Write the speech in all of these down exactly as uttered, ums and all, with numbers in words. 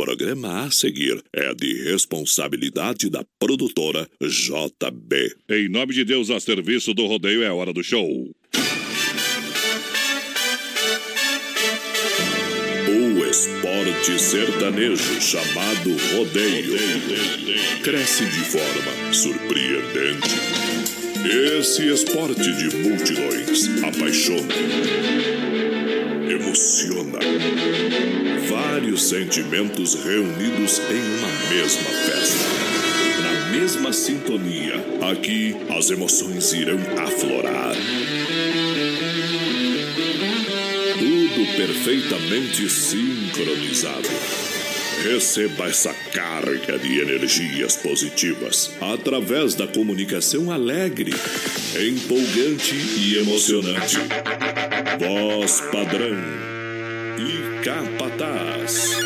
programa a seguir é de responsabilidade da produtora J B. Em nome de Deus, a serviço do rodeio, é hora do show. O esporte sertanejo chamado rodeio cresce de forma surpreendente. Esse esporte de multidões apaixona, emociona. Vários sentimentos reunidos em uma mesma festa. Na mesma sintonia, aqui as emoções irão aflorar. Tudo perfeitamente sincronizado. Receba essa carga de energias positivas através da comunicação alegre, empolgante e emocionante. Voz padrão e capataz.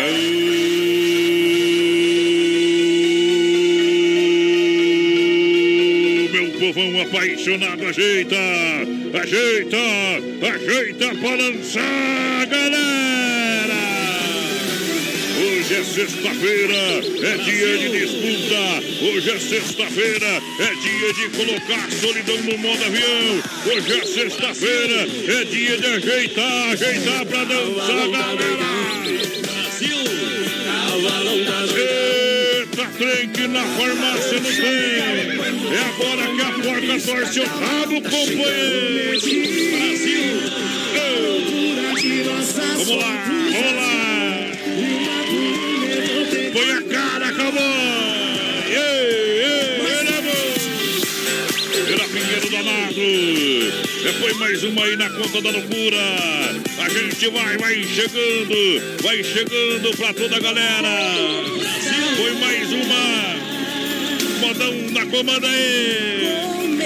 Meu povão apaixonado, ajeita, ajeita, ajeita pra lançar, galera! Hoje é sexta-feira, é dia de disputa. Hoje é sexta-feira, é dia de colocar a solidão no modo avião. Hoje é sexta-feira, é dia de ajeitar, ajeitar pra dançar, galera. Eita, trem que na farmácia não tem. É agora que a porca torce o rabo, companheiro. Brasil. Vamos lá, vamos lá. Põe a cara, acabou! Ei, ei, Era Pinheiro danado! Já foi mais uma aí na conta da loucura! A gente vai, vai chegando! Vai chegando pra toda a galera! Foi mais uma! Modão na comanda aí!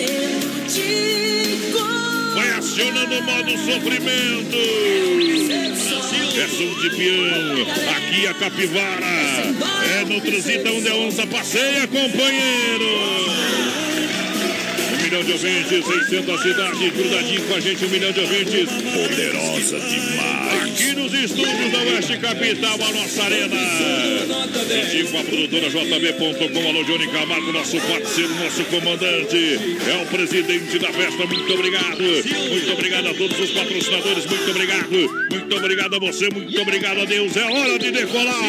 Vai acionando o modo sofrimento! É som de peão, aqui a capivara. É no Truzita onde a onça passeia, companheiro. Um milhão de ouvintes, seiscentas cidades, grudadinho com a gente, um milhão de ouvintes. Poderosa demais. Aqui nos estúdios da Oeste Capital, a nossa arena. E com a produtora J B ponto com, alô Johnny Camargo, nosso parceiro, nosso comandante. É o presidente da festa, muito obrigado. Muito obrigado a todos os patrocinadores, muito obrigado. Muito obrigado a você, muito obrigado a Deus. É hora de decolar.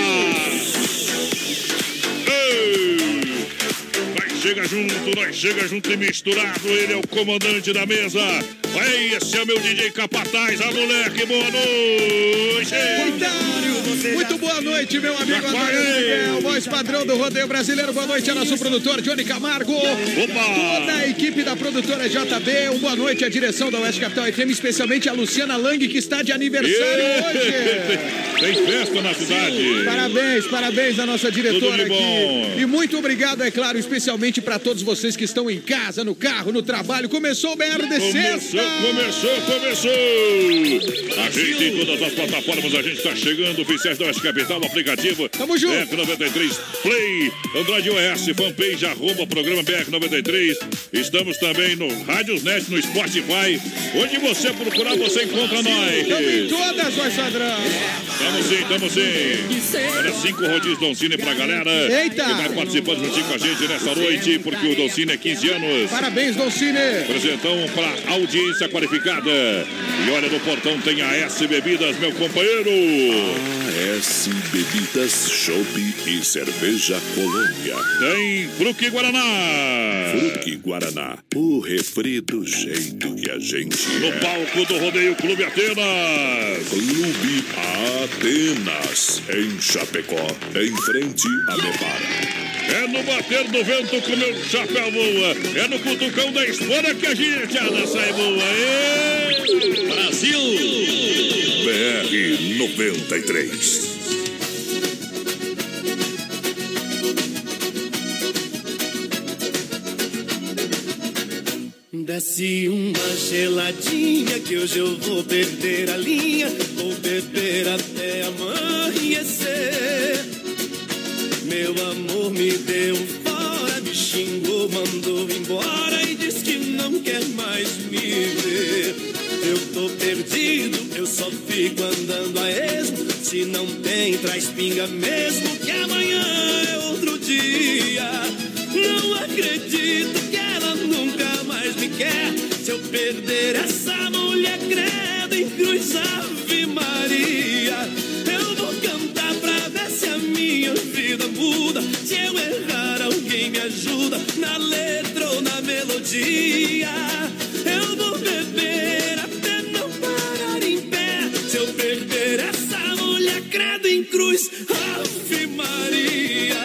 Ei! Chega junto, nós chega junto e misturado. Ele é o comandante da mesa. Aí, esse é o meu D J Capataz. A moleque, boa noite. Muito boa noite, meu amigo Antônio, o voz padrão do rodeio brasileiro. Boa noite ao nosso produtor Johnny Camargo. Opa! Toda a equipe da produtora J B. Um boa noite à direção da Oeste Capital F M, especialmente a Luciana Lang, que está de aniversário e... hoje. Tem festa na cidade. Parabéns, parabéns à nossa diretora aqui. Bom. E muito obrigado, é claro, especialmente para todos vocês que estão em casa, no carro, no trabalho. Começou o B R de Sexta. Começou, começou. A gente em todas as plataformas, a gente está chegando. Oficiais da Oeste Capital, o aplicativo. Tamo junto. B R noventa e três Play, Android O S, fanpage, arroba, programa B R noventa e três. Estamos também no Rádiosnet, no Spotify. Onde você procurar, você encontra nós. Estamos em todas, voz padrão. Tamo sim, tamo sim. Olha, cinco rodízios Doncini pra galera. Eita. Que vai participando juntinho com a gente nessa noite, porque o Doncini é quinze anos. Parabéns, Doncini. Presentão pra audiência qualificada. E olha, no portão tem a S Bebidas, meu companheiro. A S Bebidas, Chopp e Cerveja Colônia. Tem Fruque Guaraná. Fruque Guaraná, o refri do jeito que a gente no é. No palco do Rodeio Clube Atenas. Clube Atenas, em Chapecó, em frente a Mepara. É no bater do vento com meu chapéu voa. É no cutucão da espora que a gente sai boa. E... Brasil! B R noventa e três. Desce uma geladinha que hoje eu vou perder a linha. Vou beber até amanhecer. Meu amor me deu fora, me xingou, mandou embora e disse que não quer mais me ver. Eu tô perdido. perdido, eu só fico andando a esmo. Se não tem, traz pinga mesmo, que amanhã é outro dia. Não acredito que ela nunca mais me quer. Se eu perder essa mulher, credo em cruz, Ave Maria. Eu vou cantar pra ver se a minha vida muda. Se eu errar, alguém me ajuda, na letra ou na melodia. Eu vou beber até não parar em pé. Se eu perder essa mulher, credo em cruz, Ave Maria.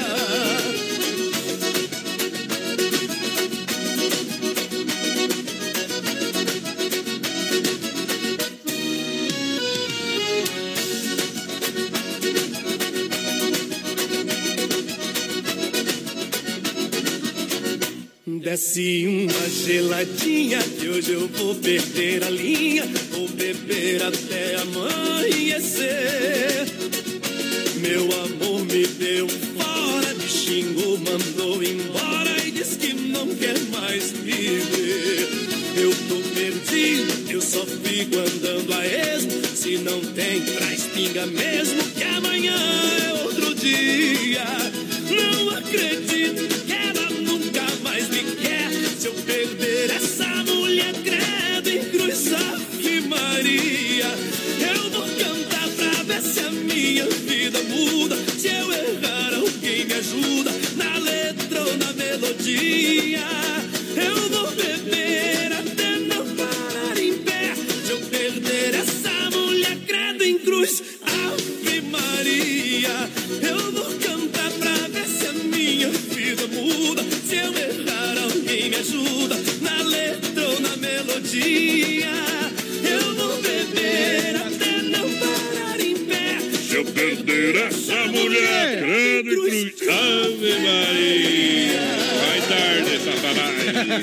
Desce uma geladinha que hoje eu vou perder a linha. Vou beber até amanhecer. Meu amor me deu fora, me xingou, mandou embora e disse que não quer mais me ver. Eu tô perdido, eu só fico andando a esmo. Se não tem, traz pinga mesmo, que amanhã é outro dia. Não acredito que ela nunca mais me quer. Se eu perder essa mulher, credo em cruz, Ave Maria. Eu vou cantar pra ver se a minha vida muda. Se eu errar, alguém me ajuda, na letra ou na melodia. Eu vou beber até não parar em pé. Se eu perder essa mulher, credo em cruz, Ave Maria. Eu vou cantar pra ver se a minha vida muda. Se eu errar, alguém me ajuda, na letra ou na melodia. Eu vou beber até não parar em pé. Se eu perder essa mulher, credo em cruz, Ave Maria. Vai tarde, Satanás.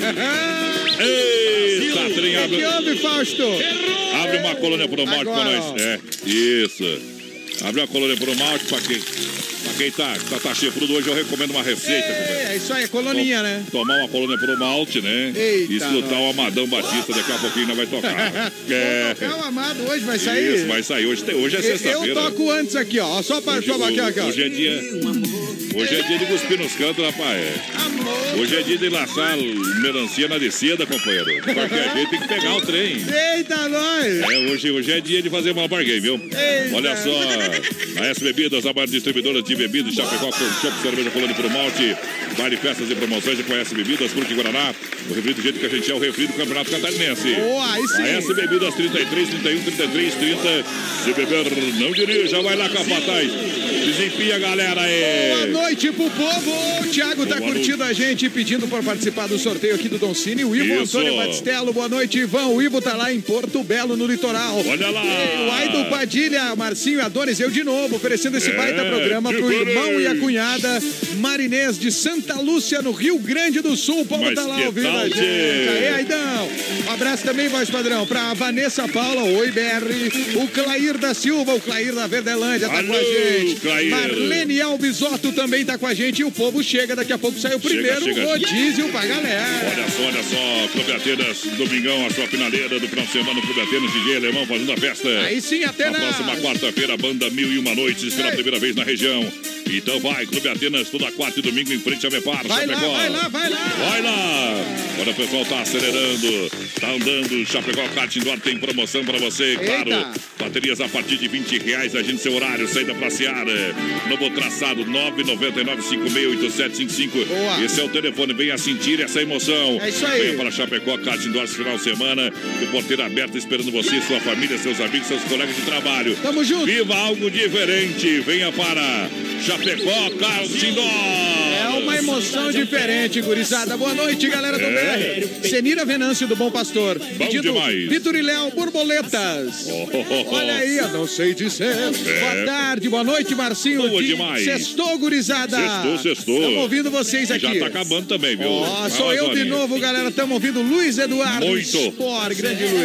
Eita, trem, abre. Que houve, Fausto? Abre uma colônia pro malte pra nós. É, isso. Abre uma colônia pro malte pra quem, pra quem tá, tá, tá chifrudo hoje. Eu recomendo uma receita. É, é isso aí, é coloninha, né? Tomar uma colônia pro malte, né? Eita, e escutar o Amadão Batista. Daqui a pouquinho nós vai tocar. É. Vou tocar o Amado hoje, vai sair? Isso, vai sair. Hoje, tem, hoje é sexta-feira. Eu toco antes aqui, ó. Só pra hoje, aqui, aqui, ó. Hoje é dia... Hoje é dia de cuspir nos cantos, rapaz. Hoje é dia de laçar melancia na descida, companheiro. De qualquer jeito tem que pegar o trem. Eita, nós! É, hoje, hoje é dia de fazer uma bargain, viu? Eita. Olha só, a S Bebidas, a maior distribuidora de bebidas, Chapecó, com chopp, cerveja, colônia pro malte, vale festas e promoções com a S Bebidas, Fruque Guaraná, o refri do jeito que a gente é, o refri do Campeonato Catarinense. Boa, aí sim. A S Bebidas, trinta e três, trinta e um, trinta e três, trinta. Se beber, não dirija, vai lá, capataz. Desempia, galera aí. Boa noite pro povo. O Thiago tá boa curtindo noite. a gente, pedindo por participar do sorteio aqui do Don Cine. O Ivo Isso. Antônio Batistello, boa noite, Ivan. O Ivo tá lá em Porto Belo, no litoral. Olha lá. O Aido Padilha, Marcinho Adonis, eu de novo, oferecendo esse É, baita programa pro diferente. irmão e a cunhada Marinês de Santa Lúcia, no Rio Grande do Sul. O povo Mas tá lá que ouvindo tal, a gente. tchê? Aí, Aidão. Um abraço também, voz padrão, pra Vanessa Paula, oi, B R. O Clair da Silva, o Clair da Verdelândia, tá Alô, com a gente. Clair. Marlene Albisotto também tá com a gente. E o povo chega, daqui a pouco sai o primeiro chega. rodízio pra galera. Olha só, olha só, Clube Atenas, domingão, a sua finaleira do final de semana, Clube Atenas, D J Alemão fazendo a festa. Aí sim, Na Atenas. próxima quarta-feira, a banda Mil e Uma Noites pela Ei. primeira vez na região. Então vai, Clube Atenas, toda quarta e domingo em frente a Mepar, Vai lá, Chapecó. vai lá, vai lá. Vai lá! Agora o pessoal tá acelerando, tá andando. Chapecó Kart Indoor tem promoção pra você, claro. Eita. Baterias a partir de vinte reais. Agende seu horário, saída pra Seara. Novo traçado nove nove nove cinco seis oito sete cinco cinco. Boa. Esse é o telefone, venha sentir essa emoção. É isso aí. Venha para Chapecó Kart Indoor esse final de semana. E o porteiro aberto esperando você, sua família, seus amigos, seus colegas de trabalho. Tamo junto. Viva algo diferente. Venha para Chapecó Kart Indoor. É uma emoção diferente, gurizada. Boa noite, galera do É. B R. Senira Venâncio do Bom Pastor. Bom demais. Vitor e Léo, borboletas. Oh, oh, oh. Olha aí, eu não sei dizer. Boa tarde, boa noite, Marcinho. Boa de... demais. Sextou, gurizada. Sextou, sextou. Estamos ouvindo vocês aqui. Já tá acabando também, viu? Ó, sou Fala, eu de Zorinha. novo, galera. Estamos ouvindo Luiz Eduardo Muito. Spor, grande Luiz.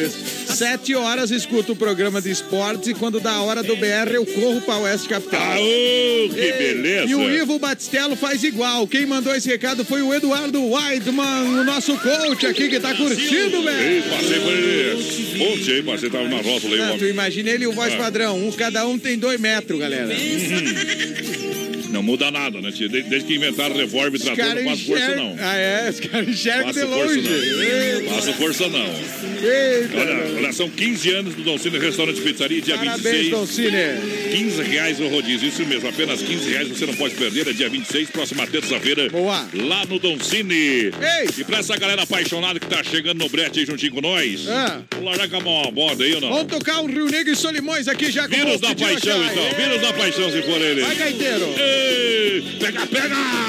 Sete horas escuto o programa de esportes e quando dá a hora do B R eu corro pra Oeste Capital. Aô, que Ei, beleza. E o Ivo Batistello faz igual. Quem mandou esse recado foi o Eduardo Weidman, o nosso coach aqui que tá curtindo, velho. Ei, passei por ele. Ontem, aí, passei, tava na rótula aí. Ah, tu imagina ele e o voz Ah. padrão. Um, cada um tem dois metros, galera. Não muda nada, né, tia? Desde, desde que inventaram revólver e Os trator, caras não faço força, enxergam. não. Ah, é? Os caras enxergam de Faço força, longe. não. Eita. Faço força, não. Eita. Olha, olha, são quinze anos do Dom Cine Restaurante e Pizzaria, dia Parabéns, vinte e seis. Dom Cine. quinze reais o rodízio, isso mesmo, apenas quinze reais, você não pode perder, é dia vinte e seis, próxima terça-feira. Boa. Lá no Dom Cine. Ei. E pra essa galera apaixonada que tá chegando no brete aí juntinho com nós, Ah. vamos largar com uma moda aí ou não? Vamos tocar um Rio Negro e Solimões aqui já com Vírus o da Tidinho paixão, Achai. então. Ei. Vírus da paixão, se for ele. Vai, gaiteiro. Ei, pega, pega!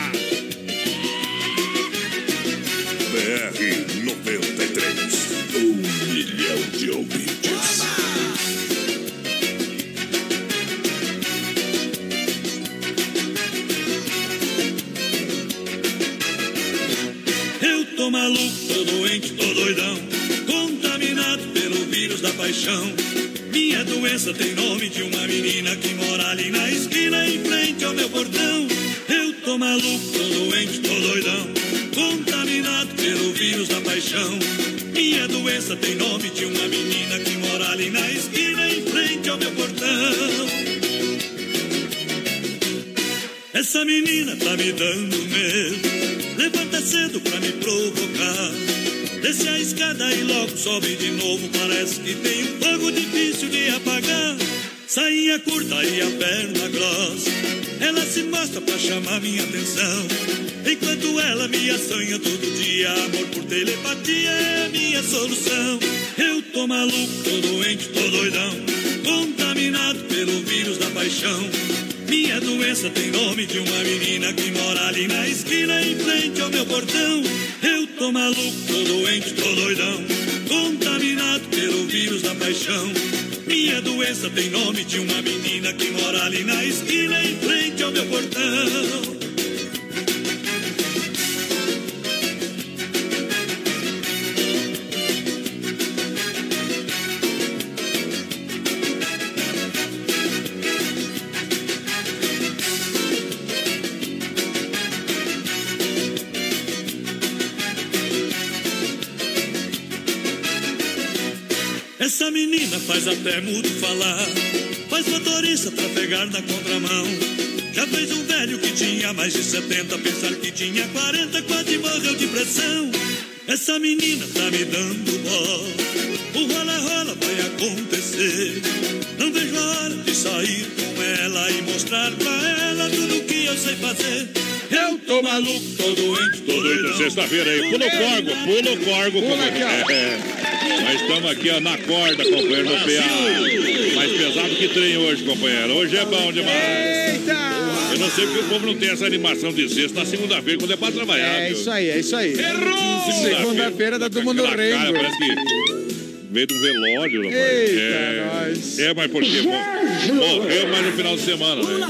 B R noventa e três. Um milhão de ouvintes. Eu tô maluco, tô doente, tô doidão, contaminado pelo vírus da paixão. Minha doença tem nome de uma menina que mora ali na esquina em frente ao meu portão. Eu tô maluco, tô doente, tô doidão, contaminado pelo vírus da paixão. Minha doença tem nome de uma menina que mora ali na esquina em frente ao meu portão. Essa menina tá me dando medo, levanta cedo pra me provocar. Desce a escada e logo sobe de novo, parece que tem um fogo difícil de apagar. Sainha curta e a perna grossa, ela se mostra pra chamar minha atenção. Enquanto ela me assanha todo dia, amor por telepatia é a minha solução. Eu tô maluco, tô doente, tô doidão, contaminado pelo vírus da paixão. Minha doença tem nome de uma menina que mora ali na esquina em frente ao meu portão. Eu tô maluco, tô doente, tô doidão, contaminado pelo vírus da paixão. Minha doença tem nome de uma menina que mora ali na esquina em frente ao meu portão. Essa menina faz até mudo falar, faz motorista trafegar na contramão. Já fez um velho que tinha mais de setenta pensar que tinha quarenta, quase morreu de pressão. Essa menina tá me dando bola, o rola-rola vai acontecer. Não vejo a hora de sair com ela e mostrar pra ela tudo que eu sei fazer. Eu tô maluco, tô doente, tô doidão. Sexta-feira aí, pula o corgo, pula o corgo. Pula aqui, ó. É. Nós estamos aqui ó, na corda, companheiro, no P A. Mais pesado que trem hoje, companheiro. Hoje é bom demais. Eita! Eu não sei porque o povo não tem essa animação de sexta na segunda-feira, quando é pra trabalhar. É viu? isso aí, é isso aí. Segunda-feira, Segunda-feira tá todo mundo aquela cara, rindo. parece que veio de um velório, rapaz. Eita, é, nós. é, mas por quê? Morreu mais no final de semana, né?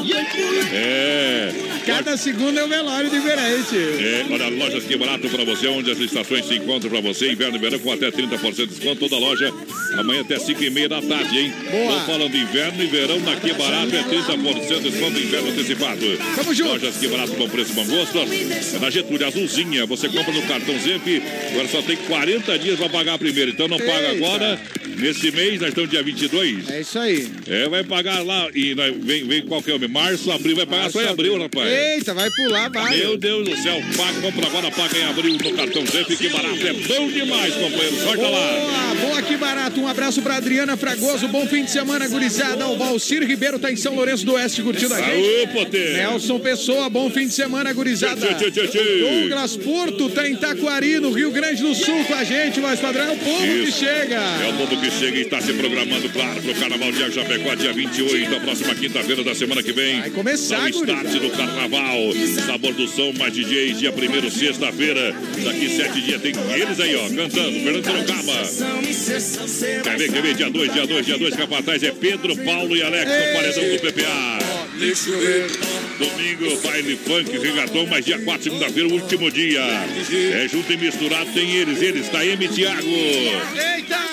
É. Cada segunda é um velório diferente. É, olha, lojas que barato pra você, onde as estações se encontram pra você. Inverno e verão com até trinta por cento de desconto. Toda loja, amanhã até cinco e meia da tarde, hein? Boa. Tô falando inverno e verão, na Que Barato é trinta por cento de desconto, inverno antecipado. Tamo junto. Lojas Que Barato, bom preço, bom gosto. É na Getúlio, azulzinha. Você compra no cartão Zep, agora só tem quarenta dias pra pagar primeiro. Então não paga Eita. agora. Nesse mês, nós estamos dia vinte e dois. É isso aí. É, vai pagar lá. E nós, vem, vem qual que é o mês? Março, abril, vai pagar só em abril, rapaz. Eita, vai pular, vai. Meu Deus do céu, paga, compra agora, paga em abril no cartão Zep, que barato, é bom demais, companheiro, sorte lá. Boa, boa, que barato. Um abraço pra Adriana Fragoso, bom fim de semana, gurizada. O Valcir Ribeiro tá em São Lourenço do Oeste curtindo a gente. Aô, Potê. Nelson Pessoa, bom fim de semana, gurizada. Tchê, tchê, tchê, tchê. Douglas Porto tá em Taquari, no Rio Grande do Sul com a gente, mas padrão é o povo Isso. que chega. É o povo que chega e está se programando, claro, pro Carnaval de Chapecó, dia vinte e oito, a próxima quinta-feira da semana que vem. Vai começar, Dá o start gurizada. do Carnaval, sabor do som, mais D Js, dia primeiro, sexta-feira. Daqui sete dias tem eles aí, ó, cantando, Fernando Sorocaba. Quer ver, quer ver, dia dois, dia dois, dia dois, capataz é Pedro, Paulo e Alex, no paredão do P P A. Deixa eu ver. Domingo, baile funk, regatão, mas dia quatro, segunda-feira, último dia. É junto e misturado, tem eles, eles, Taeme e Thiago. Eita!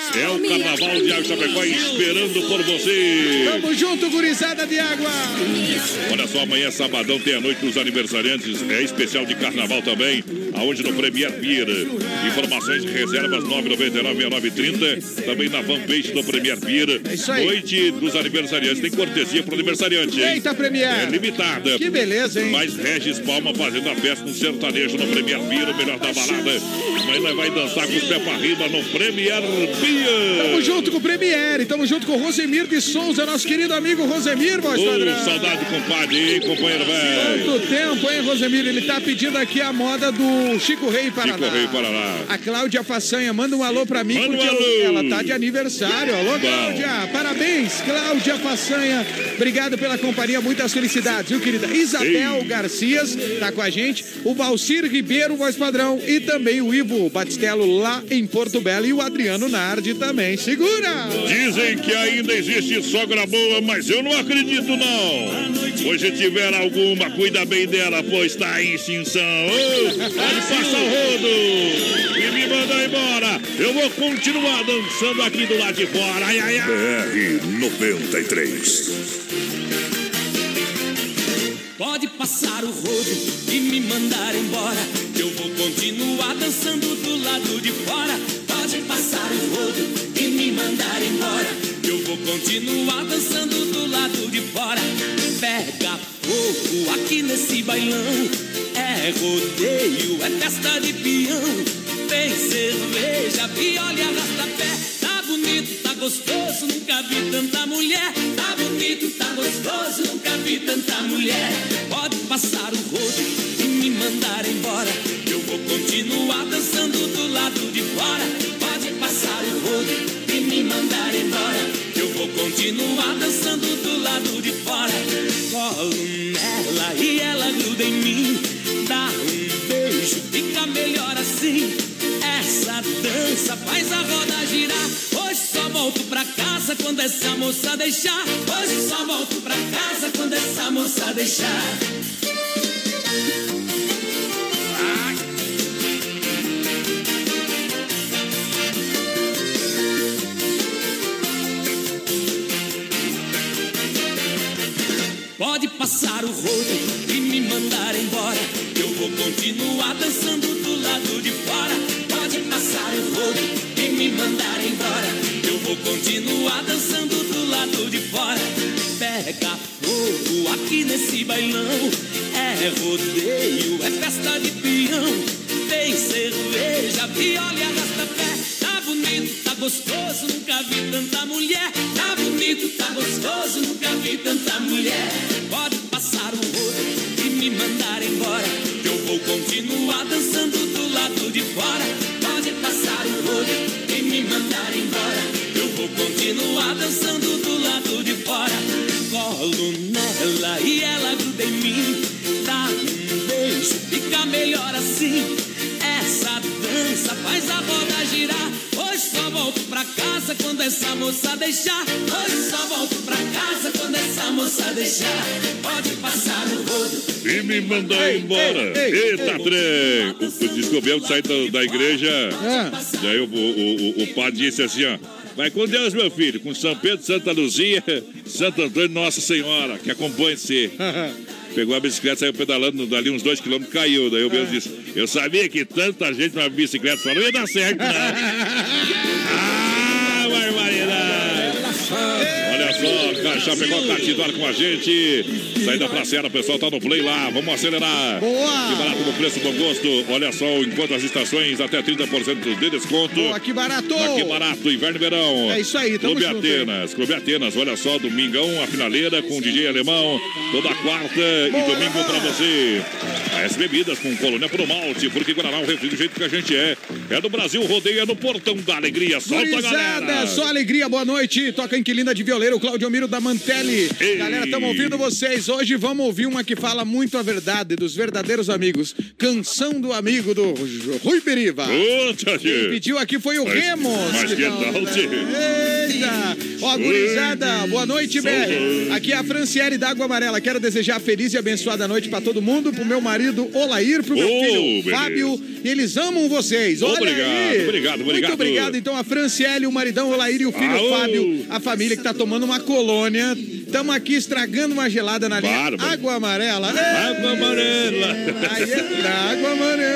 É o Carnaval de Água Chapecó esperando por você. Tamo junto, gurizada de água. Olha só, amanhã, sabadão, tem a noite dos aniversariantes. É especial de Carnaval também, aonde no Premier Beer. Informações e reservas nove nove nove, seis nove três zero. Também na fanpage do Premier Beer. É isso aí. Noite dos aniversariantes. Tem cortesia pro aniversariante, hein? Eita, Premier. É limitada. Que beleza, hein? Mas Regis Palma fazendo a festa no sertanejo no Premier Beer, o melhor da balada. Amanhã nós vai dançar com os pés pra riba no Premier Beer. Tamo junto com o Premier, tamo junto com o Rosemir de Souza, nosso querido amigo Rosemir, voz padrão. Oh, saudade, compadre, hein, companheiro velho. Quanto tempo, hein, Rosemir? Ele tá pedindo aqui a moda do Chico Rei Paraná. Chico Rei Paraná. A Cláudia Façanha, manda um alô pra mim, manda porque um alô. Eu, ela tá de aniversário. Alô, Cláudia, parabéns, Cláudia Façanha. Obrigado pela companhia, muitas felicidades, viu, querida? Isabel Ei. Garcias tá com a gente, o Valcir Ribeiro, voz padrão, e também o Ivo Batistello lá em Porto Belo e o Adriano Nardi também. Segura! Dizem que ainda existe sogra boa, mas eu não acredito, não. Hoje tiver alguma, cuida bem dela, pois tá em extinção. Oh, pode passar o rodo e me mandar embora. Eu vou continuar dançando aqui do lado de fora. Ai, ai, ai. B R noventa e três. Pode passar o rodo e me mandar embora, que eu vou continuar dançando do lado de fora. Pode passar o rodo e me mandar embora, que eu vou continuar dançando do lado de fora. Pega fogo aqui nesse bailão, é rodeio, é festa de peão. Tem cerveja, viola e arrasta-pé. Tá bonito, tá gostoso, nunca vi tanta mulher. Tá bonito, tá gostoso, nunca vi tanta mulher. Pode passar o rodo e me mandar embora, eu vou continuar dançando do lado de fora. Pode passar o rodo e me mandar embora, eu vou continuar dançando do lado de fora. Colo nela e ela gruda em mim, dá um beijo, fica melhor assim. Essa dança faz a roda girar. Hoje só volto pra casa quando essa moça deixar. Hoje só volto pra casa quando essa moça deixar. Pode passar o rodo e me mandar embora, eu vou continuar dançando do lado de fora. Pode passar o rodo e me mandar embora, eu vou continuar dançando do lado de fora. Pega fogo aqui nesse bailão, é rodeio, é festa de peão. Tem cerveja, viola e arrasta-pé. Tá bonito, tá gostoso, nunca vi tanta mulher. Tá bonito, tá gostoso, nunca vi tanta mulher. Pode passar o rodo e me mandar embora, que eu vou continuar dançando do lado de fora. Pode passar o rodo e me mandar embora, eu vou continuar dançando do lado de fora. Colo nela e ela gruda em mim, dá um beijo, fica melhor assim. Essa dança faz a roda girar. Hoje só volto pra casa quando essa moça deixar. Hoje só volto pra casa quando essa moça deixar. Pode passar o rodo e me mandar ei, embora. Ei, ei, Eita, ei, trem! O descobriu sair da, da igreja. É. Daí o, o, o, o padre disse assim, ó: vai com Deus, meu filho, com São Pedro, Santa Luzia, Santo Antônio, Nossa Senhora, que acompanhe-se. Pegou a bicicleta, saiu pedalando dali uns dois quilômetros, caiu. Daí eu mesmo disse: eu sabia que tanta gente na bicicleta só não ia dar certo, não. Ah, barbaridade! Olha só, Caixa pegou a Cartidor com a gente. Saída pra Serra, o pessoal tá no play lá. Vamos acelerar. Boa! Que barato no preço, bom gosto. Olha só, enquanto as estações, até trinta por cento de desconto. Boa, que barato! Que barato, inverno e verão. É isso aí, tamo Clube junto, Atenas, hein? Clube Atenas, olha só, domingão, a finaleira com o D J Alemão. Toda quarta Boa! E domingo pra você. A S Bebidas com Colônia Pro Malte, porque Guaraná, o refri do jeito que a gente é. É do Brasil, rodeia no Portão da Alegria. Solta, Gurizada, galera! Só alegria, boa noite. Toca Inquilina de Violeiro, o Claudio Miro da Mantelli. Ei. Galera, estamos ouvindo vocês. Hoje vamos ouvir uma que fala muito a verdade dos verdadeiros amigos. Canção do amigo do Rui Beriva. Ô, Quem pediu aqui foi o mas, Remos. Mas que, que tal, tchê? Eita! Ó, gurizada, boa noite, B R. Aqui é a Franciele da Água Amarela. Quero desejar feliz e abençoada noite pra todo mundo, pro meu marido Olair, pro meu oh, filho beleza. Fábio. E eles amam vocês. Olha obrigado, aí. obrigado, obrigado. Muito obrigado, então, a Franciele, o maridão Olair e o filho Aô. Fábio, a família que tá tomando uma colônia. Estamos aqui estragando uma gelada na linha. Bárbaro. Água Amarela. Água Amarela. Aí é da Água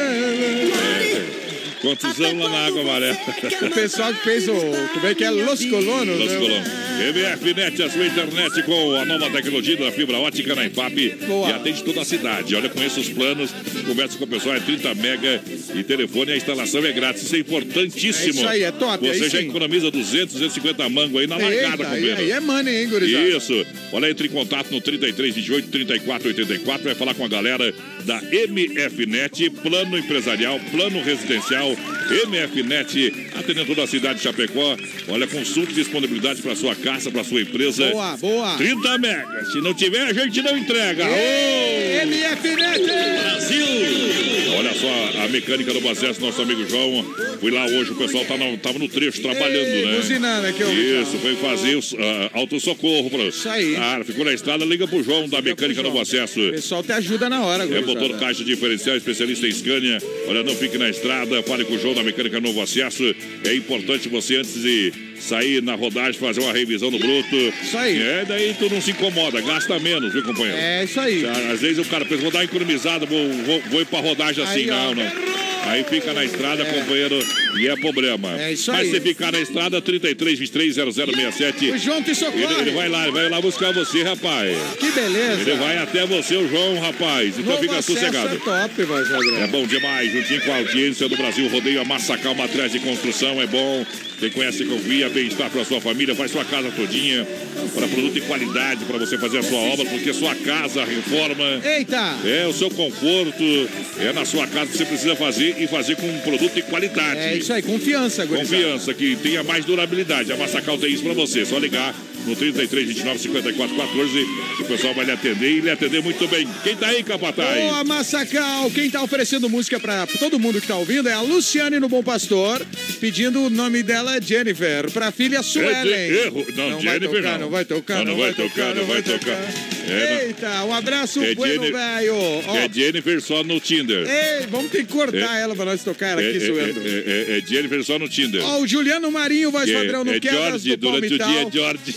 Amarela. Quantos anos lá na Água Amarela? O pessoal que fez o... Como é que é? Los Colonos. Los né? Colonos. M F Net, a sua internet com a nova tecnologia da fibra ótica na IPAP. Boa. E atende toda a cidade. Olha, conheça os planos, conversa com o pessoal, é trinta mega e telefone, a instalação é grátis. Isso é importantíssimo. É isso aí, é top. Você aí já sim. economiza duzentos, duzentos e cinquenta mango aí na Eita, largada, aí, companheiro. aí é money, hein, gurizada? Isso. Olha, entre em contato no trinta e três, vinte e oito, trinta e quatro, oitenta e quatro. Vai falar com a galera da M F Net, plano empresarial, plano residencial, M F Net, atendendo toda a cidade de Chapecó. Olha, consulte disponibilidade para sua casa, para sua empresa. Boa, boa. trinta megas. Se não tiver, a gente não entrega. Ei, Ô! M F Net! Brasil! Olha só, a mecânica do acesso, nosso amigo João. Fui lá hoje, o pessoal tá no, tava no trecho trabalhando, Ei, né? buzinando aqui, ó. Isso, foi fazer o uh, autossocorro. Pra... Isso aí. Ah, ficou na estrada, liga pro João da Liga mecânica pro Novo João. Acesso. O pessoal te ajuda na hora, É gurizada. motor caixa diferencial, especialista em Scania. Olha, não fique na estrada, fale com o João da Mecânica Novo Acesso. É importante você, antes de sair na rodagem, fazer uma revisão no bruto. Isso aí. É, daí tu não se incomoda, gasta menos, viu, companheiro? É isso aí. Às vezes o cara pensa, vou dar uma economizada, vou, vou, vou ir pra rodagem assim. Aí, ó. Não, não. Aí fica na estrada, É. companheiro, e é problema. É isso Mas aí. se ficar na estrada, trinta e três, vinte e três, zero zero seis sete. O João te socorre. Ele, ele vai lá, ele vai lá buscar você, rapaz. Que beleza. Ele vai até você, o João, rapaz. Então Novo fica Acesso sossegado. é top, voz padrão. É bom demais, juntinho com a audiência do Brasil Rodeio, a Massacal Materiais de Construção, é bom. Quem conhece, confia, bem-estar para sua família, faz sua casa todinha, para produto de qualidade, para você fazer a sua obra, porque sua casa reforma. Eita! É o seu conforto, é na sua casa que você precisa fazer e fazer com um produto de qualidade. É isso aí, confiança, gurizada. Confiança, que tenha mais durabilidade. A Massacal tem isso para você, só ligar no trinta e três, vinte e nove, cinquenta e quatro, quatorze, que o pessoal vai lhe atender e lhe atender muito bem. Quem tá aí, Capataz? Boa, Massacal! Quem tá oferecendo música pra todo mundo que tá ouvindo é a Luciane no Bom Pastor, pedindo o nome dela Jennifer, pra filha Suelen. É de- erro. Não, vai Jennifer tocar, não. não vai tocar, não, vai tocar, não vai tocar. É, Eita, um abraço, É bueno, Jennifer- velho. Ó, é Jennifer só no Tinder. ei, vamos ter que cortar É. ela pra nós tocar ela É, aqui, é, Suendo. é, é, é Jennifer só no Tinder. Ó, o Juliano Marinho, voz É, padrão, no é Quedas George, do durante o Palmital. dia é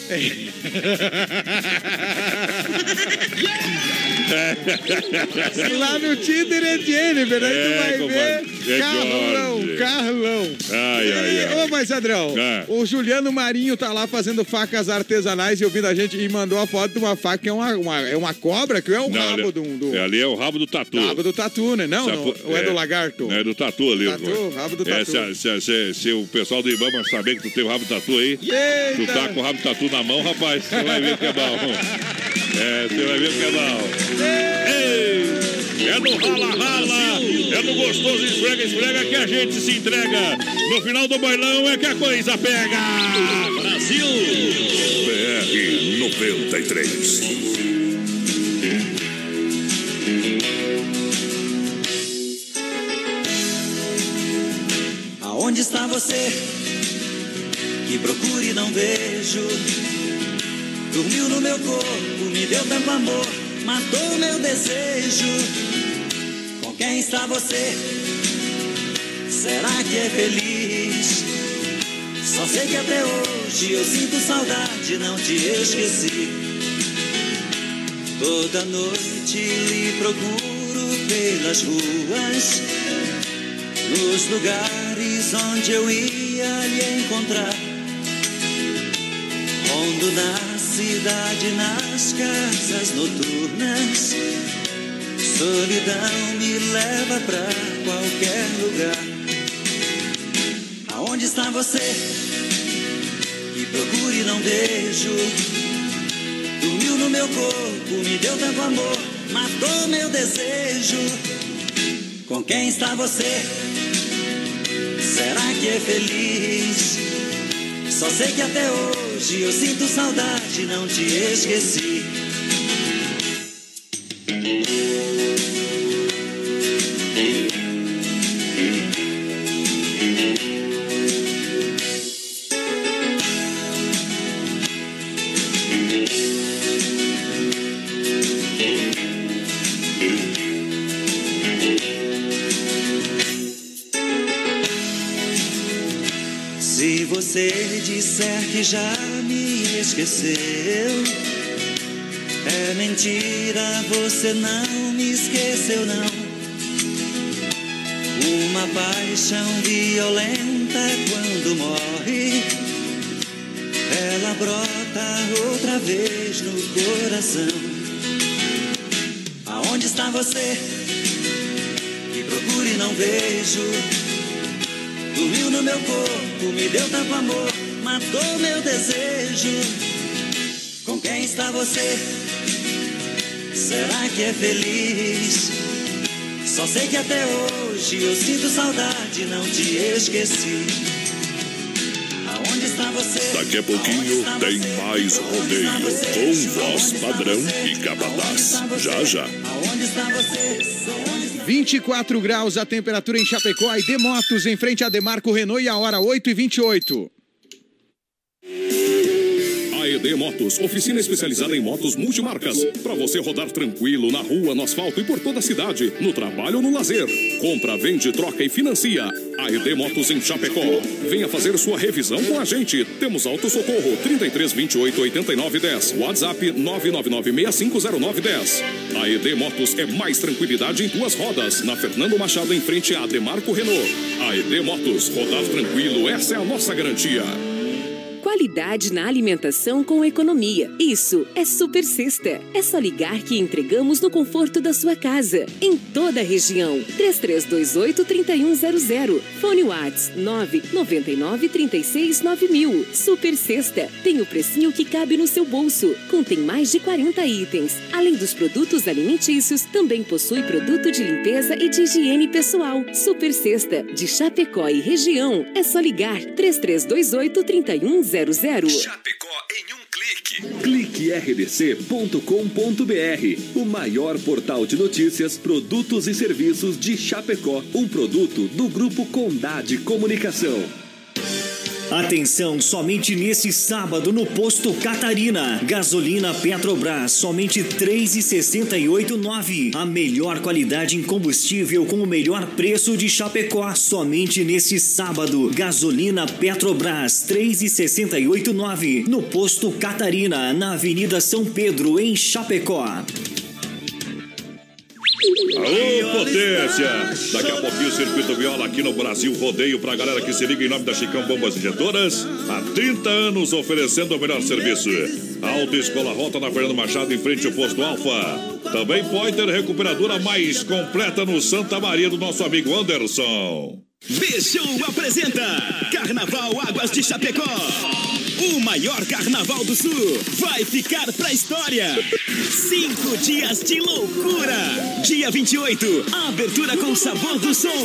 George. Lá no Tinder é Jennifer, aí É, tu vai compadre, ver é Carlão, George. Carlão. Ai, ai, ai. Ô, mas Adrão, É. o Juliano Marinho tá lá fazendo facas artesanais e ouvindo a gente e mandou a foto de uma faca que é uma, uma- é uma cobra, que é o Não, rabo ali, do, do é, ali é o rabo do tatu. rabo do tatu, né? Não, Se a não, po- ou é, do lagarto? É do tatu ali. Tatu, irmão. rabo do É, tatu. se, a- se a- se- se o pessoal do Ibama saber que tu tem o rabo do tatu aí, tu Eita! tá com o rabo do tatu na mão, rapaz, você vai ver que é bom. É, você vai ver que é bom. Ei! É no rala-rala, é no gostoso esfrega-esfrega que a gente se entrega. No final do bailão é que a coisa pega. Brasil! B R noventa e três. Aonde está você? Que procuro e não vejo. Dormiu no meu corpo, me deu tanto amor, matou o meu desejo. Com quem está você? Será que é feliz? Só sei que até hoje eu sinto saudade, não te esqueci. Toda noite lhe procuro pelas ruas, nos lugares onde eu ia lhe encontrar. Rondo na cidade, nas casas noturnas, solidão me leva pra qualquer lugar. Aonde está você? Que procuro e não vejo. Dormiu no meu corpo, me deu tanto amor, matou meu desejo. Com quem está você? Será que é feliz? Só sei que até hoje eu sinto saudade, não te esqueci. você disser que já me esqueceu, é mentira, você não me esqueceu não. Uma paixão violenta quando morre, ela brota outra vez no coração. Aonde está você? Que procuro e não vejo. Dormiu no meu corpo, me deu tanto amor, matou meu desejo. Com quem está você? Será que é feliz? Só sei que até hoje eu sinto saudade, não te esqueci. Aonde está você? Daqui a pouquinho tem você? mais rodeio com voz padrão e capataz. Já, já. Aonde está você? Aonde está... vinte e quatro graus a temperatura em Chapecó, a D Motos em frente a Demarco Renault e a hora oito e vinte e oito. A E D Motos, oficina especializada em motos multimarcas. Para você rodar tranquilo na rua, no asfalto e por toda a cidade, no trabalho ou no lazer. Compra, vende, troca e financia. A E D Motos em Chapecó. Venha fazer sua revisão com a gente. Temos autossocorro trinta e três, vinte e oito, oitenta e nove, dez. WhatsApp nove nove nove, seis cinco zero nove, dez. A E D Motos é mais tranquilidade em duas rodas. Na Fernando Machado, em frente a Demarco Renault. A E D Motos, rodar tranquilo, essa é a nossa garantia. Qualidade na alimentação com economia. Isso é Super Sexta. É só ligar que entregamos no conforto da sua casa. Em toda a região. três três dois oito, três um zero zero. Fone WhatsApp nove nove nove, três seis nove mil. Super Sexta. Tem o precinho que cabe no seu bolso. Contém mais de quarenta itens. Além dos produtos alimentícios, também possui produto de limpeza e de higiene pessoal. Super Sexta. De Chapecó e região. É só ligar três três dois oito, três um zero zero. Chapecó em um clique. clique r d c ponto com ponto b r. O maior portal de notícias, produtos e serviços de Chapecó. Um produto do Grupo Condade Comunicação. Atenção, somente nesse sábado no Posto Catarina. Gasolina Petrobras, somente três reais e sessenta e oito centavos. A melhor qualidade em combustível com o melhor preço de Chapecó. Somente nesse sábado. Gasolina Petrobras, três reais e sessenta e oito centavos. No Posto Catarina, na Avenida São Pedro, em Chapecó. Alô, potência! Daqui a pouquinho o Circuito Viola aqui no Brasil Rodeio pra galera que se liga em nome da Chicão Bombas Injetoras. Há trinta anos oferecendo o melhor serviço. Autoescola Rota na Fernando Machado em frente ao Posto Alfa. Também pode ter recuperadora mais completa no Santa Maria do nosso amigo Anderson. B-Show apresenta Carnaval Águas de Chapecó. O maior carnaval do sul vai ficar pra história. Cinco dias de loucura. Dia vinte e oito, abertura com sabor do som.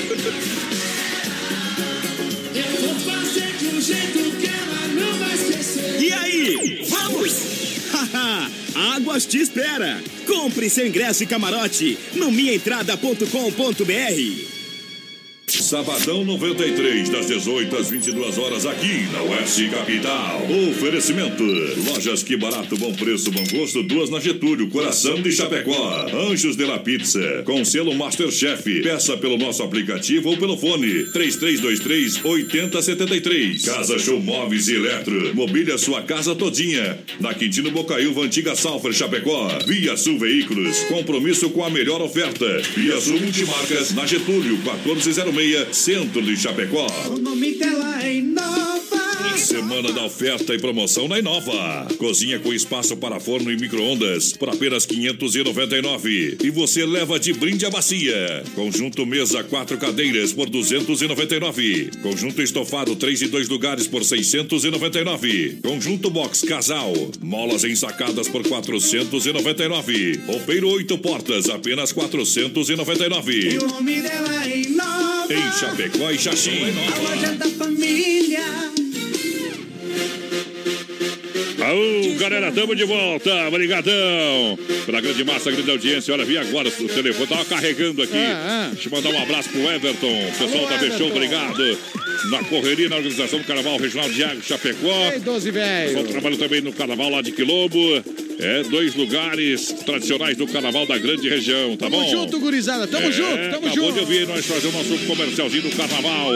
Eu vou fazer de um jeito que ela não vai esquecer. E aí, vamos? Haha, Águas te espera. Compre seu ingresso e camarote no minha entrada ponto com ponto b r. Sabadão noventa e três, das dezoito às vinte e duas horas, aqui na Oeste Capital. Oferecimento: Lojas Que Barato, bom preço, bom gosto, duas na Getúlio, coração de Chapecó. Anjos de la Pizza, com selo Masterchef. Peça pelo nosso aplicativo ou pelo fone três três dois três, oito zero sete três. Casa Show Móveis e Eletro, mobília sua casa todinha. Na Quintino Bocaiúva, antiga Salfer, Chapecó. Via Sul Veículos, compromisso com a melhor oferta. Via Sul Multimarcas, na Getúlio, quatorze zero seis, centro de Chapecó. O nome dela é Inova. Semana da oferta e promoção na Inova. Cozinha com espaço para forno e micro-ondas por apenas quinhentos e noventa e nove reais. E você leva de brinde a bacia. Conjunto mesa quatro cadeiras por duzentos e noventa e nove reais. Conjunto estofado três e dois lugares por seiscentos e noventa e nove reais. Conjunto box casal. Molas ensacadas por quatrocentos e noventa e nove reais. Roupeiro oito portas apenas quatrocentos e noventa e nove reais. E o nome dela é Inova. Em Chapecó e Xaxim. A loja da família. Aô, galera, tamo de volta, obrigadão pela grande massa, grande audiência. Olha, vi agora o telefone, tava carregando aqui. Ah, ah. Deixa eu mandar um abraço pro Everton, pessoal da B-Show, obrigado. Na correria, na organização do Carnaval Regional de Águas Chapecó. Ei, doze velho. Pessoal trabalha também no Carnaval lá de Quilombo. É, dois lugares tradicionais do Carnaval da grande região, tá bom? Tamo junto, gurizada. Tamo é, junto, tamo acabou junto. de ouvir nós fazer o nosso comercialzinho do Carnaval.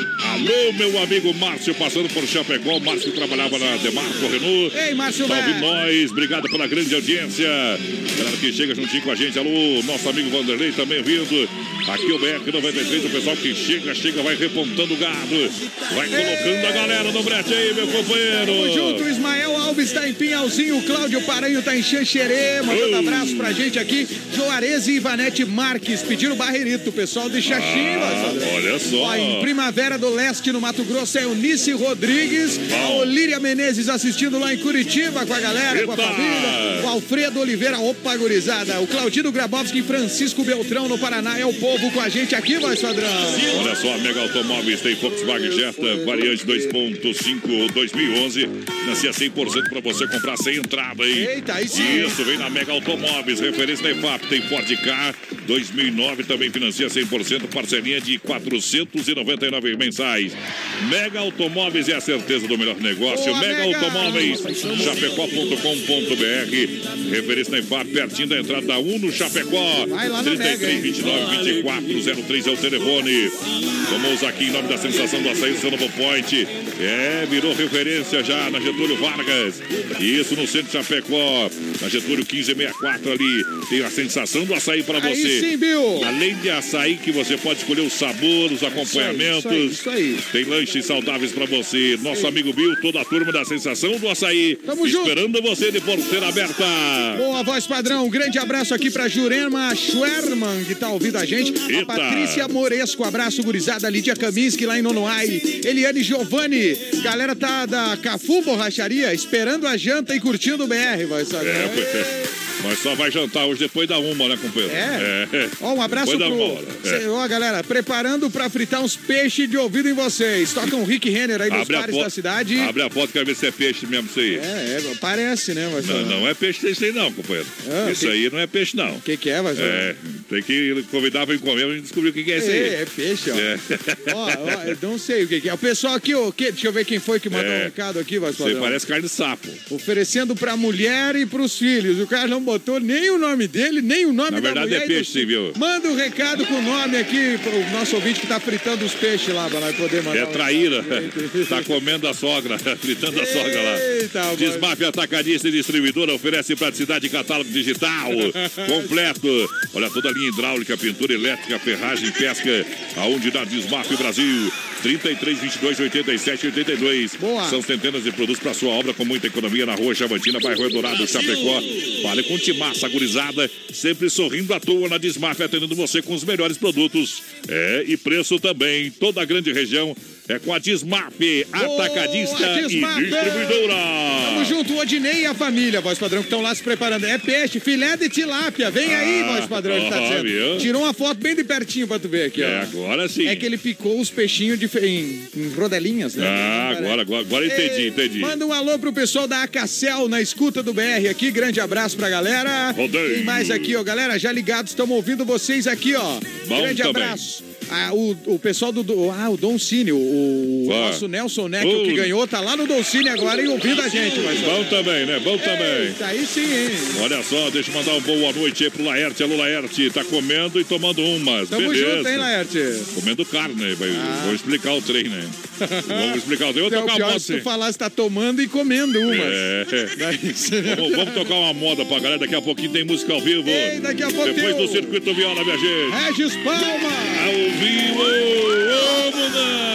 Alô, meu amigo Márcio, passando por Chapecó. Márcio trabalhava na Demarco Renault. Ei, Márcio, tá ouvindo Bé. nós. Obrigado pela grande audiência. Galera que chega juntinho com a gente. Alô, nosso amigo Vanderlei também vindo. Aqui o B R noventa e três, o pessoal que chega, chega, vai repontando o gado. Vai colocando a galera no brete aí, meu companheiro. Tamo junto, o Ismael Alves tá em Pinhalzinho, o Cláudio Paranho tá em Xanxerê, mandando Oh. abraço pra gente aqui. Joarese e Ivanete Marques pediram barreirito, o pessoal de Xaxim. Ah, olha só. Ó, em Primavera do Leste, no Mato Grosso, é Eunice Rodrigues. Bom. A Olíria Menezes assistindo lá em Curitiba com a galera, com a Eita. família. O Alfredo Oliveira, opa, gurizada. O Claudino Grabowski e Francisco Beltrão no Paraná. É o povo com a gente aqui, voz padrão. Olha só, a Mega Automóveis tem Volkswagen Jetta, variante dois ponto cinco dois mil e onze. Nascia cem por cento para você comprar sem entrada, hein? Eita, aí sim. Isso, vem na Mega Automóveis, referência da E F A P. Tem Ford Ka dois mil e nove, também financia cem por cento, parcelinha de quatrocentos e noventa e nove mensais. Mega Automóveis é a certeza do melhor negócio. Boa, Mega, Mega. Automóveis, chapecó ponto com ponto br. Referência da E F A P, pertinho da entrada da U no Chapecó. Vai lá na trinta e Mega, três, hein? vinte e nove, vinte e quatro, zero três é o telefone. Vamos aqui em nome da sensação do açaí do seu novo point. É, virou referência já na Getúlio Vargas. Isso no centro de Chapecó. Na Getúlio quinze sessenta e quatro ali. Tem a sensação do açaí para você. Aí sim, Bill. Além de açaí que você pode escolher o sabor, os acompanhamentos. Isso aí, isso aí, isso aí. Tem lanches saudáveis para você. Nosso amigo Bill, toda a turma da sensação do açaí. Tamo junto. Esperando você de porteira aberta. Boa, voz padrão. Um grande abraço aqui pra Jurema Schwerman, que tá ouvindo a gente. Eita. A Patrícia Moresco, abraço, gurizada. Lídia Kaminski, lá em Nonoai. Eliane Giovanni. Galera tá da Cafu Borracharia, esperando a janta e curtindo o B R, voz padrão. É, pois- mas só vai jantar hoje depois da uma, né, companheiro? É? É. Ó, um abraço Depois da pro... uma hora. É. Cê- Ó, galera, preparando pra fritar uns peixes de ouvido em vocês. Tocam Rick Renner aí nos Abre a bares foto- da cidade. Abre a foto, quero ver se é peixe mesmo isso aí. É, é, parece, né, voz Não, padrão? não é peixe isso aí não, companheiro. Ah, isso que- aí não é peixe não. O que que é, voz padrão? É, tem que convidar pra comer pra gente descobrir o que que é isso aí. É, é peixe, ó. É. Ó, ó, eu não sei o que, que é. O pessoal aqui, ó, que, deixa eu ver quem foi que mandou É. um recado aqui, voz Você padrão. parece carne de sapo. Oferecendo pra mulher e pros filhos. O cara não botou nem o nome dele, nem o nome Na da verdade mulher. é e do peixe, sim, filho. viu? Manda um recado com o nome aqui pro nosso ouvinte que tá fritando os peixes lá, pra nós poder mandar. É um traíra. recado. Tá comendo a sogra, fritando a sogra lá. Eita, voz. Desmaf Atacadista e Distribuidora oferece praticidade e catálogo digital completo. Olha, toda a linha hidráulica, pintura elétrica, ferragem, pesca. Aonde na Desmaf Brasil. trinta e três, vinte e dois, oitenta e sete, oitenta e dois. Boa. São centenas de produtos para sua obra com muita economia na Rua Chavantina, bairro Eldorado, Chapecó. Fale com Timaça Gurizada, sempre sorrindo à toa na Desmaf, atendendo você com os melhores produtos. É, e preço também. Toda a grande região é com a Desmaf, atacadista Desmaf! e distribuidora. Tamo junto, o Odinei e a família, voz padrão, que estão lá se preparando. É peixe, filé de tilápia. Vem aí, Ah, voz padrão, ele tá ó, dizendo. viu? Tirou uma foto bem de pertinho pra tu ver aqui, É, ó. agora sim. É que ele picou os peixinhos de fe- em, em rodelinhas, né? Ah, agora, agora, agora entendi, Ei, entendi. Manda um alô pro pessoal da Acacel na escuta do B R aqui. Grande abraço pra galera. Rodeio. Tem mais aqui, ó. Galera, já ligados, estamos ouvindo vocês aqui, ó. Bom Grande também. abraço. Ah, o, o pessoal do, do. Ah, o Don Cine, o, o Ah. nosso Nelson Neck, o Uh. que ganhou, tá lá no Don Cine agora e ouvindo a gente. Mas... Bom também, né? Bom também. Eita, aí sim, hein? Olha só, deixa eu mandar uma boa noite aí pro Laerte. Alô, Laerte, tá comendo e tomando umas. Tamo Beleza. junto, hein, Laerte? Comendo carne, né? Vai- Vou explicar o trem, né? Vamos explicar o trem. Eu vou Não, tocar pior uma moda. se tu falar se tá tomando e comendo umas. É. Daí você- Vamos, vamos tocar uma moda pra galera. Daqui a pouquinho tem música ao vivo. Ei, daqui a pouco Depois tem do o- Circuito Viola, minha gente. Regis Palma! Ao vivo, vamos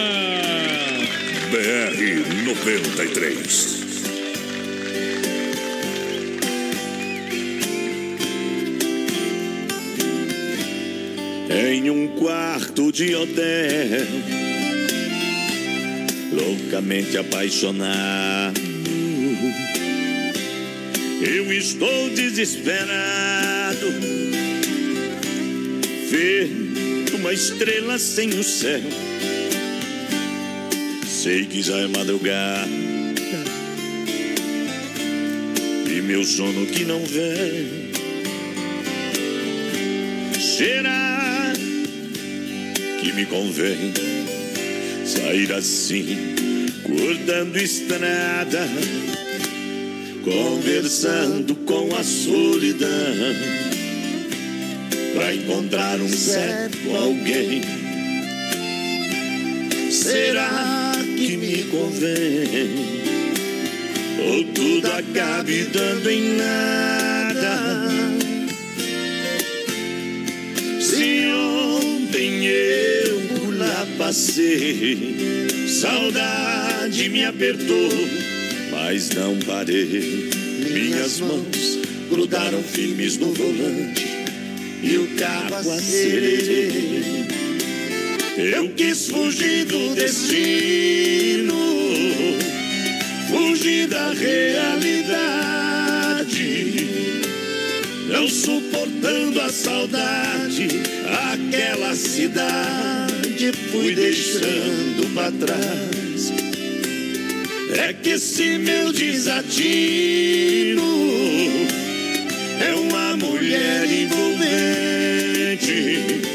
lá! B R noventa e três. Em um quarto de hotel, loucamente apaixonado, eu estou desesperado, ver uma estrela sem o céu. Sei que já é madrugada e meu sono que não vem. Será que me convém sair assim, cortando estrada, conversando com a solidão, pra encontrar um certo alguém. Será que me convém? Ou tudo acabe dando em nada? Se ontem eu por lá passei, saudade me apertou, mas não parei. Minhas mãos grudaram firmes no volante e o carro acelerei. Eu quis fugir do destino, fugir da realidade, não suportando a saudade, aquela cidade fui deixando pra trás. É que esse meu desatino é uma mulher envolvente,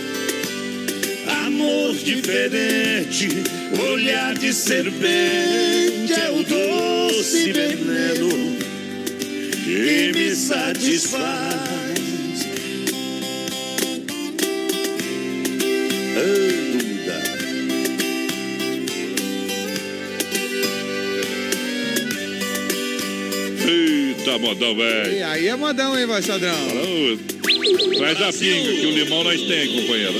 amor diferente, olhar de serpente, é o doce veneno que me satisfaz. Anda. Eita, modão, velho. E aí é modão, hein, voz padrão? Traz a pinga, que o limão nós tem, companheiro.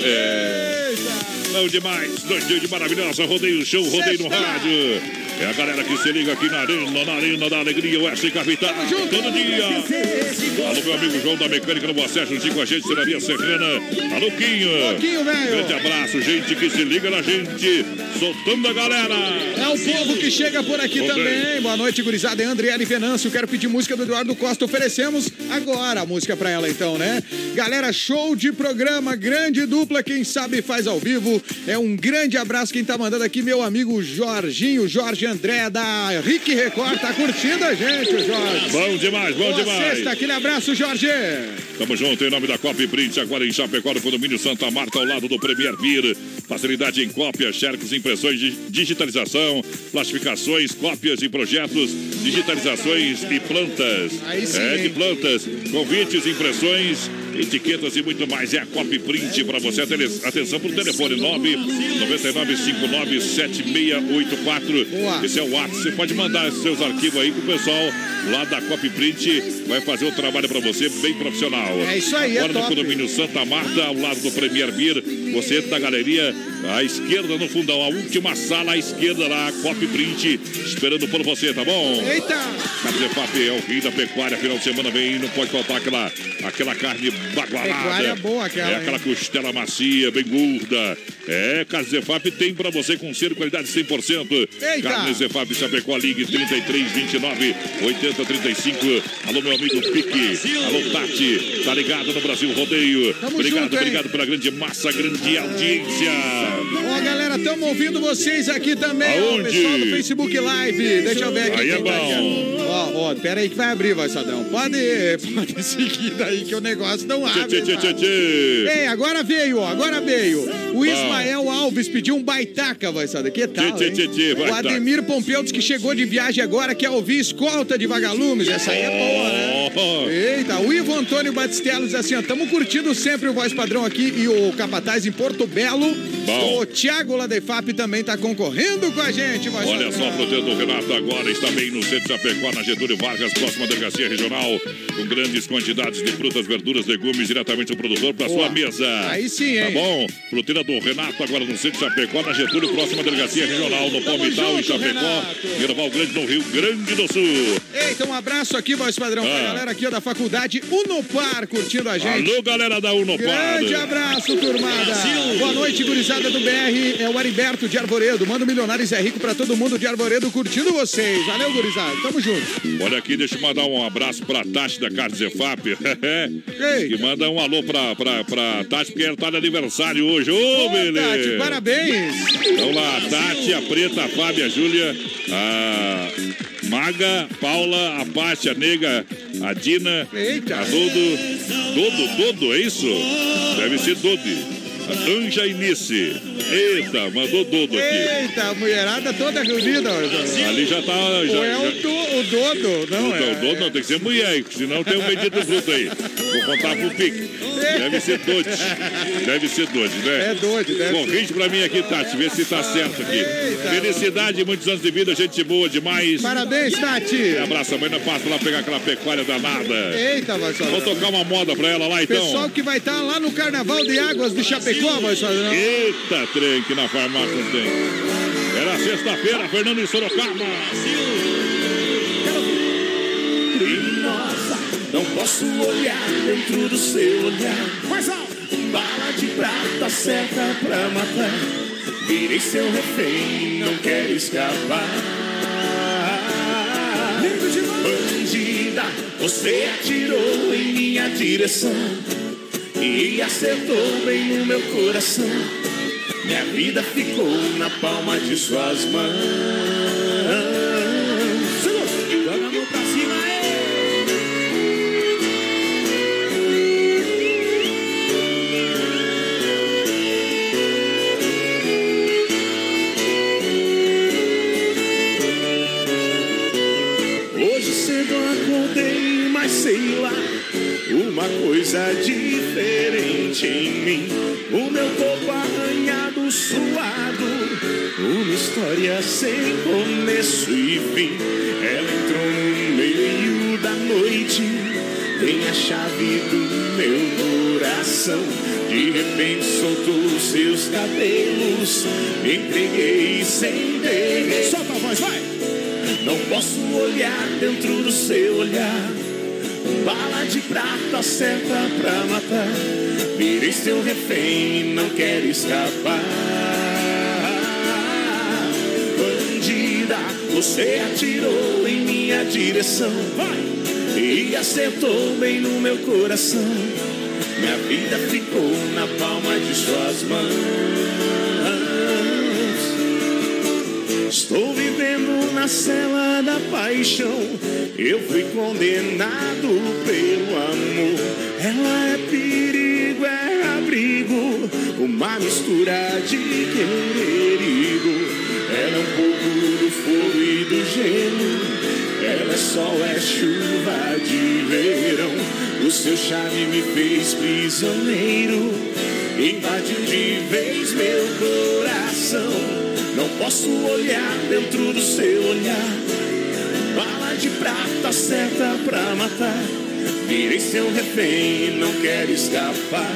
É. Bom demais, dois dias de maravilhosa, rodeio show, rodeio no rádio. É a galera que se liga aqui na Arena, na Arena da Alegria, o S Capital, todo dia. Alô, meu amigo João da Mecânica no Boa Sérgio, juntinho com a gente, Serraria Serrana. Alô, Quinho. Louquinho, velho. Grande abraço, gente que se liga na gente, soltando a galera. É o povo que chega por aqui Rodeio. Também. Boa noite, gurizada. É Andriele Venâncio. Quero pedir música do Eduardo Costa. Oferecemos agora a música pra ela, então, né? Galera, show de programa, grande dupla. Quem sabe faz ao vivo. É um grande abraço. Quem tá mandando aqui, meu amigo Jorginho, Jorge André, da Rick Record. Tá curtindo a gente, o Jorge. Bom demais, bom Boa demais. Sexta, aquele abraço, Jorge. Tamo junto, em nome da Copy Print, agora em Chapecó, no condomínio Santa Marta, ao lado do Premier Beer. Facilidade em cópia, xerox, impressões, digitalização, classificações, cópias de projetos, digitalizações e plantas. Aí sim, é, de hein? plantas, convites, impressões, etiquetas e muito mais. É a Copy Print para você. Atenção por telefone nove nove nove cinco nove sete seis oito quatro. Esse é o WhatsApp. Você pode mandar seus arquivos aí que o pessoal lá da Copy Print vai fazer o trabalho para você bem profissional. É isso aí, agora é top. no condomínio Santa Marta, ao lado do Premier Beer, você entra na galeria à esquerda no fundão, a última sala à esquerda lá, Copy Print, esperando por você, tá bom? Eita! Carne é o rei da pecuária, final de semana vem, não pode faltar aquela, aquela carne bagualada. Pecuária boa aquela, É aquela hein? costela macia, bem gorda. É, Carne Zefap tem pra você com selo qualidade cem por cento. Eita! Carne Zefap Chapecó, ligue trinta e três, vinte e nove, oitenta, trinta e cinco. Alô, meu amigo Pique. Alô, Tati. Tá ligado no Brasil Rodeio. Tamo obrigado, junto, obrigado pela grande massa, grande audiência. Ó, galera, estamos ouvindo vocês aqui também. Ó, Aonde? pessoal do Facebook Live. Deixa eu ver aqui. Aí é quem tá bom. aqui. Ó, ó, pera aí que vai abrir, vai, Sadão. Pode, pode seguir daí que o negócio não abre. Tchê, tchê, tchê, tchê. Ei, agora veio, ó, agora veio. O Ismael Alves pediu um baitaca, vai, Sadão. Que tal, Tchê, tchê, hein? tchê, O baitaca. Ademir Pompeu diz que chegou de viagem agora, quer ouvir Escolta de Vagalumes. Essa aí é boa, né? Oh. Eita, o Ivo Antônio Batistello diz assim, ó, tamo curtindo sempre o Voz Padrão aqui e o Capataz em Porto Belo. Bom. O Thiago lá da E F A P também tá concorrendo com a gente, Voz Olha Padrão. só, fruteiro do Renato agora está bem no centro de Chapecó, na Getúlio Vargas, próxima delegacia regional, com grandes quantidades de frutas, verduras, legumes, diretamente do produtor para sua mesa. Aí sim, hein? Tá bom? Fruteira do Renato agora no centro de Chapecó, na Getúlio, próxima delegacia regional, no Palmital, em junto, Chapecó, Renato. em Erval Grande, no Rio Grande do Sul. Eita, um abraço aqui, Voz Padrão, pra Ah. galera aqui ó, da faculdade Unopar curtindo a gente. Alô, galera da Unopar. Grande abraço, turmada. Boa noite, gurizada do B R. É o Ariberto de Arvoredo. Manda o Milionários é Rico pra todo mundo de Arvoredo curtindo vocês. Valeu, gurizada. Tamo junto. Olha aqui, deixa eu mandar um abraço pra Tati da Carne Zefap. Ei. Que manda um alô pra, pra, pra Tati, porque ela tá de aniversário hoje. Ô, Ô, beleza. Tati, parabéns. Vamos lá, a Tati, a Preta, a Fábia, a Júlia, a Maga, Paula, a Pátia, a Nega, a Dina, Eita. a Dodo. Dodo, Dodo, é isso? Deve ser Dodi. A Anja Inice. Eita, mandou Dodo aqui. Eita, a mulherada toda reunida. ó. Ali já tá. Já, O Elton, já, O Dodo, não o, é? O Dodo não, tem que ser mulher, senão tem um bendito fruto aí. Vou contar pro Pique. Deve ser doide. Deve ser doide, né? É doide, deve Bom, ser. rinde pra mim aqui, Tati, vê se tá certo aqui. Eita. Felicidade, muitos anos de vida, gente boa demais. Parabéns, Tati. Abraço, amanhã passa lá pegar aquela pecuária danada. Eita, voz padrão. Vamos tocar uma moda pra ela lá, então. Pessoal que vai estar lá no Carnaval de Águas de Chapecó, voz padrão. Eita, trem que na farmácia tem. Era sexta-feira, Fernando em Sorocaba. Nossa, não posso olhar dentro do seu olhar. Mais alto. Bala de prata certa pra matar. Virei seu refém, não quero escapar. Bandida, você atirou em minha direção e acertou bem no meu coração. Minha vida ficou na palma de suas mãos. Joga a mão pra cima, hoje cedo acordei, mas sei lá, uma coisa diferente em mim. O meu corpo arranhado, suado, uma história sem começo e fim. Ela entrou no meio da noite, tem a chave do meu coração. De repente soltou seus cabelos, me entreguei sem ter. Solta a voz, vai! Não posso olhar dentro do seu olhar. Bala de prata certa pra matar. Virei seu refém, não quero escapar. Bandida, você atirou em minha direção, vai! E acertou bem no meu coração. Minha vida ficou na palma de suas mãos. Estou vivendo na cela da paixão. Eu fui condenado pelo amor. Ela é perigo, é abrigo, uma mistura de querer e perigo. Ela é um pouco do fogo e do gelo. Ela é sol, é chuva de verão. O seu charme me fez prisioneiro, invadiu de vez meu coração. Não posso olhar dentro do seu olhar. Bala de prata certa pra matar. Virei seu refém, não quero escapar.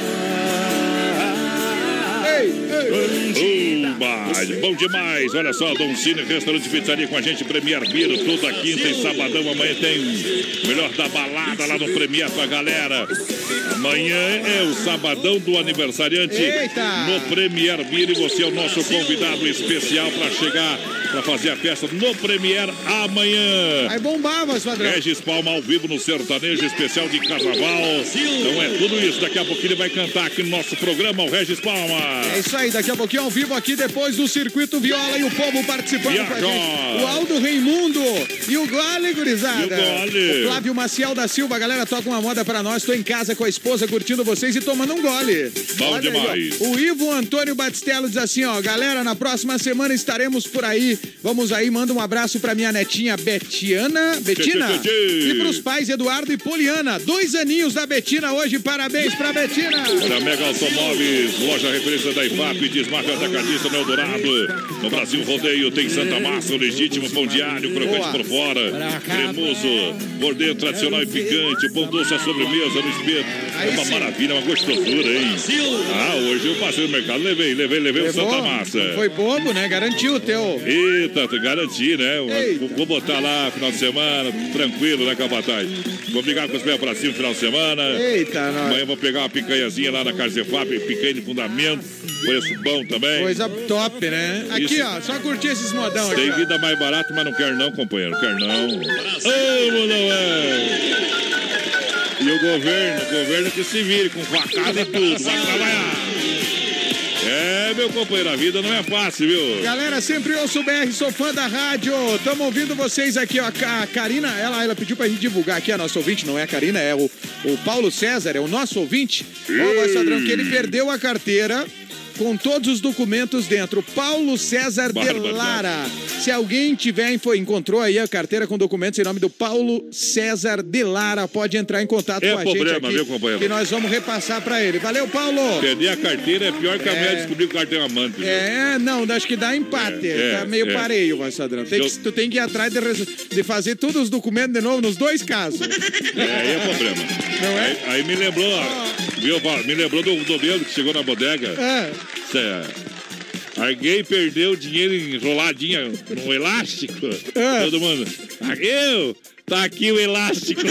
Ei, ei. Bandida, bom demais. Olha só, Dom Cine, restaurante e pizzaria com a gente, Premier Biro, toda quinta e sabadão. Amanhã tem melhor da balada lá no Premier pra galera. Amanhã é o sabadão do aniversariante. Eita. No Premier Biro. E você é o nosso convidado especial pra chegar, pra fazer a festa no Premier amanhã. Aí bombava, padrão. Regis Palma ao vivo no sertanejo especial de carnaval. Então é tudo isso. Daqui a pouquinho ele vai cantar aqui no nosso programa, o Regis Palma. É isso aí, daqui a pouquinho ao vivo aqui depois do Circuito Viola e o povo participando Viajou. com a gente. O Aldo Raimundo e o Gole, gurizada. E o Gole. O Flávio Maciel da Silva, a galera toca uma moda pra nós. Tô em casa com a esposa curtindo vocês e tomando um gole. Bom Olha demais. aí, ó. O Ivo Antônio Batistello diz assim, ó, galera, na próxima semana estaremos por aí. Vamos aí, manda um abraço pra minha netinha Betiana, Betina. Tchê, tchê, tchê. E pros pais Eduardo e Poliana. Dois aninhos da Betina hoje, parabéns pra Betina. Da Mega Automóveis, loja referência da I F A P, desmarca atacadista no Eldorado. No Brasil Rodeio tem Santa Massa, o legítimo pão diário, crocante Boa. por fora, cremoso, por dentro tradicional e picante, pão doce à sobremesa no espeto. É uma maravilha, uma gostosura, hein? Ah, hoje eu passei no mercado, levei, levei, levei o Santa Massa. Foi bobo, né? Garantiu o teu. Eita, garanti, né? Eita. Vou botar lá final de semana, tranquilo, né, Capataz? Vou brigar com os pés pra cima no final de semana. Eita, nós. Amanhã vou pegar uma picanhazinha lá na Casa de F A P, picanha de fundamento, preço bom também. Coisa top, né? Aqui, Isso. ó, só curtir esses modão aqui. Tem ó. vida mais barata, mas não quer não, companheiro, quer não. Ô, não é. E o governo, o governo que se vire com facada e tudo, vai trabalhar. É, meu companheiro, a vida não é fácil, viu? Galera, sempre ouço o B R, sou fã da rádio. Tamo ouvindo vocês aqui, ó. A Karina, ela, ela pediu pra gente divulgar aqui a nossa ouvinte, não é a Karina, é o, o Paulo César, é o nosso ouvinte. Ó, voz padrão, que ele perdeu a carteira com todos os documentos dentro. Paulo César de Lara. Se alguém tiver, info, encontrou aí a carteira com documentos em nome do Paulo César de Lara, pode entrar em contato é com a problema, gente aqui, viu, companheiro? que nós vamos repassar pra ele. Valeu, Paulo! Perder a carteira é pior que a É. mulher descobrir que o cara tem um amante. Viu? É, não, acho que dá empate. É, tá meio é. pareio, vai, Sadrão. Tem que, Eu- tu tem que ir atrás de, res- de fazer todos os documentos de novo nos dois casos. É, aí é problema. Não é? Aí, aí me lembrou, viu, Paulo? Me lembrou do, do mesmo que chegou na bodega. É. Cê, alguém perdeu dinheiro enroladinho no elástico. É. Todo mundo. "Ah, eu? Tá aqui o elástico.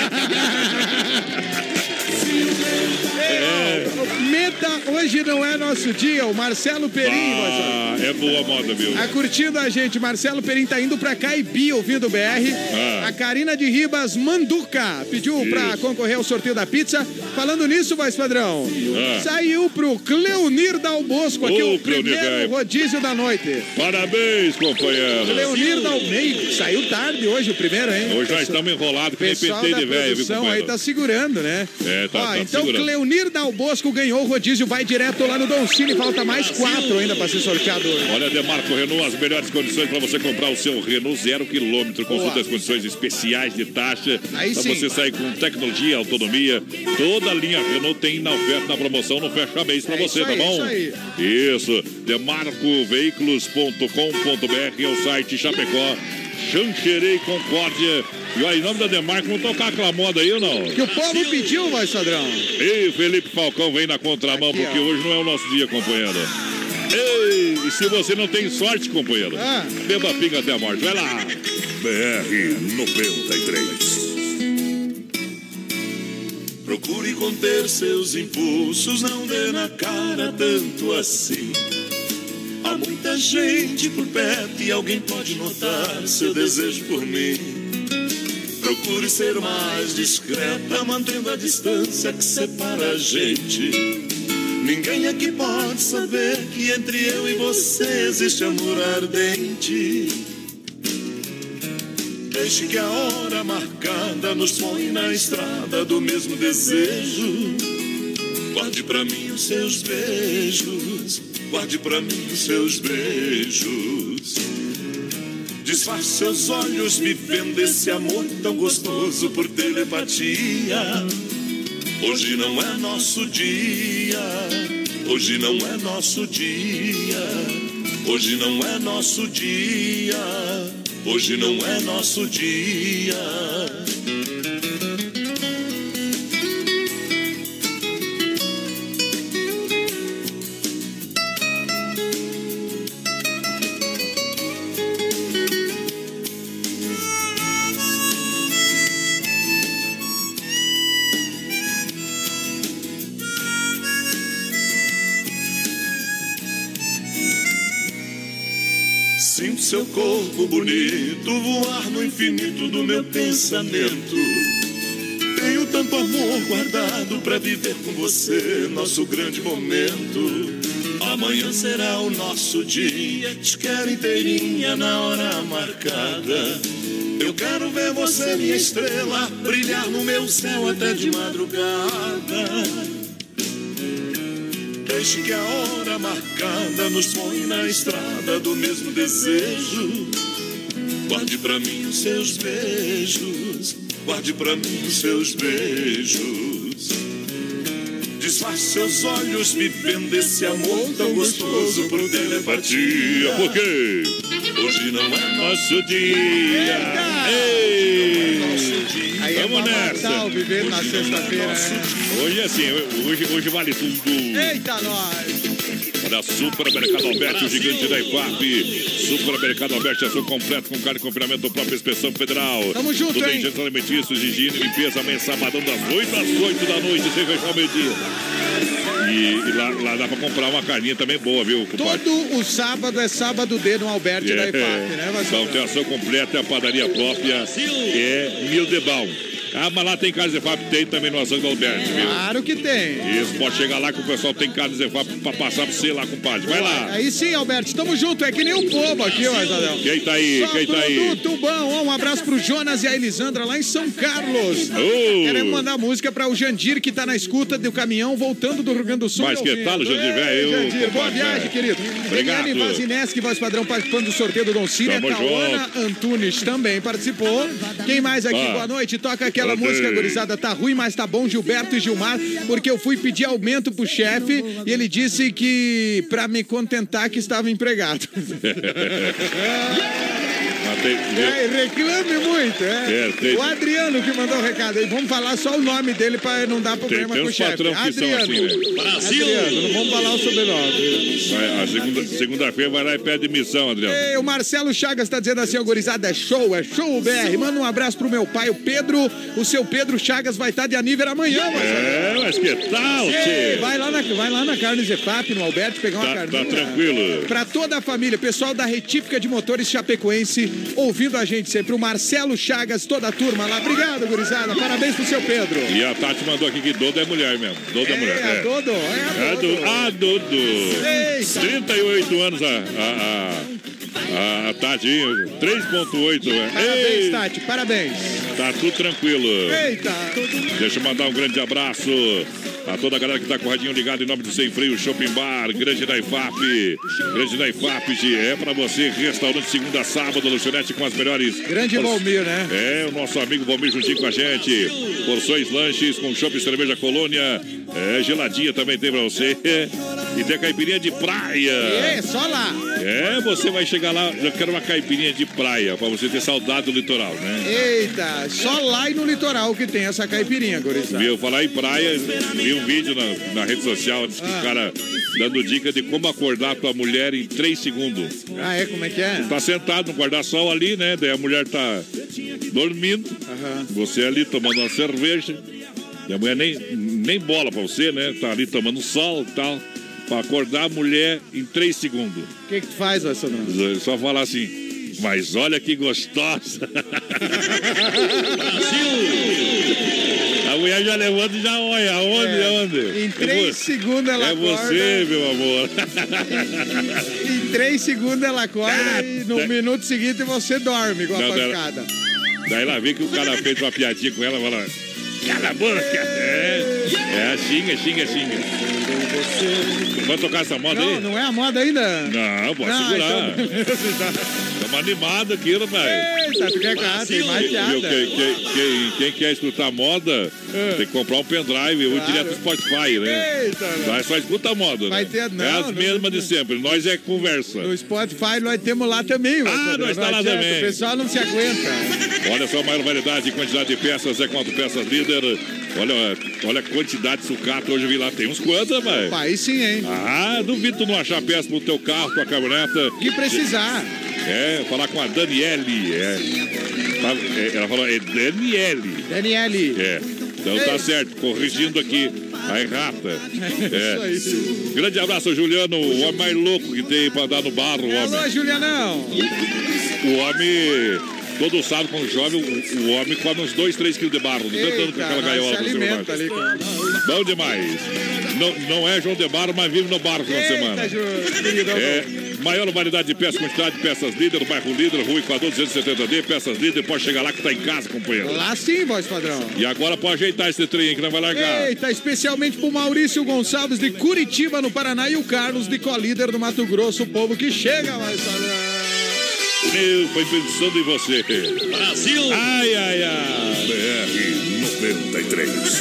É. Meta, hoje não é nosso dia. O Marcelo Perim, Ah, é boa moda, viu? tá curtindo a gente. Marcelo Perim tá indo pra Caibi ouvindo o B R. Ah. A Karina de Ribas Manduca pediu pra Isso. concorrer ao sorteio da pizza. Falando nisso, voz padrão, Ah. saiu pro Cleonir Dal Bosco aqui Ô, o primeiro Cleonir, velho. rodízio da noite. Parabéns, companheiro. Leonir Dal meio saiu tarde hoje o primeiro, hein? Hoje nós estamos enrolados que nem pessoal pentei da de velho, viu, produção aí companheiro? tá segurando, né? É, tá, Ó, tá então segurando. Cleonir Dal Bosco ganhou o rodízio, vai direto lá no Don Cine, falta mais quatro ainda pra ser sorteado hoje. Olha, Demarco Renault, as melhores condições para você comprar o seu Renault zero quilômetro. Consulta Boa. as condições especiais de taxa. Aí Para sim. você sair com tecnologia, autonomia. Toda a linha Renault tem na oferta, na promoção, no fecha mês para É você, isso tá aí, bom? isso aí. Isso. demarco veículos ponto com ponto b r é o site Chapecó. Xanxerê e Concórdia. E aí, em nome da Demarco, vamos tocar aquela moda aí ou não? Que o povo pediu, vai, Sadrão. Ei, Felipe Falcão vem na contramão, Aqui, porque ó. hoje não é o nosso dia, companheiro. Ei, e se você não tem sorte, companheiro, Ah. beba pinga até a morte. Vai lá. B R noventa e três. Procure conter seus impulsos, não dê na cara tanto assim. Há muita gente por perto e alguém pode notar seu desejo por mim. Procure ser mais discreta, mantendo a distância que separa a gente. Ninguém aqui pode saber que entre eu e você existe amor ardente. Deixe que a hora marcada nos põe na estrada do mesmo desejo. Guarde pra mim os seus beijos, guarde pra mim os seus beijos. Disfarce seus olhos vivendo esse amor tão gostoso por telepatia. Hoje não é nosso dia, hoje não é nosso dia, hoje não é nosso dia, hoje não é nosso dia. Sinto seu corpo bonito voar no infinito do meu pensamento. Tenho tanto amor guardado pra viver com você nosso grande momento. Amanhã será o nosso dia, te quero inteirinha na hora marcada. Eu quero ver você, minha estrela, brilhar no meu céu até de madrugada. Deixe que a hora marcada nos põe na estrada do mesmo desejo. Guarde pra mim os seus beijos, guarde pra mim os seus beijos. Disfarce seus olhos vivendo esse amor tão gostoso por telepatia. Por quê? Hoje não é Nosso dia. Ei! Aí é Vamos pra nessa. matar o viver na sexta-feira, né? Hoje é assim, hoje, hoje vale tudo. Eita, nós! Da Supermercado Alberti, o gigante da I F A P. Supermercado Alberti, ação completa com carne e confinamento própria inspeção federal. Tamo junto, Tudo hein? em gêneros alimentícios, higiene, limpeza, amanhã sabadão das oito às oito da noite, sem fechar o meio-dia. E, e lá, lá dá pra comprar uma carninha também boa, viu, compadre? Todo o sábado é sábado D no Alberti da I F A P, né, Então Vasco? tem ação completa, é a padaria própria, é Mildebaum. Ah, mas lá tem carne Zefap, tem também no açougue do Alberto, viu? Claro que tem. Isso, pode chegar lá que o pessoal tem carne Zefap pra passar pra você lá, compadre. Vai lá. Aí sim, Alberto, estamos juntos. É que nem um povo aqui, ó, Isadel. Quem tá aí? Só Quem tá aí? produto bom. Ó, um abraço pro Jonas e a Elisandra lá em São Carlos. Oh. Queremos mandar música para o Jandir, que tá na escuta do caminhão, voltando do Rio Grande do Sul. Mas que tal, Jandir, velho? Jandir, boa viagem, querido. Obrigado. Eliane Vazineski, voz padrão, participando do sorteio do Don Cine. Tamo Cauana Antunes também participou. Quem mais aqui? Ah. Boa noite. Toca aquela Ok. música, gurizada. Tá ruim, mas tá bom, Gilberto e Gilmar, porque eu fui pedir aumento pro chefe e ele disse que pra me contentar que estava empregado. Tem, é, reclame muito, é. É, tem... O Adriano que mandou o recado aí. Vamos falar só o nome dele pra não dar problema tem com o chefe. Adriano. Assim, né? Brasil. Adriano, não vamos falar o sobrenome. Vai, a segunda, segunda-feira vai lá e pede missão, Adriano. Ei, o Marcelo Chagas tá dizendo assim, ó, gurizada, é show, é show, B R. Manda um abraço pro meu pai, o Pedro. O seu Pedro Chagas vai estar de aniversário amanhã, Marcelo. É, mas que tal, tchê? Vai lá na, vai lá na Carne Zefap, no Alberto, pegar uma tá, carninha. Tá tranquilo. Pra toda a família, pessoal da Retífica de Motores Chapecoense, ouvindo a gente sempre. O Marcelo Chagas, toda a turma lá. Obrigado, gurizada. Parabéns pro seu Pedro. E a Tati mandou aqui que Dodo é mulher mesmo. Dodo é, é mulher. É, a Dodo. É a Dodo. A Dodo. Eita. trinta e oito anos a, a, a, a Tati. três ponto oito. Parabéns, Ei. Tati. Parabéns. Tá tudo tranquilo. Eita. Deixa eu mandar um grande abraço a toda a galera que tá com o radinho ligado em nome do Sem Freio Shopping Bar, Grande da I F A P. Grande da I F A P é pra você, restaurante segunda a sábado, lanchonete com as melhores. Grande Valmir, né? É, o nosso amigo Valmir juntinho com a gente. Porções, lanches com chopp e cerveja Colônia. É, geladinha também tem pra você. E tem a caipirinha de praia. É, só lá. É, você vai chegar lá, eu quero uma caipirinha de praia, pra você ter saudade do litoral, né? Eita, só lá e no litoral que tem essa caipirinha, gurizada. Viu, falar em praia, vi um vídeo na, na rede social, diz que ah. o cara dando dica de como acordar a tua mulher em três segundos. Ah, é? Como é que é? Tá sentado no guarda-sol ali, né? Daí a mulher tá dormindo, uhum. Você ali tomando uma cerveja, e a mulher nem, nem bola pra você, né? Tá ali tomando sol e tal. Pra acordar a mulher em três segundos. O que que tu faz, Alessandro? Só falar assim, mas olha que gostosa. Brasil! A mulher já levanta e já olha. Aonde, é, aonde? Em três é segundos ela é acorda. É você, meu amor. Em três segundos ela acorda ah, e no é. minuto seguinte você dorme com a não, pancada. Daí, daí ela vê que o cara fez uma piadinha com ela e fala, cala a boca. É, é, xinga, xinga, xinga. Vai tocar essa moda não, aí? Não, não é a moda ainda? Não, pode não, segurar. Estamos então... animados aqui, rapaz. Eita, tu quer cá, tem mais piada. Quem, quem, quem, quem quer escutar moda, é. tem que comprar um pendrive ou claro. direto do Spotify, né? Eita, não. Só escuta a moda, vai né? ter, não, é as mesmas de sempre, nós é conversa. No Spotify nós temos lá também. Ah, nós está lá adianta, também. O pessoal não se aguenta. Olha só, a maior variedade e quantidade de peças é quanto peças líder. Olha, olha a quantidade de sucata, hoje eu vi lá, tem uns quantos, rapaz. Aí sim, hein? Ah, duvido tu não achar peça pro teu carro, tua caminhoneta. Que precisar. É, falar com a Daniele. É. Ela falou, é Daniele. Daniele. É. Então tá certo, corrigindo aqui a errata. É. Isso aí. Grande abraço, Juliano, o homem mais louco que tem pra andar no barro. O homem. Alô, Julianão. O homem. Todo sábado, quando chove, o, o homem come uns dois, três quilos de barro, tentando com aquela gaiola pra cima do ali, bom demais. Não, não é João de Barro, mas vive no barro na semana. É, maior variedade de peças, quantidade de peças líder, no bairro Líder, Rua Equador duzentos e setenta D, peças líder, pode chegar lá que tá em casa, companheiro. Lá sim, voz padrão. E agora pode ajeitar esse trem aí que não vai largar. Eita, especialmente pro Maurício Gonçalves de Curitiba, no Paraná, e o Carlos de Colíder, no Mato Grosso, o povo que chega, voz padrão. Meu, foi pensando em você. Brasil! Ai, ai, ai. B R noventa e três.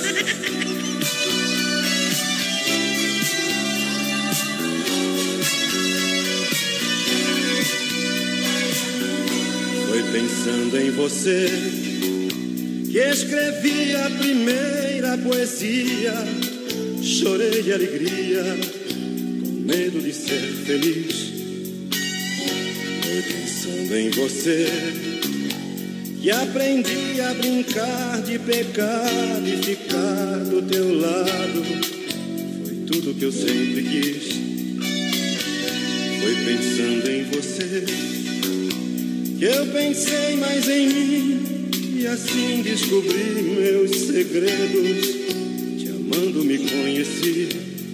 Foi pensando em você que escrevi a primeira poesia. Chorei de alegria, com medo de ser feliz. Foi pensando em você que aprendi a brincar de pecar e ficar do teu lado. Foi tudo que eu sempre quis. Foi pensando em você que eu pensei mais em mim e E assim descobri meus segredos, te amando me conheci.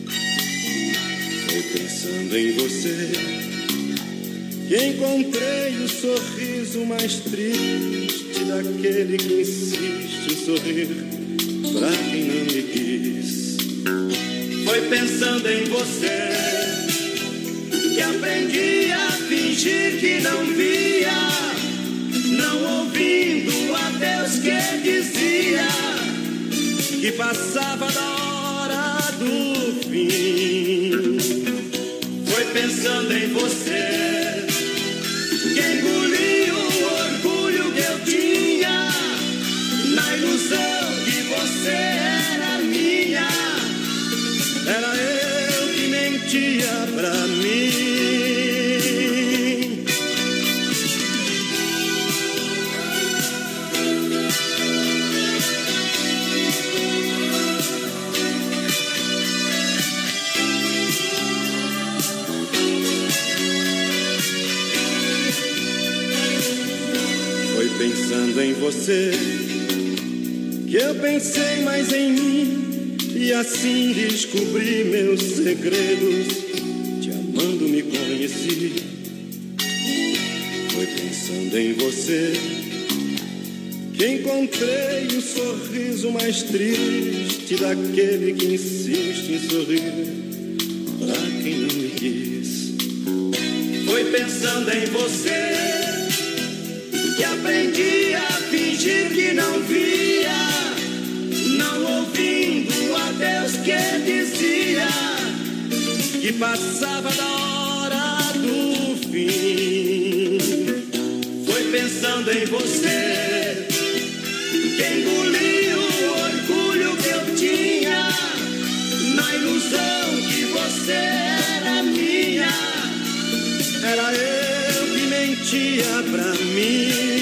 Foi pensando em você que encontrei o sorriso mais triste daquele que insiste em sorrir pra quem não me quis. Foi pensando em você que aprendi a fingir que não via, não ouvindo a Deus que dizia que passava da hora do fim. Foi pensando em você que engoli o orgulho que eu tinha, na ilusão que você era minha. Era eu que mentia pra mim. Foi pensando em você que eu pensei mais em mim, e assim descobri meus segredos, te amando me conheci. Foi pensando em você que encontrei o sorriso mais triste daquele que insiste em sorrir pra quem não me quis. Foi pensando em você que aprendi a fingir que não via, não ouvindo a Deus que dizia que passava da hora do fim. Foi pensando em você que engoli o orgulho que eu tinha, na ilusão que você era minha. Era eu que mentia pra mim.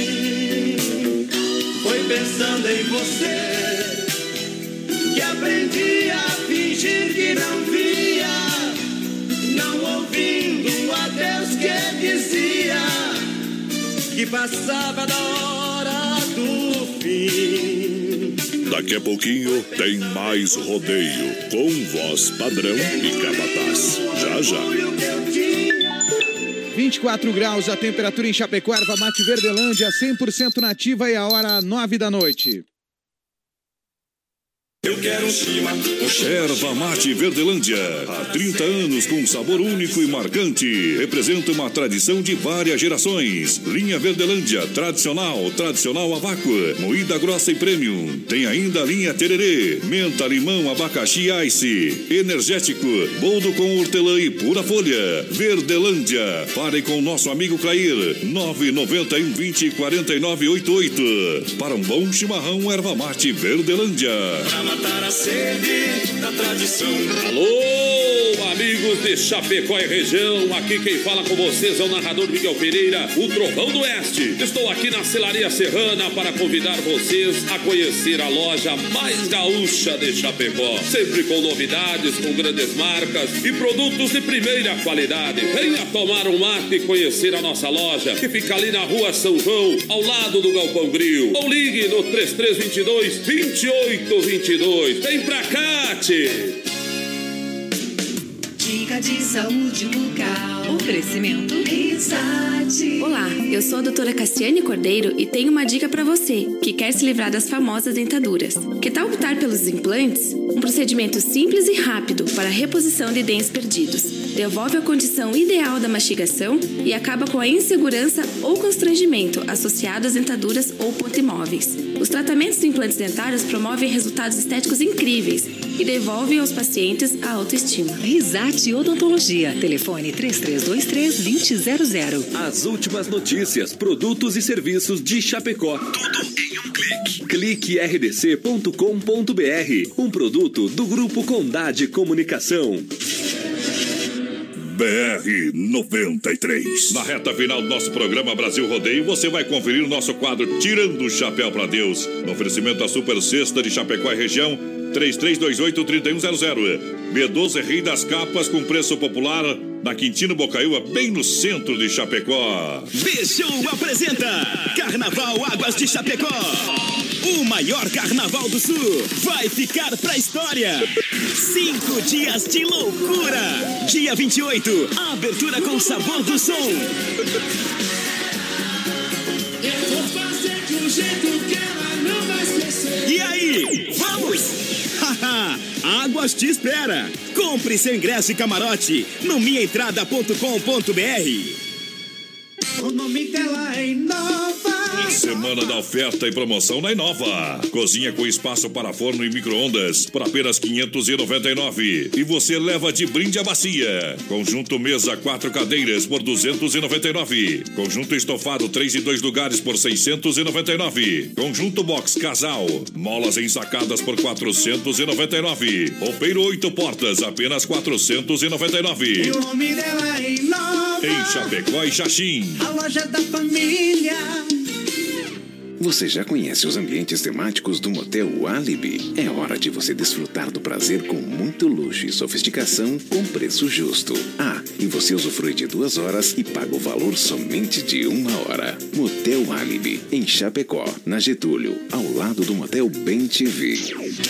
Foi pensando em você que aprendi a fingir que não via, não ouvindo a Deus que dizia que passava da hora do fim. Daqui a pouquinho tem mais rodeio com voz padrão e capataz. Já, já. vinte e quatro graus a temperatura em Chapecó, Erva Mate Verdelândia, cem por cento nativa, e a hora nove da noite. Eu quero um chima, um chima. Erva Mate Verdelândia, há trinta anos com um sabor único e marcante. Representa uma tradição de várias gerações. Linha Verdelândia, tradicional, tradicional a vácuo, moída grossa e premium. Tem ainda a linha Tererê, menta, limão, abacaxi e ice. Energético, boldo com hortelã e pura folha. Verdelândia, fale com o nosso amigo Clair, nove nove um, vinte, quarenta e nove, oitenta e oito. Para um bom chimarrão, Erva Mate Verdelândia. Matar a sede da tradição. Alô, amigos de Chapecó e região, aqui quem fala com vocês é o narrador Miguel Pereira, o Trovão do Oeste. Estou aqui na Celaria Serrana para convidar vocês a conhecer a loja mais gaúcha de Chapecó, sempre com novidades, com grandes marcas e produtos de primeira qualidade. Venha tomar um mate e conhecer a nossa loja, que fica ali na rua São João, ao lado do Galpão Grill. Ou ligue no três três dois dois, vinte e oito vinte e dois. Vem pra cá, tchê! Dica de saúde bucal. Oferecimento Risate. Olá, eu sou a doutora Cassiane Cordeiro e tenho uma dica para você que quer se livrar das famosas dentaduras. Que tal optar pelos implantes? Um procedimento simples e rápido para a reposição de dentes perdidos. Devolve a condição ideal da mastigação e acaba com a insegurança ou constrangimento associado às dentaduras ou pontimóveis. Os tratamentos de implantes dentários promovem resultados estéticos incríveis e devolvem aos pacientes a autoestima. Risate Odontologia. Telefone três três dois três, dois zero zero zero. As últimas notícias, produtos e serviços de Chapecó. Tudo em um clique. clique r d c ponto com ponto b r. Um produto do Grupo Condade Comunicação. B R noventa e três. Na reta final do nosso programa Brasil Rodeio, você vai conferir o nosso quadro Tirando o Chapéu pra Deus. No oferecimento da Super Sexta de Chapecó e região, três três dois oito, três um zero zero. B doze Rei das Capas com preço popular na Quintino Bocaiúva, bem no centro de Chapecó. B-Show apresenta Carnaval Águas de Chapecó. O maior carnaval do sul vai ficar pra história. Cinco dias de loucura. Dia vinte e oito, abertura com sabor do som. Eu vou fazer de um jeito que ela não vai esquecer. E aí, vamos? Haha, Águas te espera. Compre seu ingresso e camarote no minha entrada ponto com ponto br. O nome dela é Inova. Semana da oferta e promoção na Inova. Cozinha com espaço para forno e micro-ondas por apenas quinhentos e noventa e nove reais. E você leva de brinde a bacia. Conjunto mesa quatro cadeiras por duzentos e noventa e nove reais. Conjunto estofado três e dois lugares por seiscentos e noventa e nove reais. Conjunto box casal. Molas ensacadas por quatrocentos e noventa e nove reais. Roupeiro oito portas apenas quatrocentos e noventa e nove reais. E o nome dela é Inova. Em Chapecó e Xaxim. A loja da família. Você já conhece os ambientes temáticos do Motel Alibi? É hora de você desfrutar do prazer com muito luxo e sofisticação com preço justo. Ah, e você usufrui de duas horas e paga o valor somente de uma hora. Motel Alibi, em Chapecó, na Getúlio, ao lado do Motel Bem T V.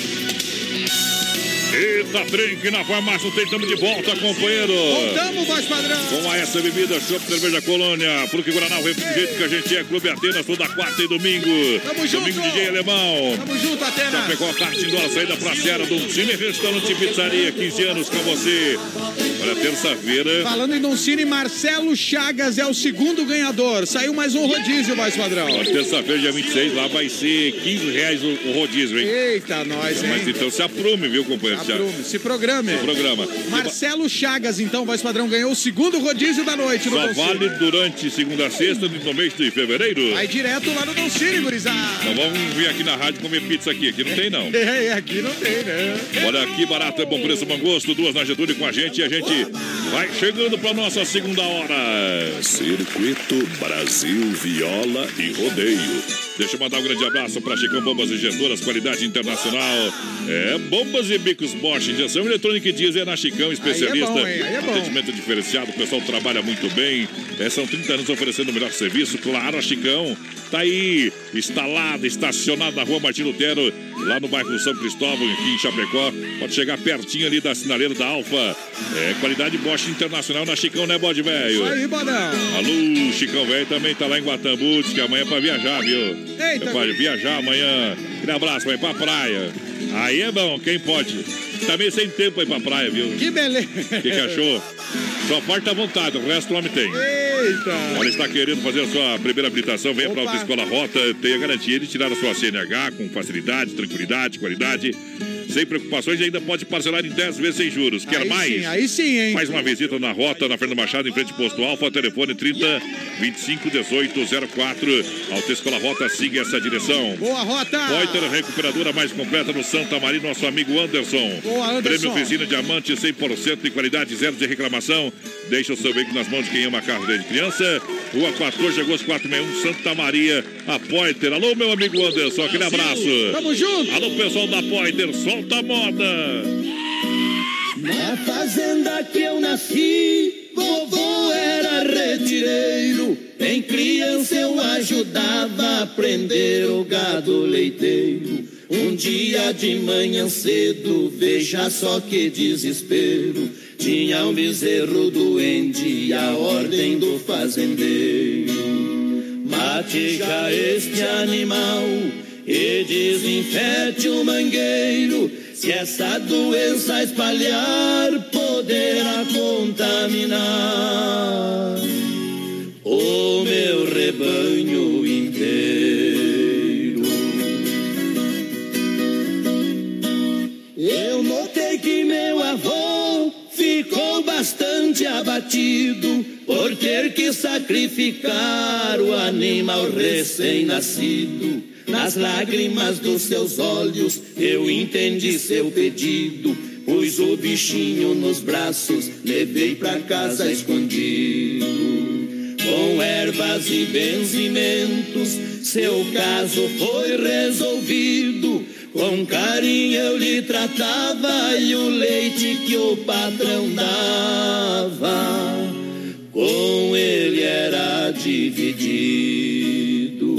Eita, trem que na farmácia tem, estamos de volta, companheiro. Voltamos, voz padrão. Com a essa bebida, Chopp Cerveja Colônia, Fruque Guaraná, o jeito que a gente é, Clube Atenas, toda quarta e domingo. Tamo junto. Domingo D J Alemão. Tamo junto, Atenas. Já pegou a kart indoor, saída pra Serra do Cine Restaurante e Pizzaria, quinze anos com você. Olha, terça-feira. Falando em Doncini, Marcelo Chagas é o segundo ganhador. Saiu mais um rodízio, voz padrão. Olha, terça-feira, dia vinte e seis, lá vai ser quinze reais o, o rodízio, hein? Eita, nós, hein? Mas então se aprume, viu, companheiro? Se aprume, se programe. Se programa. Marcelo Chagas, então, voz padrão, ganhou o segundo rodízio da noite no Só Doncini. vale durante segunda a sexta no mês de fevereiro. Vai direto lá no Doncini, gurizada. Então vamos vir aqui na rádio comer pizza aqui. Aqui não tem, não. É, aqui não tem, né? Olha, aqui barato, é bom preço, bom gosto. Duas na Getúlio com a gente e a gente vai chegando pra nossa segunda hora. Circuito Brasil Viola e Rodeio. Deixa eu mandar um grande abraço pra Chicão Bombas Injetoras, qualidade internacional. É, bombas e bicos Bosch, injeção eletrônica e diesel é na Chicão, especialista. Aí é bom, hein? Aí é bom. Atendimento diferenciado, o pessoal trabalha muito bem. É, são trinta anos oferecendo o melhor serviço. Claro, a Chicão tá aí, instalada, estacionada na rua Martim Lutero, lá no bairro São Cristóvão, aqui em Chapecó. Pode chegar pertinho ali da sinaleira da Alfa. É, qualidade Bosch Internacional na Chicão, né, bode velho? Isso aí, bodão. Alô, Chicão velho também tá lá em Guatambu, diz que amanhã é pra viajar, viu? Eita. É pra viajar amanhã. Aquele abraço, vai pra praia. Aí é bom, quem pode? Tá meio sem tempo pra ir pra praia, viu? Que beleza. O que, que achou? Só falta a vontade, o resto o homem tem. Eita. Olha, está querendo fazer a sua primeira habilitação, venha para a Autoescola Rota, tenha garantia de tirar a sua C N H com facilidade, tranquilidade, qualidade, sem preocupações e ainda pode parcelar em dez vezes sem juros. Quer aí mais? Sim, aí sim, hein? Mais uma visita na Rota, na Fernando Machado, em frente ao Posto Alfa, telefone trinta, vinte e cinco, dezoito, zero quatro. Autoescola Rota, siga essa direção. Boa, Rota! Poiter, recuperadora mais completa no Santa Maria, nosso amigo Anderson. Boa, Anderson. Prêmio Oficina Diamante, cem por cento de qualidade, zero de reclamação. Deixa o seu veículo nas mãos de quem ama carro desde criança. Rua quatorze de agosto, quatrocentos e sessenta e um, Santa Maria, a Poiter. Alô, meu amigo Anderson, aquele abraço. Tamo junto. Alô, pessoal da Poiter, solta a moda. Na fazenda que eu nasci, vovô era retireiro. Em criança eu ajudava a prender o gado leiteiro. Um dia de manhã cedo, veja só que desespero. Tinha um bezerro doente e a ordem do fazendeiro: mate já este animal e desinfete o mangueiro. Se essa doença espalhar, poderá contaminar o meu rebanho inteiro. Eu notei que meu avô ficou bastante abatido por ter que sacrificar o animal recém-nascido. Nas lágrimas dos seus olhos eu entendi seu pedido. Pus o bichinho nos braços, levei pra casa escondido. Com ervas e benzimentos, seu caso foi resolvido. com carinho eu lhe tratava e o leite que o patrão dava, com ele era dividido.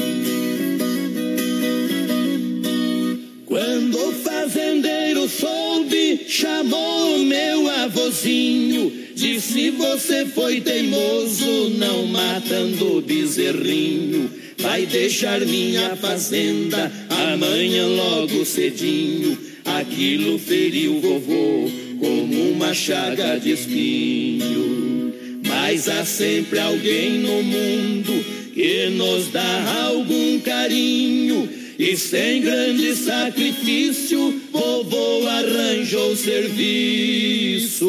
Quando o fazendeiro soube, chamou o meu avôzinho, disse: você foi teimoso, não matando o bezerrinho, vai deixar minha fazenda amanhã logo cedinho. Aquilo feriu o vovô como uma chaga de espinho. Mas há sempre alguém no mundo que nos dá algum carinho, e sem grande sacrifício vovô arranjou serviço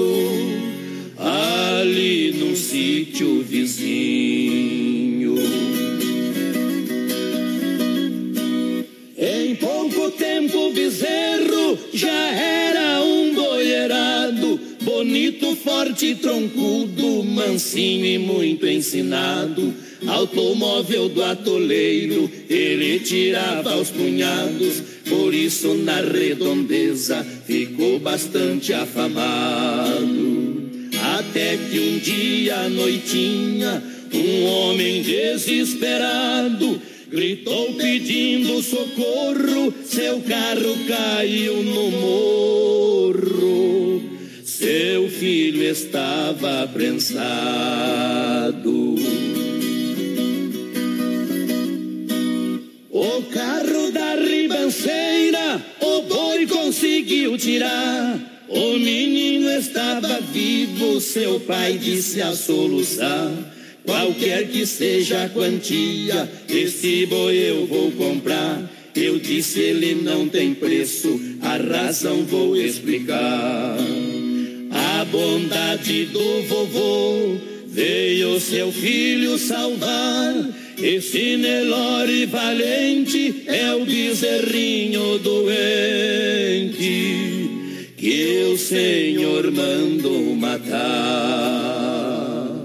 ali no sítio vizinho. Em pouco tempo o bezerro já era um boiarado, bonito, forte, troncudo, mansinho e muito ensinado. Automóvel do atoleiro ele tirava aos punhados, por isso na redondeza ficou bastante afamado. Até que um dia à noitinha um homem desesperado gritou pedindo socorro, seu carro caiu no morro, seu filho estava prensado. O carro da ribanceira o boi conseguiu tirar, o menino estava vivo, seu pai disse a soluçar: qualquer que seja a quantia, esse boi eu vou comprar. Eu disse: ele não tem preço, a razão vou explicar. A bondade do vovô veio seu filho salvar, esse Nelore valente é o bezerrinho doente que o Senhor mandou matar.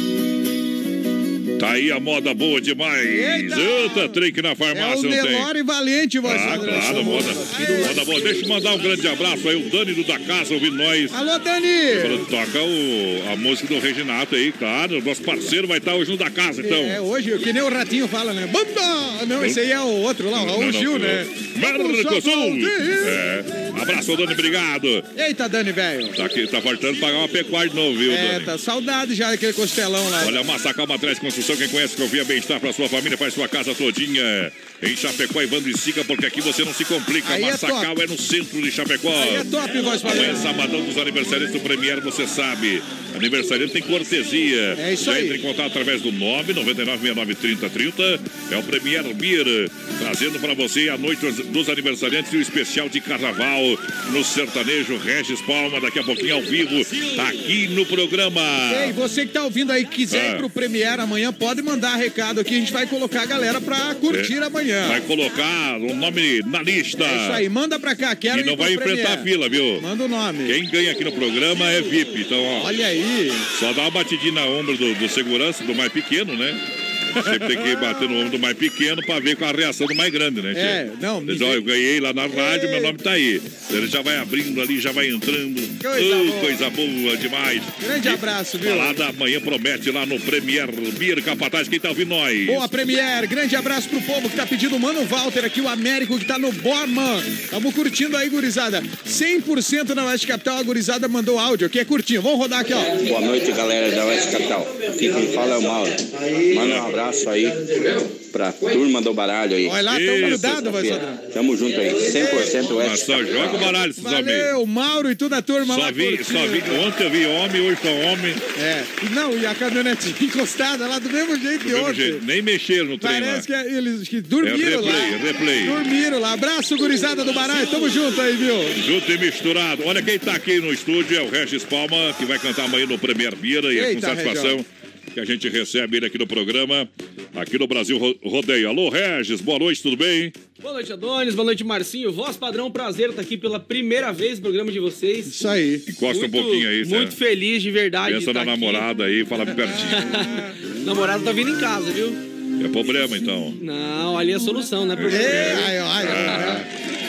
Tá aí a moda boa demais. Eita! Eita, trem que na farmácia é não tem. Nelore Valente, voz Ah, padrão. claro, moda, moda boa. Deixa eu mandar um grande abraço aí, o Dani do Da Casa ouvindo nós. Alô, Dani! Falando, toca o, a música do Reginato aí, claro. Nosso parceiro vai estar hoje no Da Casa, então. É, hoje, que nem o Ratinho fala, né? Bamba! Não, esse aí é o outro lá, o Gil, né? Mercosul! É. Abraço ao Dani, obrigado. Eita, Dani, velho. Tá aqui, tá voltando pagar uma pecuária de novo, viu, É, Dani? tá saudade já daquele costelão lá. Olha, Massacal Matriz Construção, quem conhece, confia, bem-estar pra sua família, faz sua casa todinha. Em Chapecó, Evandro e Siga, porque aqui você não se complica. Aí é Massacal top. é no centro de Chapecó. Aí é top, voz padrão. Amanhã, sabadão dos aniversariantes do Premier, você sabe. Aniversariante tem cortesia. É isso Já aí. entre em contato através do nove nove nove seis nove trinta trinta. É o Premier Beer, trazendo pra você a noite dos aniversariantes e o especial de carnaval no sertanejo Regis Palma, daqui a pouquinho ao vivo, aqui no programa. Ei, você que tá ouvindo aí, quiser Ah. ir pro Premiere amanhã, pode mandar recado aqui, a gente vai colocar a galera pra curtir É. amanhã. Vai colocar o nome na lista. É isso aí, manda pra cá, quero E não ir pro vai enfrentar a Premiere. fila, viu? Manda o nome. Quem ganha aqui no programa é V I P. Então, ó. Olha aí. Só dá uma batidinha na ombro do, do segurança, do mais pequeno, né? Sempre tem que bater no ombro do mais pequeno pra ver com a reação do mais grande, né, tia? É, não, Diz, me ó, vê- eu ganhei lá na rádio, meu nome tá aí. Ele já vai abrindo ali, já vai entrando. Coisa Oh, boa. coisa boa demais. Grande abraço, viu? Falar da manhã promete lá no Premier Beer Capataz. Quem tá ouvindo nós? Boa, Premier. Grande abraço pro povo que tá pedindo o Mano Walter aqui, o Américo que tá no Borman. Tamo curtindo aí, gurizada. cem por cento na Oeste Capital, a gurizada mandou áudio aqui, é curtinho. Vamos rodar aqui, ó. Boa noite, galera da Oeste Capital. Aqui quem fala é o Mauro. Manda um abraço aí pra turma do baralho aí. Olha lá, tão grudado, vai Sodrão. Tamo junto aí, cem por cento Mas Oeste só Capital. joga o baralho, esses homens. Valeu, Mauro e toda a turma Só lá. vi, curtindo. só vi. Ontem eu vi homem, hoje só homem. É, não, e a caminhonetinha encostada lá do mesmo jeito Do de mesmo ontem. jeito, nem mexeram no trem lá. Parece que eles que dormiram É replay, lá. é replay. Dormiram lá. Abraço, gurizada do baralho. Tamo junto aí, viu? Junto e misturado. Olha quem tá aqui no estúdio é o Regis Palma, que vai cantar amanhã no Premier Beer. E é com Eita, satisfação Região. que a gente recebe ele aqui no programa, aqui no Brasil Ro- Rodeio. Alô, Regis, boa noite, tudo bem? Boa noite, Adonis. Boa noite, Marcinho. Voz padrão, prazer estar aqui pela primeira vez no programa de vocês. Isso aí. Encosta Muito- um pouquinho aí, Muito Zé. feliz de verdade. Pensa de na estar aqui. namorada aí, fala bem pertinho. Namorada tá vindo em casa, viu? É problema, então. Não, ali é a solução, né? Ei, ai, ai, ai.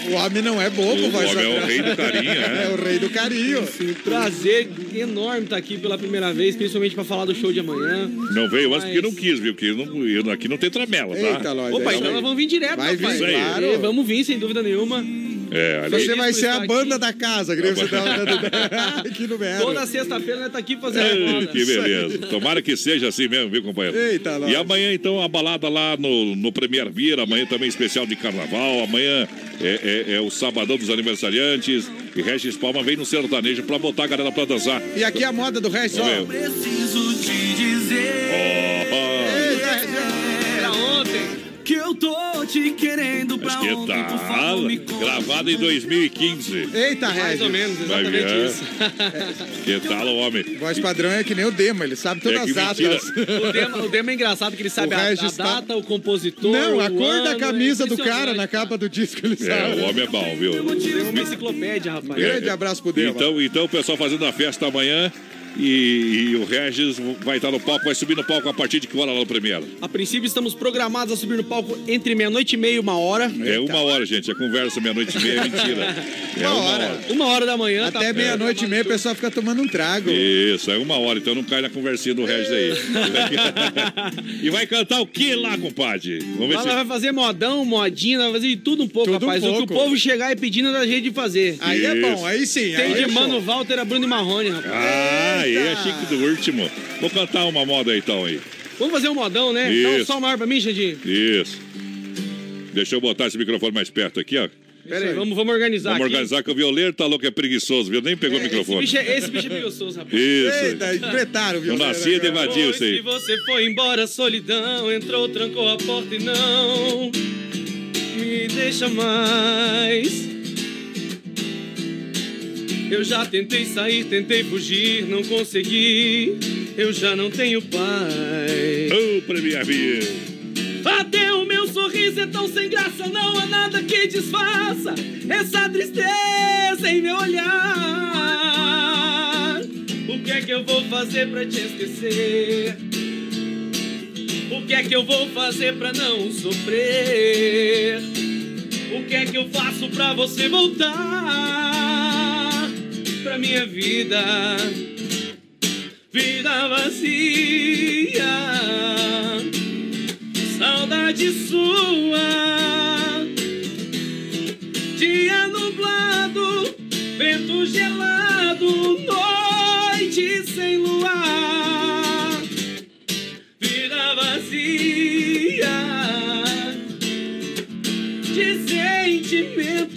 O homem não é bobo, O vai homem saber. é o rei do carinho, é. É o rei do carinho. Prazer enorme estar aqui pela primeira vez, principalmente pra falar do show de amanhã. Não veio antes Mas- porque não quis, viu? Porque não, eu- aqui não tem tramela, tá? Eita, nós. Opa, é então isso nós aí. vamos vir direto, Vai rapaz. vir, claro. É, vamos vir, sem dúvida nenhuma. É, olha aí. Você vai por ser a estar banda da casa, que nem você tá aqui no Berro. Toda sexta-feira nós tá aqui fazendo Ai, roda. que beleza. Tomara que seja assim mesmo, viu, companheiro? Eita, nós. E amanhã, então, a balada lá no, no Premier Beer. Amanhã também especial de carnaval. Amanhã é, é- é o sabadão dos aniversariantes. E Regis Palma vem no sertanejo pra botar a galera pra dançar. E aqui a moda do resto, ó. Vamos ver. Preciso te dizer Era ontem. que eu tô te querendo pra Que ontem. Por tal? favor, me conta. Gravado em dois mil e quinze. Eita, Mais Regis. ou menos, Vai exatamente ver. isso. Que tal, homem? Voz padrão é que nem o Demo, ele sabe todas É que as mentira. datas. O Dema, o Dema é engraçado que ele sabe O a, a Regis tá- data, o compositor. Não, a o cor ano, da camisa é do cara impressionante. na capa do disco, ele É, sabe. o homem é bom, viu? Tem uma enciclopédia, rapaz. Grande abraço pro Demo. Então, então, o pessoal fazendo a festa amanhã. E, e o Regis vai estar no palco, vai subir no palco a partir de que hora lá no Premier? A princípio, estamos programados a subir no palco entre meia-noite e meia e uma hora. É uma hora, gente. A conversa meia-noite e meia é mentira. É Uma uma hora. hora. Uma hora da manhã. Até tá meia-noite e meia o pessoal fica tomando um trago. Isso, é uma hora, então não cai na conversinha do Regis aí. E vai cantar o que lá, compadre? Vamos ver Ela se. vai fazer modão, modinha, vai fazer de tudo um pouco, Tudo um rapaz. O que o pouco. povo chegar e pedindo dá jeito de fazer. Aí é Isso. bom, aí sim. Tem aí de é Mano show. Walter a Bruno e Marrone, rapaz. Ah, aí é Eita. chique do último. Vou cantar uma moda aí, então aí. Vamos fazer um modão, né? Isso. Dá um som maior pra mim, Xandinho. Isso. Deixa eu botar esse microfone mais perto aqui, ó. Pera aí, vamos, vamos organizar Vamos aqui. organizar que o violeiro tá louco, é preguiçoso, viu? Nem pegou o Esse microfone. bicho, é, esse bicho é preguiçoso, rapaz. Isso. Eita, empretaram, viu? Não nascia de evadir Pois isso aí. se você foi embora, solidão, entrou, trancou a porta e não me deixa mais. Eu já tentei sair, tentei fugir, não consegui. Eu já não tenho paz. Ô, Premier Beer. Até o meu sorriso é tão sem graça, não há nada que disfarça essa tristeza em meu olhar. O que é que eu vou fazer pra te esquecer? O que é que eu vou fazer pra não sofrer? O que é que eu faço pra você voltar pra minha vida? Vida vazia, saudade sua. Dia nublado, vento gelado, noite sem luar. Vida vazia de sentimento,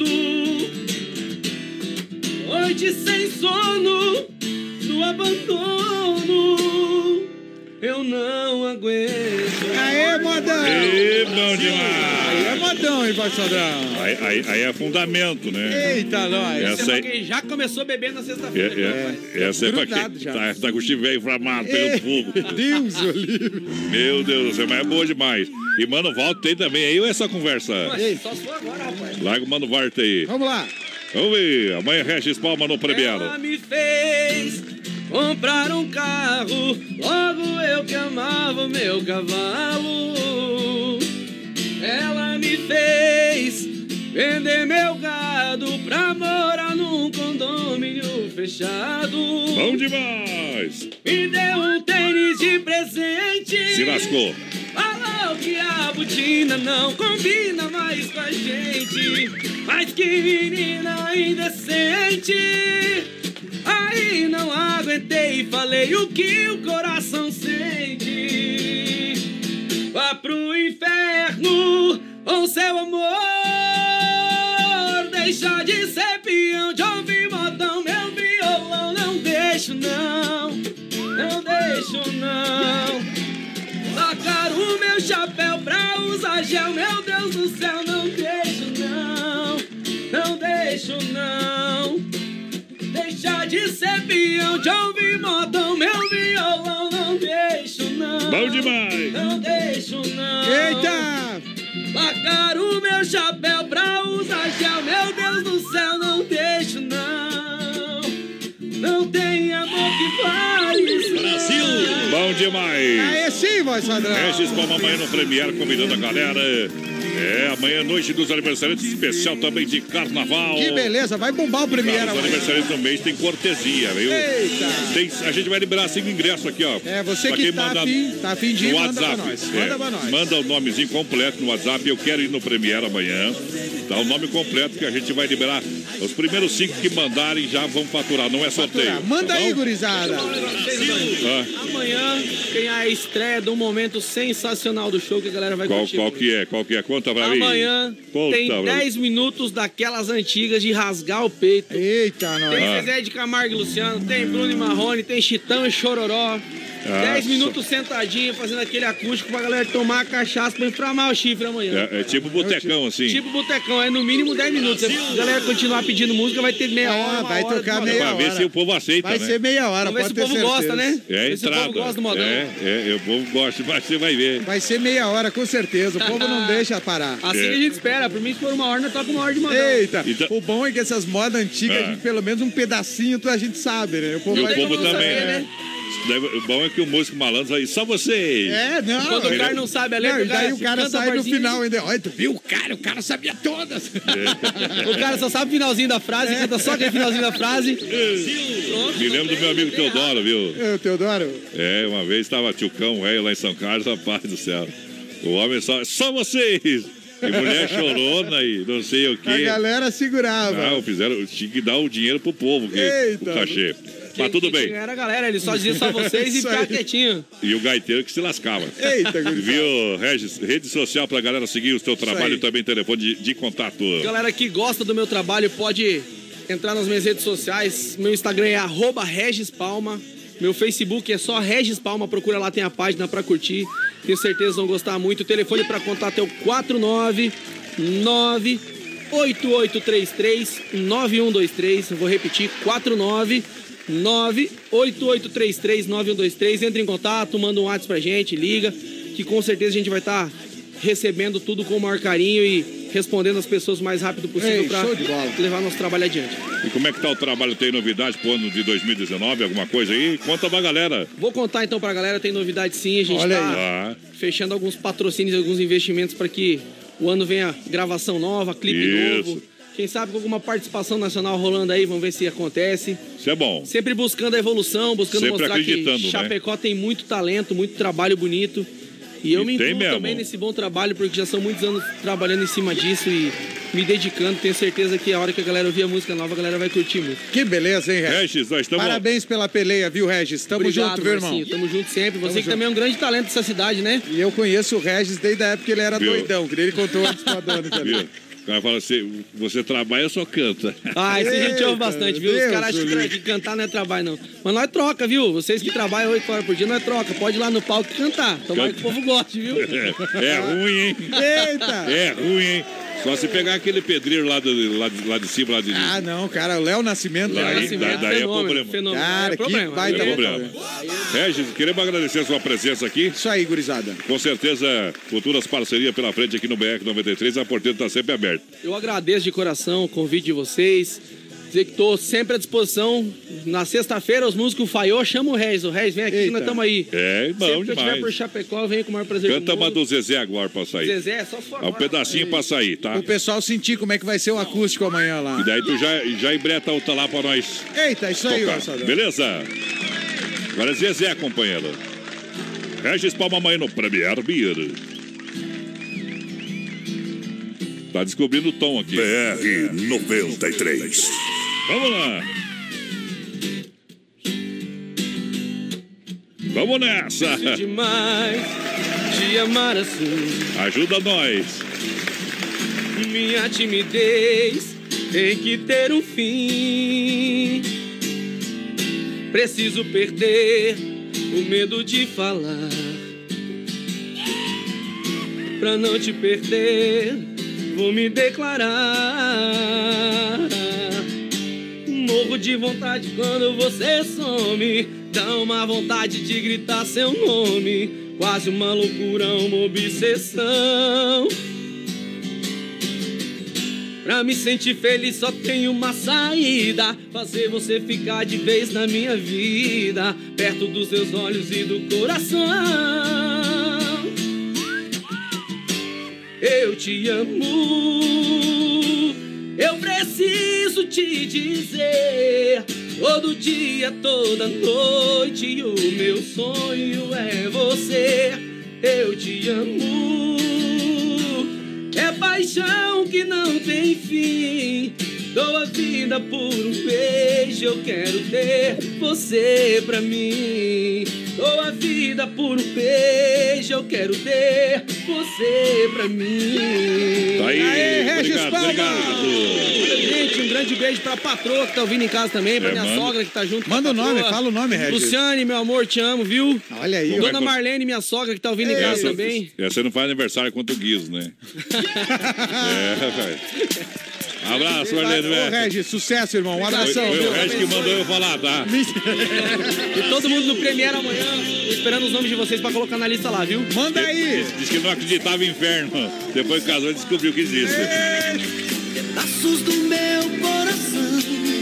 noite sem sono, no abandono. Eu não aguento. Aê, modão! Ê, bom Aí demais! é modão, hein, embaixadão? Aí, aí, aí é fundamento, né? Eita, nós. Essa Você aí- quem já começou bebendo na É, sexta-feira, é, rapaz. essa é pra Grudado quem já. tá, tá com o chifre velho inflamado, pegando fogo. Deus, o livre. Meu Deus do céu, mas é boa demais. E Mano Walter tem também aí, ou é só conversa? Mas só se for agora, rapaz. Larga o Mano Walter aí. Vamos lá. Vamos ver, amanhã Regis Palma no Premiero. Ela me fez comprar um carro, logo eu que amava o meu cavalo. Ela me fez vender meu gado pra morar num condomínio fechado. Bom demais! Me deu um tênis de presente. Se lascou. Falou que a botina não combina mais com a gente. Mas que menina indecente. Aí não aguentei e falei o que o coração sente. Vá pro inferno com seu amor. Deixa de ser peão, de ouvir modão, meu violão. Não deixo não, não deixo não. Sacar o meu chapéu pra usar gel, meu Deus do céu. Não deixo não, não deixo não. Deixa de ser peão, de ouvir modão, meu violão. Não deixo não, Bom demais! não deixo não. Eita! Sacar o meu chapéu pra usar gel, meu Deus do céu. Não deixo não, não tem amor que vale. Brasil! Bom demais! Aí sim, voz padrão. Regis Palma amanhã no Premiere, convidando a galera. É, amanhã é noite dos aniversariantes, especial também de carnaval. Que beleza, vai bombar o primeiro. Os aniversariantes do mês tem cortesia, viu? Eita! Tem, a gente vai liberar cinco ingressos aqui, ó. É, você pra que quem tá manda afim, tá afim de ir, no manda WhatsApp. pra nós. É, Manda pra nós. Manda o nomezinho completo no WhatsApp. Eu quero ir no Premiere amanhã. Dá o nome completo que a gente vai liberar. Os primeiros cinco que mandarem já vão faturar, não é sorteio. Manda tá aí, bom? gurizada. Ah. Amanhã tem a estreia de um momento sensacional do show que a galera vai Qual, curtir. qual que é? Qual que é? Conta pra mim. Amanhã Conta tem pra mim. dez minutos daquelas antigas de rasgar o peito. Eita, nós. Tem Ah. Zezé de Camargo e Luciano, tem Bruno e Marrone, tem Chitão e Chororó. Ah, dez só- minutos sentadinho, fazendo aquele acústico pra galera tomar a cachaça pra inflamar o chifre amanhã. É, é tipo botecão, assim. Tipo botecão, é no mínimo dez minutos. Se a galera continuar pedindo música, vai ter meia hora, uma vai hora tocar de meia modão. Pra ver se o povo aceita, Vai né? ser meia hora, Vamos ver pode se o ter povo certeza. gosta, né? É a Ver se o entrada. povo gosta do modão. É, é, o povo gosta, mas você vai ver. Vai ser meia hora, com certeza. O povo não deixa parar. Assim É. que a gente espera. Por mim, se for uma hora, nós toca uma hora de modão. Eita, Então- o bom é que essas modas antigas, Ah. a gente, pelo menos um pedacinho a gente sabe, né? O povo E o vai povo todo mundo também, saber, né? Deve- O bom é que o músico malandro vai, só vocês. É, não. Quando o ele- cara não sabe a letra, Não, o e daí cara o cara canta sai no parzinho. final ainda. Olha, tu viu o cara? O cara sabia todas. O cara só sabe o finalzinho da frase, canta só aquele finalzinho da frase. Me lembro do meu amigo Teodoro, viu? Ô, Teodoro. É, uma vez estava Tchucão, velho, lá em São Carlos, rapaz do céu. O homem só, só vocês! E mulher chorona e não sei o A quê. galera segurava. Não, fizeram, tinha que dar o dinheiro pro povo, que, Eita. o cachê. Mas tudo bem. Era a galera, ele só dizia só vocês e Isso ficava aí. quietinho. E o gaiteiro que se lascava. Eita, gurizada. Viu, Regis? Rede social pra galera seguir o seu trabalho aí. e também telefone de, de contato. Galera que gosta do meu trabalho pode entrar nas minhas redes sociais. Meu Instagram é arroba Regis Palma. Meu Facebook é só Regis Palma. Procura lá, tem a página pra curtir. Tenho certeza que vão gostar muito. O telefone pra contato é o quatro nove nove oito oito três três nove um dois três. Eu vou repetir, quatro nove nove oito oito três três nove um dois três. Entre em contato, manda um WhatsApp pra gente, liga, que com certeza a gente vai estar recebendo tudo com o maior carinho e respondendo as pessoas o mais rápido possível Ei, para show de bola. levar nosso trabalho adiante. E como é que tá o trabalho? Tem novidade pro ano de dois mil e dezenove? Alguma coisa aí? Conta pra galera. Vou contar então pra galera, tem novidade sim, a gente Olha tá aí. Ah, fechando alguns patrocínios, alguns investimentos para que o ano venha gravação nova, clipe Isso. novo. Quem sabe com alguma participação nacional rolando aí, vamos ver se acontece. isso é bom. Sempre buscando a evolução, buscando Sempre mostrar que acreditando, né? Chapecó tem muito talento, muito trabalho bonito. E eu E me tem incluo mesmo. também nesse bom trabalho, porque já são muitos anos trabalhando em cima disso e me dedicando. Tenho certeza que a hora que a galera ouvir a música nova, a galera vai curtir muito. Que beleza, hein, Regis? Regis, nós estamos... Parabéns pela peleia, viu, Regis? Tamo Obrigado, junto, viu, irmão? Marcinho. Tamo junto sempre. Você Tamo que junto. também é um grande talento dessa cidade, né? E eu conheço o Regis desde a época que ele era Viu? doidão, que ele contou antes pra dona também. Viu? O cara fala assim, você trabalha ou só canta? Ah, isso a gente ouve Eita, basta, viu? Os Deus caras acham que, do tra- que cantar não é trabalho, não. Mas nós troca, viu? Vocês que trabalham oito horas por dia, nós troca. Pode ir lá no palco e cantar. Tomara que o povo goste, viu? É, é ruim, hein? Eita! É ruim, hein? Só se pegar aquele pedreiro lá, do, lá, de, lá de cima, lá de... Ah, não, cara, o Léo Nascimento. Daí- Léo Nascimento, daí- daí é fenômeno, problema. fenômeno. Cara, é que problema. baita É é problema. Regis, queremos agradecer a sua presença aqui. Isso aí, gurizada. Com certeza, futuras parcerias pela frente aqui no B R noventa e três, a porteira está sempre aberta. Eu agradeço de coração o convite de vocês. Dizer que estou sempre à disposição. Na sexta-feira, os músicos Faiô, chama o Regis. O Regis, vem aqui que Eita. nós estamos aí. É, bom Sempre que eu estiver demais. por Chapecó, eu venho com o maior prazer Canta do uma mundo. do Zezé agora pra sair. Zezé, só for É um pedacinho pra sair, tá? O pessoal sentir como é que vai ser o acústico amanhã lá. E daí tu já, já embreta outra lá pra nós Eita, isso aí, tocar. moçada. Beleza? Agora é Zezé, companheiro. Regis Palma amanhã no Premier Beer. Tá descobrindo o tom aqui. B R noventa e três. Vamos lá. Vamos nessa. Difícil demais te amar assim. Ajuda nós. Minha timidez tem que ter um fim. Preciso perder o medo de falar. Pra não te perder, vou me declarar. Morro de vontade quando você some. Dá uma vontade de gritar seu nome. Quase uma loucura, uma obsessão. Pra me sentir feliz só tem uma saída: fazer você ficar de vez na minha vida, perto dos seus olhos e do coração. eu te amo. Eu preciso te dizer, todo dia, toda noite, o meu sonho é você. Eu te amo. É paixão que não tem fim. Dou a vida por um beijo, eu quero ter você pra mim. Dou a vida por um beijo, eu quero ter você pra mim. Tá aí, Aê, Regis obrigado, Palma. obrigado. Gente, um grande beijo pra patroa que tá ouvindo em casa também, pra É, minha manda. sogra que tá junto. Manda o com a nome, patroa. fala o nome, Regis. Luciane, meu amor, te amo, viu? Olha aí, Dona ó. Marlene, minha sogra que tá ouvindo em Ei. casa Essa, também. essa não faz aniversário quanto o Guiz, né? É, velho. Abraço, Marlene, Ô, velho. Regis, sucesso, irmão. Um Foi, abração. foi viu? o Regis que mandou eu falar, tá? E todo mundo no Premiere amanhã, esperando os nomes de vocês pra colocar na lista lá, viu? Manda aí. Diz, diz que não acreditava em inferno. Depois que casou, descobriu que existe. Pedaços do meu coração,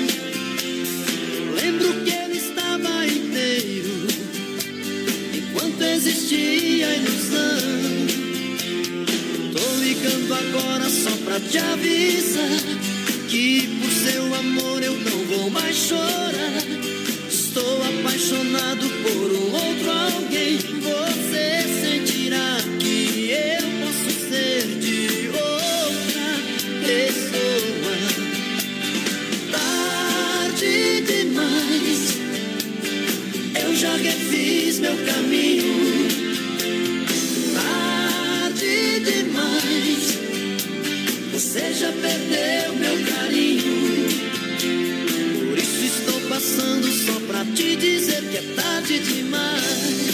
lembro que ele estava inteiro enquanto existia a ilusão. Tô ligando agora só pra te avisar que por seu amor eu não vou mais chorar. Estou apaixonado por um outro alguém. Você sentirá que eu posso ser de outra pessoa. Tarde demais, eu já refiz meu caminho. Tarde demais, você já perdeu meu carinho. Por isso estou passando só pra te dizer que é tarde demais.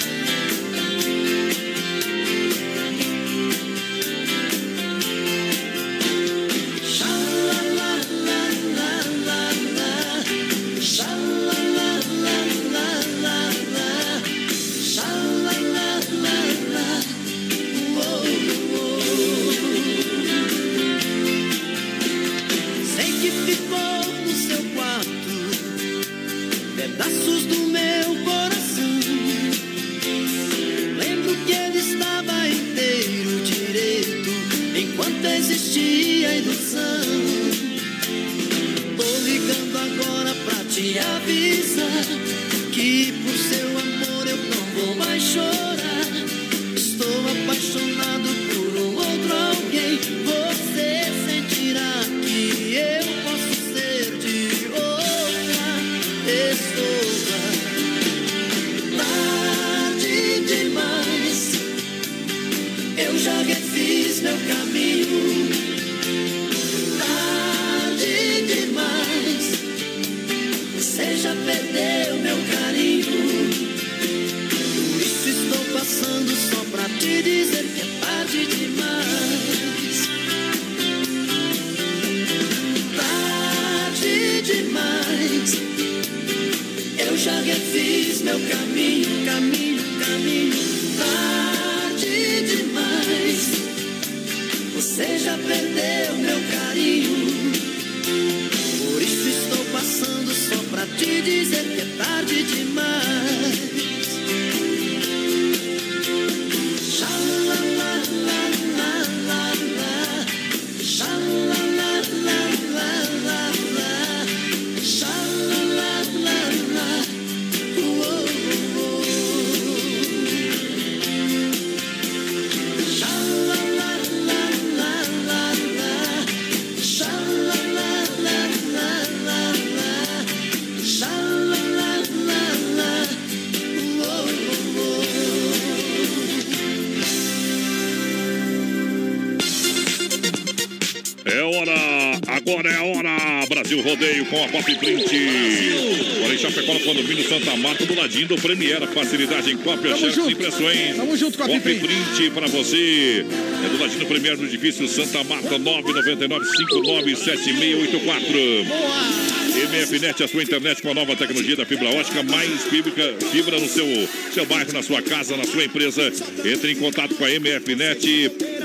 Sei que ficou no seu quarto pedaços do meu coração. Lembro que ele estava inteiro direito enquanto existia a ilusão. Tô ligando agora pra te avisar que por seu amor eu não vou mais chorar. Estou apaixonado por um outro alguém. Você sentirá que eu posso ser de outra pessoa. Tarde demais, eu já refiz meu caminho. Tarde demais, você já perdeu meu carinho. Por isso estou passando só pra te dizer que é tarde demais. Tarde demais, eu já refiz meu caminho, caminho, caminho. Tarde demais, você já perdeu meu carinho. Por isso estou passando só pra te dizer que é tarde demais. É hora, agora é a hora. Brasil Rodeio com a Pop Print. Olha em Chapecó, no condomínio Santa Marta, do ladinho do Premiere. Facilidade em cópia, Tamo xerox junto. e impressões. Tamo junto, Copy Pop Print. Print para você. É do ladinho do Premiere, do edifício Santa Marta, nove nove nove, cinco nove sete seis oito quatro. M F Net, a sua internet com a nova tecnologia da fibra ótica, mais fibra, fibra no seu, seu bairro, na sua casa, na sua empresa. Entre em contato com a M F Net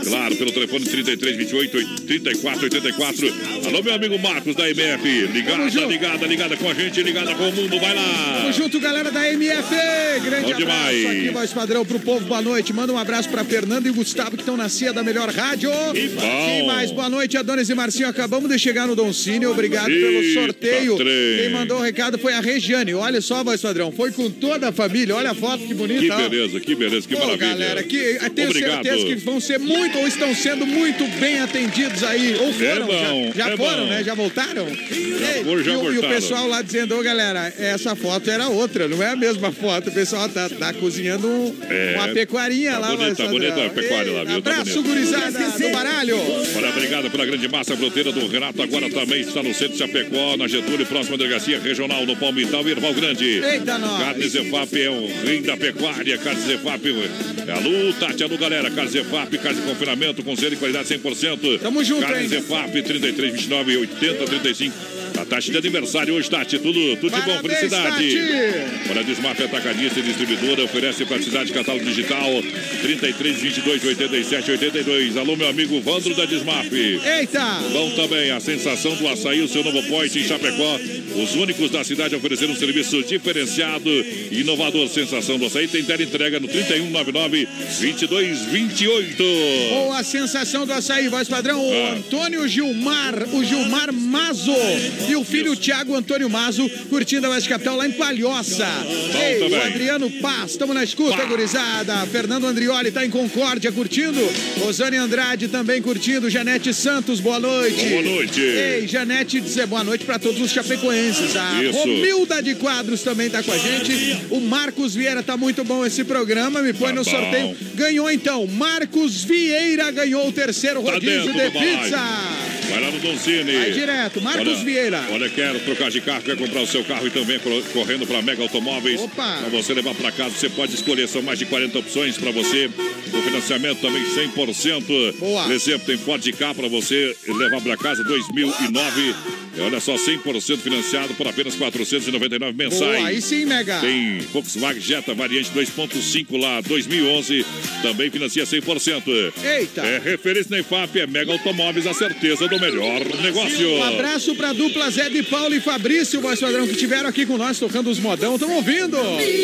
Claro, pelo telefone trinta e três, vinte e oito, trinta e quatro, oitenta e quatro. Alô, meu amigo Marcos da M F. Ligada, ligada, ligada com a gente, ligada com o mundo. Vai lá. Tamo junto, galera da M F. Grande Bom abraço demais. aqui, voz padrão, pro povo. Boa noite. Manda um abraço pra Fernando e Gustavo, que estão na cia da melhor rádio. E bom. Quem mais? Boa noite, Adonis e Marcinho. Acabamos de chegar no Don Cine. Obrigado Eita, pelo sorteio. trem. Quem mandou o recado foi a Regiane. Olha só, voz padrão. Foi com toda a família. Olha a foto, que bonita. Que ó. beleza, que beleza, que Pô, maravilha. galera, que eu tenho Obrigado. certeza que vão ser muito ou estão sendo muito bem atendidos aí. Ou foram, É bom, já, já é foram, bom. né? Já voltaram? Já foram, já e, o, e o voltaram. pessoal lá dizendo, ô galera, essa foto era outra, não é a mesma foto. O pessoal tá, tá cozinhando um- É, uma pecuarinha tá lá. bonito, mas, tá bonita a pecuária lá, viu? Tá Abraço, bonito. gurizada do baralho. Olha, obrigado pela grande massa fruteira do Renato. Agora também está no centro de Chapecó, na Getúlio, próxima delegacia regional, no Palmital e Erval Grande. Eita, nós. Carnes Zefap é o rei da pecuária. Carnes Zefap é a luta, Tati, alô, galera. Carnes Zefap, carne de confinamento, com selo e qualidade cem por cento. Tamo junto, Carnes hein? Zefap, trinta e três, vinte e nove, oitenta, trinta e cinco. A Tati de aniversário hoje, Tati. Tudo, tudo de bom, Parabéns, felicidade. Tati. Olha, Desmaf Atacadista e Distribuidora oferece praticidade, catálogo digital trinta e três, vinte e dois, oitenta e sete, oitenta e dois. Alô, meu amigo Vandro da Desmaf. Eita! Bom também a sensação do açaí, o seu novo point em Chapecó. Os únicos da cidade a oferecer um serviço diferenciado e inovador. Sensação do açaí tem tela entrega no trinta e um, noventa e nove, vinte e dois, vinte e oito. Ou a sensação do açaí, voz padrão, o Ah. Antônio Gilmar, o Gilmar Mazo e o filho Tiago Antônio Mazo, curtindo a West Capital lá em Palhoça. Ei, também. o Adriano Paz, estamos na escuta, Pá. gurizada. Fernando Andrioli tá em Concórdia curtindo. Rosane Andrade também curtindo. Janete Santos, boa noite. Boa noite. Ei, Janete dizer boa noite para todos os chapecoenses. A Isso. Romilda de Quadros também tá com a gente. O Marcos Vieira, tá muito bom esse programa, me põe Tá no bom. sorteio. Ganhou então, Marcos Vieira ganhou o terceiro Tá rodízio dentro de do balaio. pizza. Vai lá no Don Cine. Vai direto, Marcos olha, Vieira. Olha, quer trocar de carro, quer comprar o seu carro e também cor- correndo para Mega Automóveis. Opa. Para você levar para casa, você pode escolher. São mais de quarenta opções para você. O financiamento também cem por cento. Boa. Por exemplo, tem Ford Ka para você levar para casa dois mil e nove. E olha só, cem por cento financiado por apenas quatrocentos e noventa e nove mensais. Boa, aí sim, Mega. Tem Volkswagen Jetta variante dois ponto cinco lá, dois mil e onze. Também financia cem por cento. Eita. É referência na I F A P, é Mega Automóveis, a certeza do melhor negócio. Um abraço pra dupla Zé de Paulo e Fabrício, voz padrão, que estiveram aqui com nós tocando os modão. Estão ouvindo?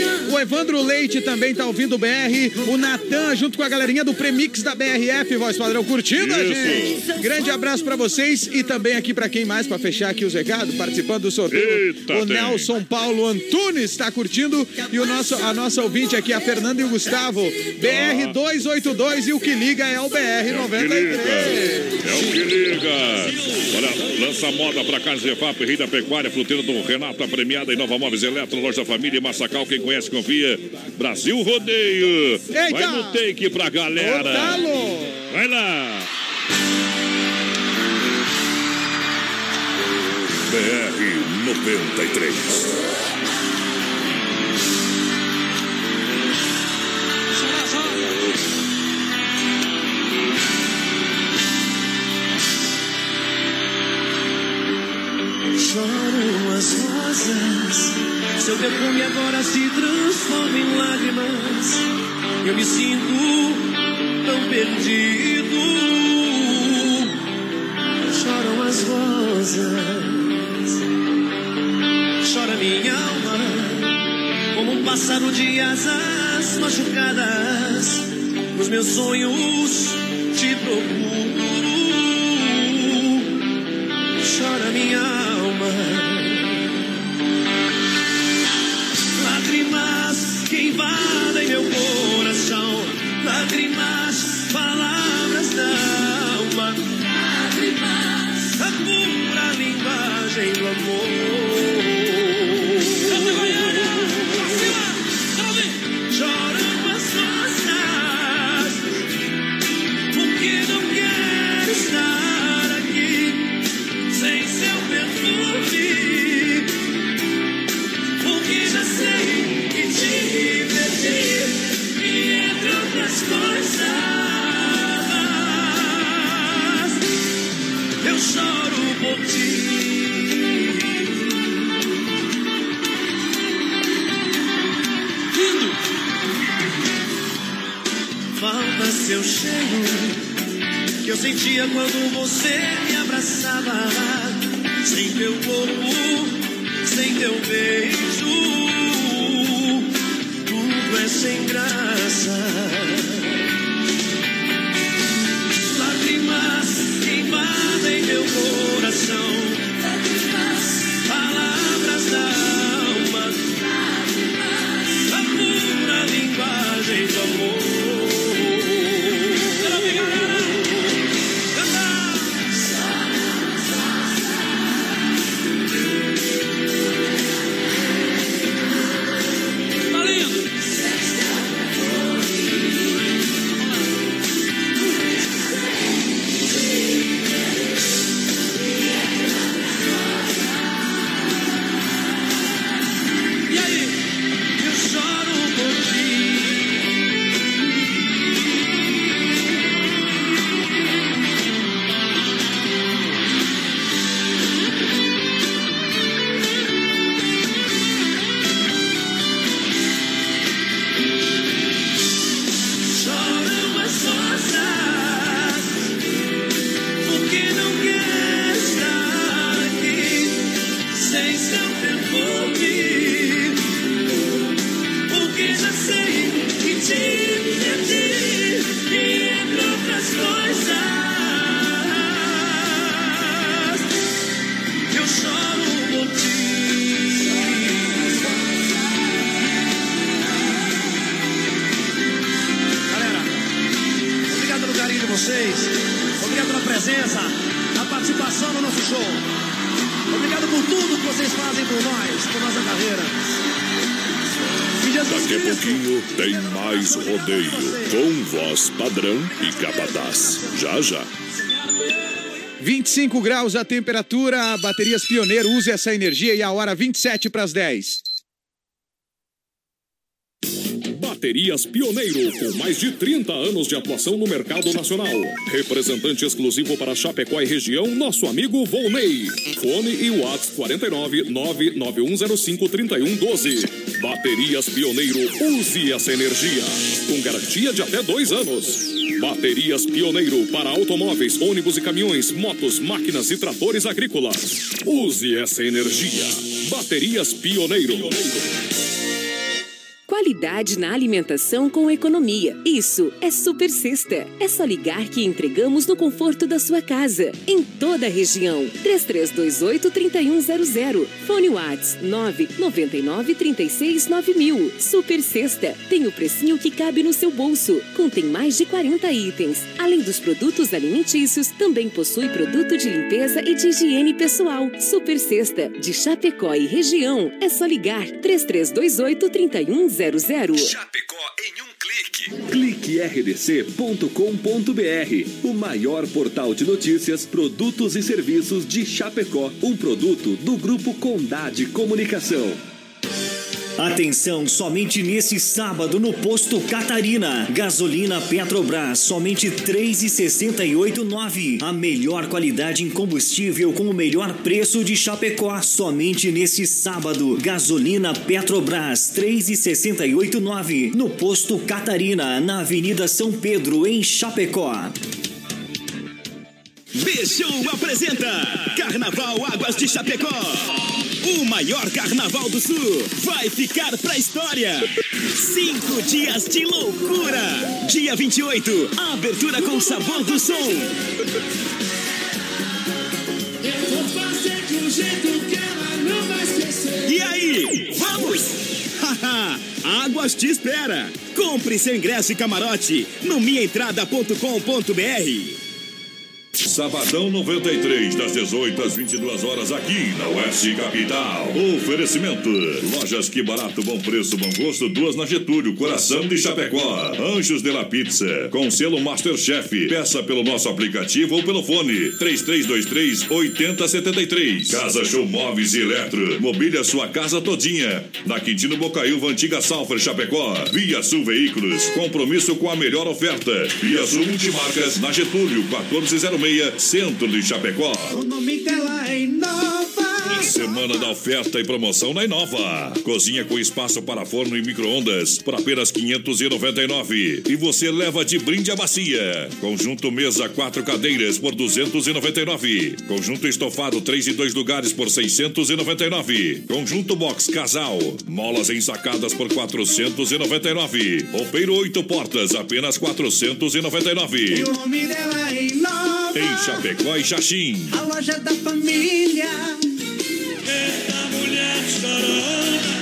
O Evandro Leite também tá ouvindo o B R. O Natan, junto com a galerinha do Premix da B R F, voz padrão, curtindo a Isso. gente. Grande abraço pra vocês e também aqui pra quem mais, pra fechar aqui os recados, participando do sorteio. Eita, o tem. Nelson Paulo Antunes está curtindo e o nosso, a nossa ouvinte aqui, a Fernanda e o Gustavo, B R duzentos e oitenta e dois e o que liga é o B R noventa e três. É o que liga. Olha, lança moda para Carnes Zefap, Rei da Pecuária, fruteira do Renato, a premiada em Nova Móveis Eletro, Loja da Família, Massacal, quem conhece, confia. Brasil Rodeio. Eita. Vai no take pra galera. Ô, Talo. Vai lá. B R noventa e três. Choram as rosas, seu perfume agora se transforma em lágrimas. Eu me sinto tão perdido. Choram as rosas, chora minha alma, como um pássaro de asas machucadas. Nos meus sonhos te procuro. Chora minha alma, lágrimas que invadem meu coração, lágrimas, palavras da alma, lágrimas, a pura linguagem do amor. Choram as rosas, porque não quero estar aqui sem seu perfume, porque já sei que te perdi, e entre outras coisas, eu choro por ti. Lindo! Falta seu cheiro, que eu sentia quando você me abraçava. Sem teu corpo, sem teu beijo, tudo é sem graça. Lágrimas que invadem meu coração, palavras da alma, a pura linguagem do amor. Rodeio com voz padrão e capataz. Já, já. vinte e cinco graus a temperatura, baterias Pioneiro, use essa energia e a hora vinte e sete para as dez. Baterias Pioneiro, com mais de trinta anos de atuação no mercado nacional. Representante exclusivo para Chapecó e região, nosso amigo Volney. Fone e WhatsApp quatro nove nove nove um zero cinco três um um doze. Baterias Pioneiro, use essa energia. Com garantia de até dois anos. Baterias Pioneiro para automóveis, ônibus e caminhões, motos, máquinas e tratores agrícolas. Use essa energia. Baterias Pioneiro. Qualidade na alimentação com economia. Isso é Super Sexta. É só ligar que entregamos no conforto da sua casa. Em toda a região. três três dois oito, três um zero zero. Fone WhatsApp nove nove nove, três seis nove mil. Super Sexta. Tem o precinho que cabe no seu bolso. Contém mais de quarenta itens. Além dos produtos alimentícios, também possui produto de limpeza e de higiene pessoal. Super Sexta. De Chapecó e região. É só ligar três três dois oito, três um zero zero. Chapecó em um clique. clique r d c ponto com ponto b r, o maior portal de notícias, produtos e serviços de Chapecó. Um produto do Grupo Condade Comunicação. Atenção, somente nesse sábado no Posto Catarina. Gasolina Petrobras, somente três reais e sessenta e oito centavos. A melhor qualidade em combustível com o melhor preço de Chapecó. Somente nesse sábado. Gasolina Petrobras, três reais e sessenta e oito centavos. No Posto Catarina, na Avenida São Pedro, em Chapecó. B-Show apresenta Carnaval Águas de Chapecó. O maior carnaval do sul vai ficar pra história. Cinco dias de loucura. Dia vinte e oito, abertura com sabor do som. Eu vou fazer de um jeito que ela não vai esquecer. E aí, vamos? Haha, Águas te espera. Compre seu ingresso e camarote no minha entrada ponto com ponto b r. Sabadão noventa e três, das dezoito às vinte e duas horas, aqui na Oeste Capital. Oferecimento: Lojas Que Barato, bom preço, bom gosto, duas na Getúlio, coração de Chapecó. Anjos de la Pizza, com selo Masterchef. Peça pelo nosso aplicativo ou pelo fone três três dois três, oito zero sete três. Casa Show Móveis e Eletro, mobília sua casa todinha. Na Quintino Bocaiúva, antiga Salfer, Chapecó. Via Sul Veículos, compromisso com a melhor oferta. Via Sul Multimarcas, na Getúlio, quatorze zero seis, centro de Chapecó. O nome dela é Inova. semana da oferta e promoção na Inova. Cozinha com espaço para forno e micro-ondas por apenas quinhentos e noventa e nove reais. E você leva de brinde a bacia. Conjunto mesa quatro cadeiras por duzentos e noventa e nove reais. Conjunto estofado três e dois lugares por seiscentos e noventa e nove reais. Conjunto box casal. Molas ensacadas por quatrocentos e noventa e nove reais. Roupeiro oito portas apenas quatrocentos e noventa e nove reais. E o nome dela é Inova. Em Chapecó e Xaxim. A loja da família. Eita mulher chorona,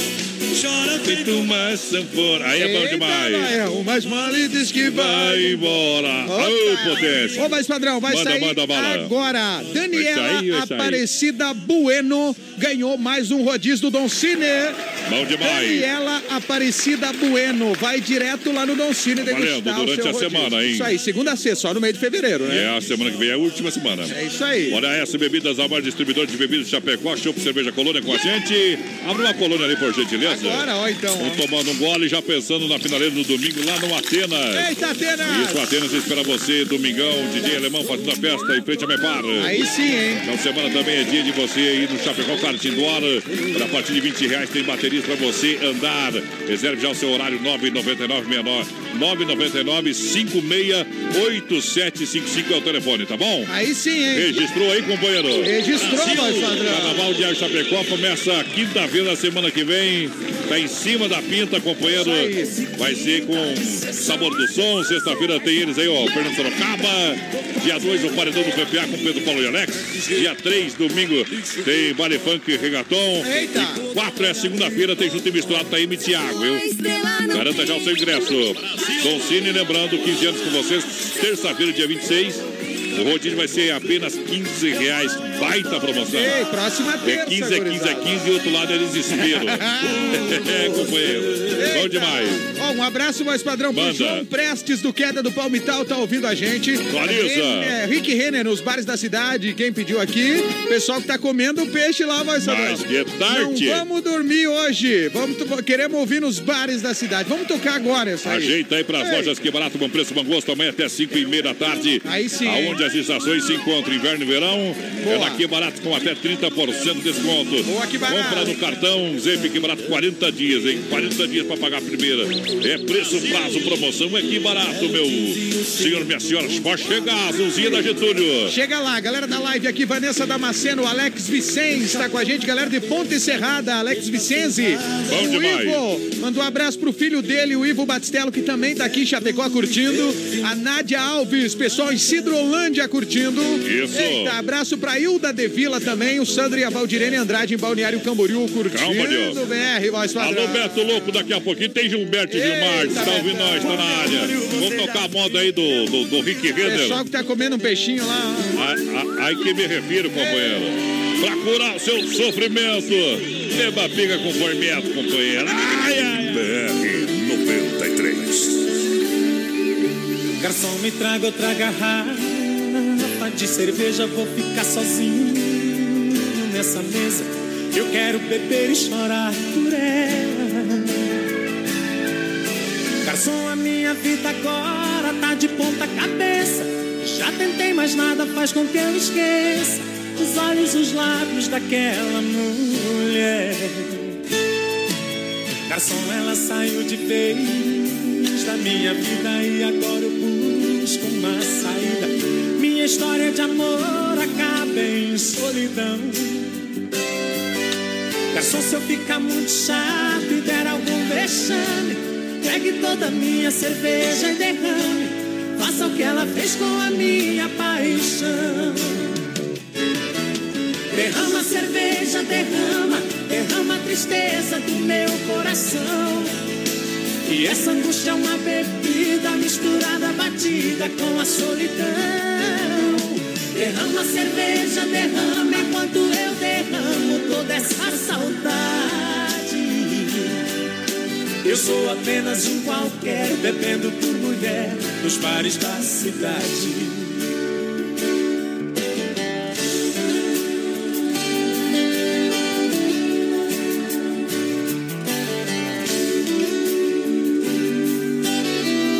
chora feito uma sanfona. Aí é bom demais. É, o mais mole diz que vai, vai embora. Ô, potência. Ô, mas padrão, vai manda, sair manda bala. agora. Daniela vai sair, vai Aparecida Bueno ganhou mais um rodízio do Don Cine. Bom demais. Daniela Aparecida Bueno vai direto lá no Don Cine degustar valendo, durante o seu a rodízio. semana, hein? Isso aí, segunda a sexta, só no meio de fevereiro, né? É, a semana que vem é a última semana. É isso aí. Olha essa, Bebidas Amar, distribuidor de bebidas de Chapecó, Chopp Cerveja Colônia com a gente. Abre uma colônia ali, por gentileza. Agora, ó, então. Vamos tomando um gole, já pensando na finaleira no domingo lá no Atenas. Eita, Atenas! Isso, Atenas espera você, domingão, D J Alemão fazendo a festa em frente a Mepar. Aí sim, hein? Então, semana também é dia de você ir no Chapecó Kart Indoor. A partir de vinte reais tem baterias para você andar. Reserve já o seu horário nove nove nove nove nove nove cinco seis oito sete cinco cinco é o telefone, tá bom? Aí sim, hein? Registrou aí, companheiro? Registrou, voz padrão. Carnaval de Chapecó começa quinta-feira da semana que vem. Tá em cima da pinta, companheiro. Vai ser com Sabor do Som. Sexta-feira tem eles aí, ó. Fernando Sorocaba. Dia dois, o Paredão do P P A com Pedro Paulo e Alex. Dia três, domingo, tem Baile Funk Regaton. Eita. E quatro é segunda-feira, tem Junto e Misturado, tá aí e Thiago, viu? Garanta já o seu ingresso. Dom Cine, lembrando, quinze anos com vocês. Terça-feira, dia vinte e seis. O rodízio vai ser apenas quinze reais. Baita promoção. Ei, próxima terça, é quinze, é quinze, é quinze e o outro lado é desespero. É, companheiro. Eita. Bom demais. Ó, um abraço, voz padrão, pro Manda. João Prestes do Queda do Palmital, tá ouvindo a gente. Clarissa. É, Rick Renner nos bares da cidade, quem pediu aqui. Pessoal que tá comendo peixe lá, voz padrão. Mas que tarde. Não vamos dormir hoje. Vamos, queremos ouvir nos bares da cidade. Vamos tocar agora essa aí. Ajeita aí pras Ei. lojas Que Barato, bom preço, bom gosto. Amanhã até cinco e meia da tarde. Aí sim. Aonde as estações se encontram, inverno e verão. Boa. É na Que Barato com até trinta por cento de desconto. Boa, Que Barato. Compra no cartão Zep Que Barato, quarenta dias, hein? quarenta dias pra pagar a primeira. É preço, prazo, promoção. É Que Barato, meu senhor, minha senhora. Pode chegar, Azulzinha da Getúlio. Chega lá, galera da live aqui, Vanessa Damasceno, Alex Vicenzi está com a gente, galera de Ponte Serrada, Alex Vicenzi. Bom o demais. Ivo, mandou um abraço pro filho dele, o Ivo Batistello, que também tá aqui em Chapecó curtindo. A Nádia Alves, pessoal em Cidrolândia curtindo. Isso. Eita, abraço pra Hilda de Vila também, o Sandro e a Valdirene Andrade em Balneário Camboriú curtindo. Calma, Deus. B R, voz padrão. Alô, Beto Louco, daqui a pouquinho tem Gilberto e Gilmar, tá ouvindo nós, tá na área. Vamos tocar a moda aí do, do, do Rick Renner. Pessoal que tá comendo um peixinho lá. Aí que me refiro, companheiro. Pra curar o seu sofrimento, beba pinga com formeto, companheiro. Ai, ai, B R noventa e três. Garçom, me traga outra garrafa de cerveja, vou ficar sozinho nessa mesa. Eu quero beber e chorar por ela. Garçom, a minha vida agora tá de ponta cabeça. Já tentei, mas nada faz com que eu esqueça os olhos, os lábios daquela mulher. Garçom, ela saiu de vez da minha vida e agora eu busco uma saída. Minha história de amor acaba em solidão. Garçom, se eu ficar muito chato e der algum vexame, pegue toda a minha cerveja e derrame. Faça o que ela fez com a minha paixão. Derrama a cerveja, derrama, derrama a tristeza do meu coração. E essa angústia é uma bebida misturada, batida com a solidão. Derrama a cerveja, derrama enquanto eu derramo toda essa saudade. Eu sou apenas um qualquer, bebendo por mulher nos bares da cidade.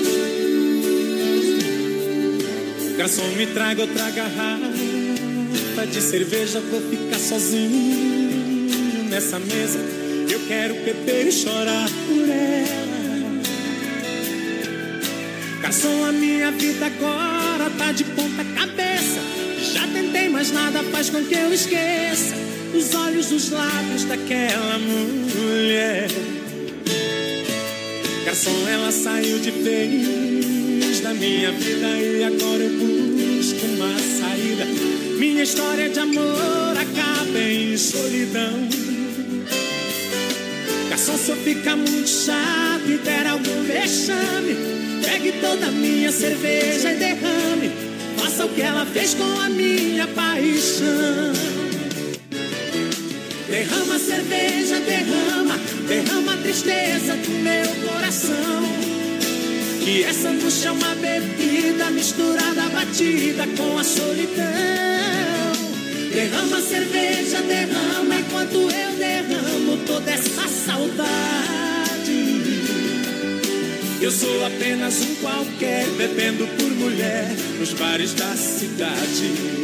Garçom, me traga outra garrafa garrafa de cerveja, vou ficar sozinho nessa mesa. Eu quero beber e chorar por ela. Garçom, a minha vida agora tá de ponta cabeça. Já tentei, mas nada faz com que eu esqueça os olhos, os lábios daquela mulher. Garçom, ela saiu de vez da minha vida e agora eu busco uma saída. Minha história de amor acaba em solidão. Garçom, se eu ficar muito chato e der algum vexame, pegue toda a minha cerveja e derrame. Faça o que ela fez com a minha paixão. Derrama a cerveja, derrama, derrama a tristeza do meu coração. Que essa angústia é uma bebida misturada, batida com a solidão. Derrama a cerveja, derrama, enquanto eu derramo toda essa saudade. Eu sou apenas um qualquer, bebendo por mulher nos bares da cidade.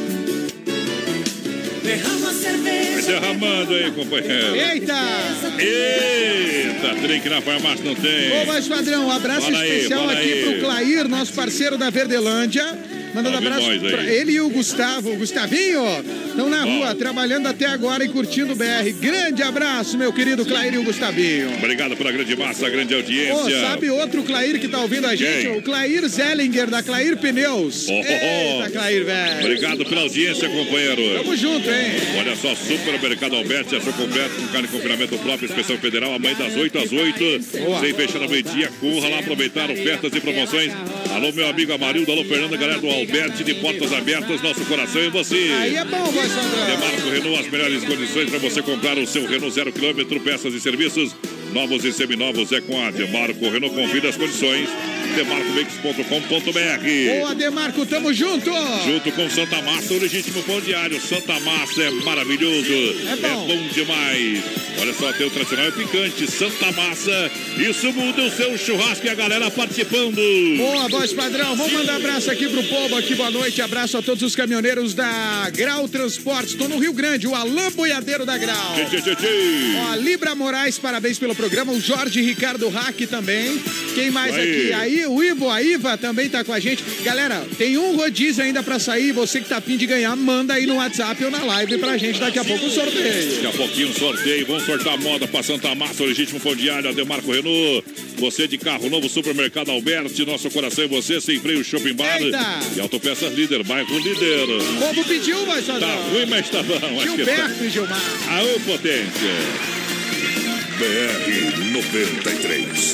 Derrama a cerveja. Vai derramando aí, companheiro. Eita! Eita, trem que na farmácia não tem. Ô, mas padrão, um abraço Fala aí, especial fala aqui aí. pro Clair, nosso parceiro da Verdelândia. Mandando Salve abraço nós aí. pra ele e o Gustavo. O Gustavinho, estão na rua, trabalhando até agora e curtindo o B R. Grande abraço, meu querido Clair e o Gustavinho. Obrigado pela grande massa, a grande audiência. Ô, sabe outro Clair que tá ouvindo a gente? Quem? O Clair Zellinger, da Clair Pneus. Oh, oh, oh. Eita, Clair, velho. Obrigado pela audiência, companheiro. Tamo junto, hein? Olha só, Supermercado Alberti, ação completo com carne de confinamento próprio, inspeção federal, amanhã das oito às oito. Boa. Sem fechar a meio-dia, corra lá aproveitar ofertas e promoções. Alô, meu amigo Amarildo, alô, Fernanda, galera do Alberti, de portas abertas, nosso coração em você. Aí é bom, voz padrão. Demarco Renault, as melhores condições para você comprar o seu Renault zero quilômetro, peças e serviços novos e seminovos é com a Demarco Renault. Confira as condições. demarco veículos ponto com ponto b r. Boa, Demarco, tamo junto. Junto com Santa Massa, o legítimo pão diário. Santa Massa é maravilhoso. É bom. É bom demais. Olha só, tem o tradicional e picante. Santa Massa. Isso muda o seu churrasco e a galera participando. Boa, voz padrão. Vamos mandar abraço aqui pro povo aqui. Boa noite. Abraço a todos os caminhoneiros da Grau Transportes. Estou no Rio Grande, o Alain Boiadeiro da Grau. Tchê, tchê, tchê, tchê. Ó, Libra Moraes, parabéns pelo programa. O Jorge Ricardo Hack também. Quem mais Aí. aqui? Aí, o Ivo, a Iva também tá com a gente. Galera, tem um rodízio ainda pra sair. Você que tá afim de ganhar, manda aí no WhatsApp ou na live pra gente. Daqui a pouco o sorteio. Daqui a pouquinho um sorteio. Vamos sortar moda pra Santa Massa, o legítimo pão diário, a Demarco Renault. Você de carro novo, Supermercado Alberti, nosso coração e você, sem freio, Shopping Bar. Eita. E Autopeças Líder, bairro Líder. O povo pediu, mas só Tá ruim, mas tá bom. Acho que tá. Gilberto e Gilmar. Aô, potência. B R noventa e três.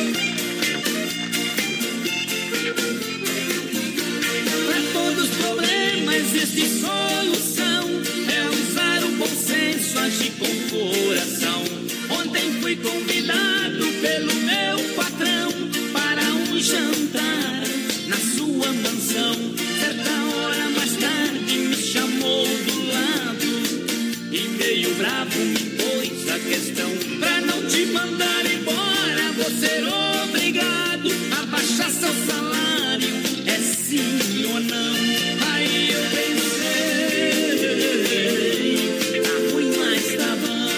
Para todos os problemas existe solução. É usar o bom senso, agir com coração. Ontem fui convidado pelo meu patrão para um jantar na sua mansão. Certa hora mais tarde me chamou do lado e meio bravo me pôs a questão. Pra não te mandar embora, vou ser obrigado a baixar seu salário. É sim ou não? Aí eu pensei, tá ruim, mas tá bom.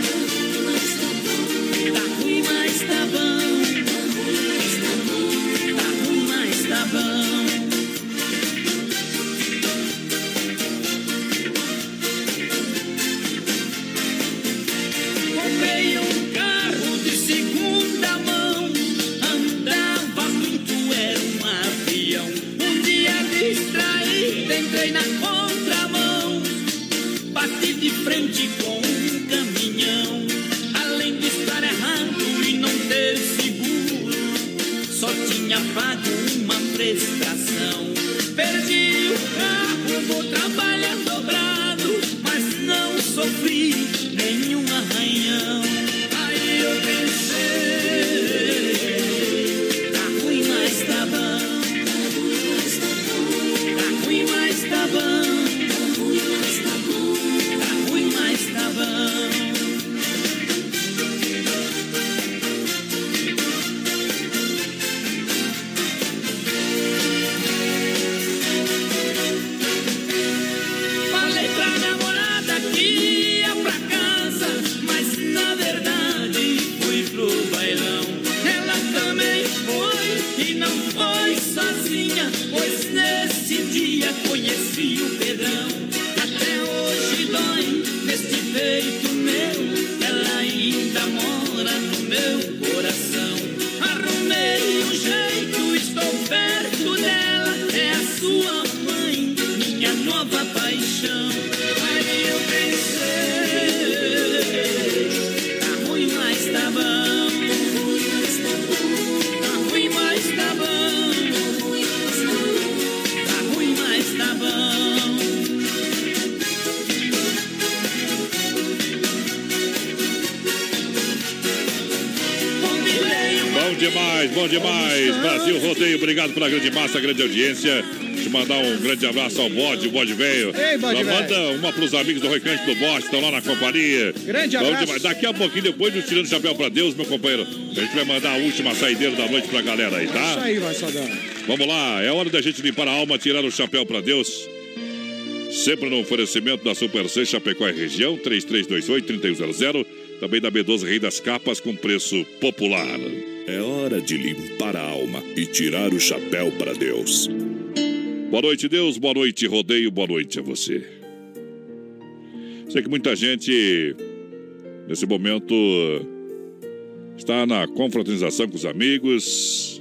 Tá ruim, mas tá bom. Tá ruim, mas tá bom. Comprei um carro de segunda mão, andava muito, era um avião. Um dia distraído, entrei na contramão, bati de frente com um caminhão. Além de estar errado e não ter seguro, só tinha pago uma prestação. Perdi o carro, vou trabalhar dobrado, mas não sofri nenhum arranhão. Aí eu pensei, tá ruim, mas tá bom. Tá ruim, mas tá bom. Tá ruim, mas tá bom. meu coração. Arrumei um jeito, estou perto dela. É a sua mãe, minha nova paixão. Aí eu pensei, tá ruim, mas tá bom. Tá ruim, mas tá bom. Tá ruim, mas tá bom. Bom demais, bom demais. Brasil Rodeio, obrigado pela grande massa, grande audiência. Deixa eu mandar um grande abraço ao Bode, o Bode Velho. Ei, Bode Velho. Manda uma pros amigos do Recanto do Bode, estão lá na companhia. Grande Bom abraço. demais. Daqui a pouquinho, depois do Tirando o Chapéu pra Deus, meu companheiro, a gente vai mandar a última saideira da noite pra galera aí, tá? Isso aí, vai, Sadão. Vamos lá, é hora da gente limpar a alma, tirar o chapéu pra Deus. Sempre no oferecimento da Super C, Chapecó e região, três três dois oito, três um zero zero. Também da B doze Rei das Capas, com preço popular. É hora de limpar a alma e tirar o chapéu para Deus. Boa noite, Deus. Boa noite, Rodeio. Boa noite a você. Sei que muita gente, nesse momento, está na confraternização com os amigos.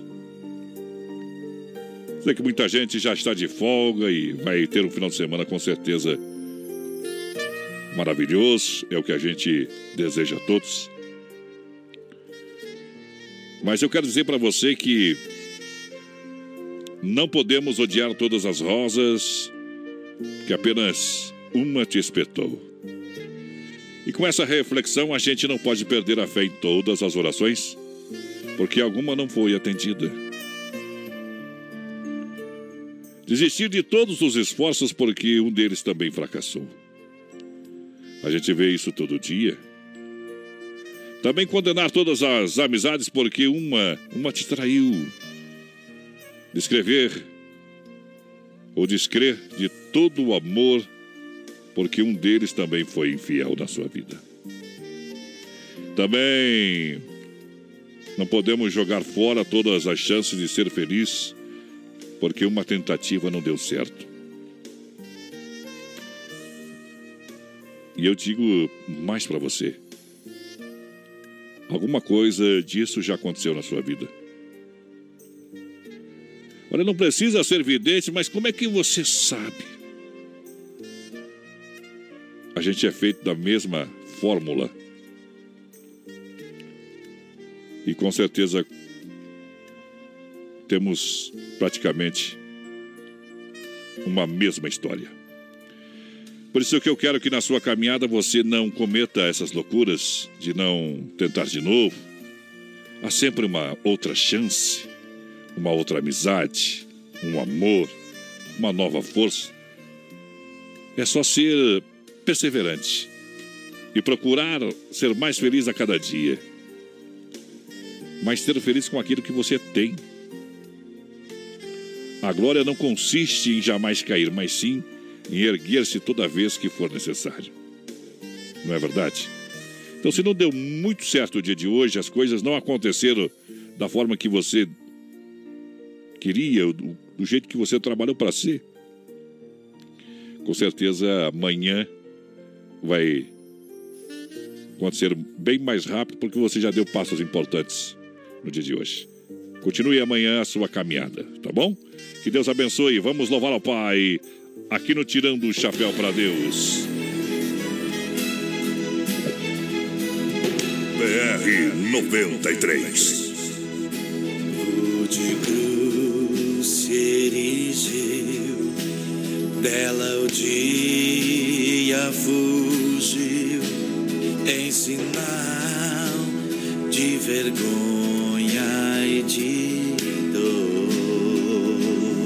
Sei que muita gente já está de folga e vai ter um final de semana com certeza maravilhoso. É o que a gente deseja a todos. Mas eu quero dizer para você que não podemos odiar todas as rosas, que apenas uma te espetou. E com essa reflexão, a gente não pode perder a fé em todas as orações, porque alguma não foi atendida. Desistir de todos os esforços porque um deles também fracassou. A gente vê isso todo dia. Também condenar todas as amizades porque uma, uma te traiu. Descrever ou descrer de todo o amor porque um deles também foi infiel na sua vida. Também não podemos jogar fora todas as chances de ser feliz porque uma tentativa não deu certo. E eu digo mais para você. Alguma coisa disso já aconteceu na sua vida. Olha, não precisa ser vidente, mas como é que você sabe? A gente é feito da mesma fórmula. E com certeza temos praticamente uma mesma história. Por isso que eu quero que na sua caminhada você não cometa essas loucuras de não tentar de novo. Há sempre uma outra chance, uma outra amizade, um amor, uma nova força. É só ser perseverante e procurar ser mais feliz a cada dia. Mas ser feliz com aquilo que você tem. A glória não consiste em jamais cair, mas sim em erguer-se toda vez que for necessário. Não é verdade? Então, se não deu muito certo o dia de hoje, as coisas não aconteceram da forma que você queria, do, do jeito que você trabalhou para ser, com certeza amanhã vai acontecer bem mais rápido, porque você já deu passos importantes no dia de hoje. Continue amanhã a sua caminhada, tá bom? Que Deus abençoe. Vamos louvar ao Pai aqui no Tirando o Chapéu para Deus. B R noventa e três. O de cruz se erigiu, dela o dia fugiu, em sinal de vergonha e de dor.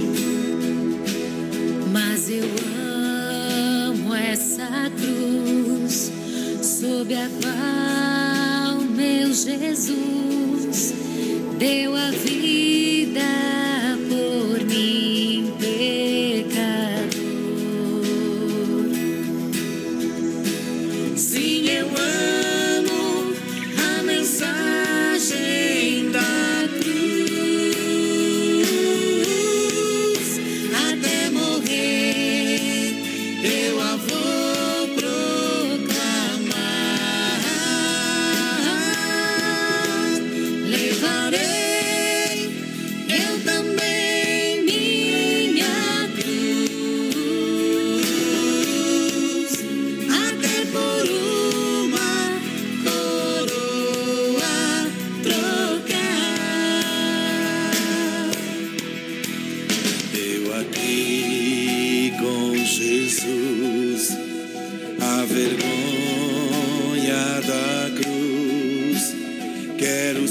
Mas eu amo essa cruz, sob a qual meu Jesus deu a vida por mim, pecador. Sim, eu amo a mensagem da cruz, até morrer eu a vou proclamar.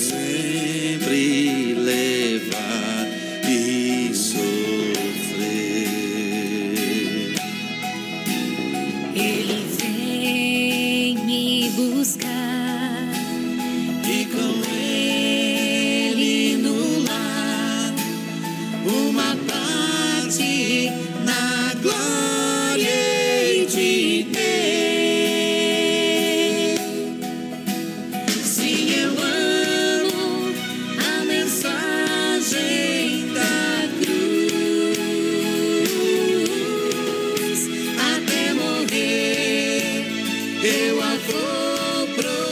sempre levar e sofrer. Ele vem me buscar e com ele no lar uma parte na glória hei de ter. Sim, eu amo a mensagem da cruz. Até morrer eu a vou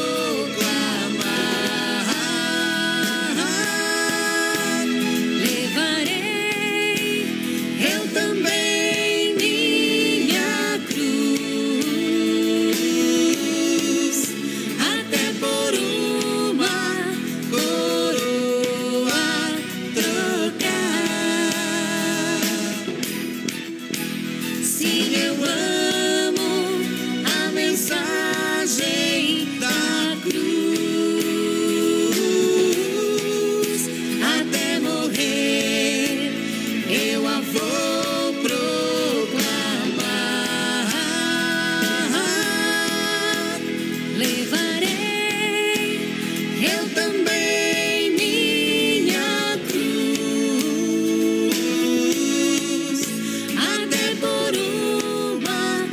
proclamar. Levarei eu também minha cruz, até por uma coroa trocar. Sim, eu amo a mensagem da cruz. Até morrer eu a vou proclamar. Levarei eu também minha cruz, até por uma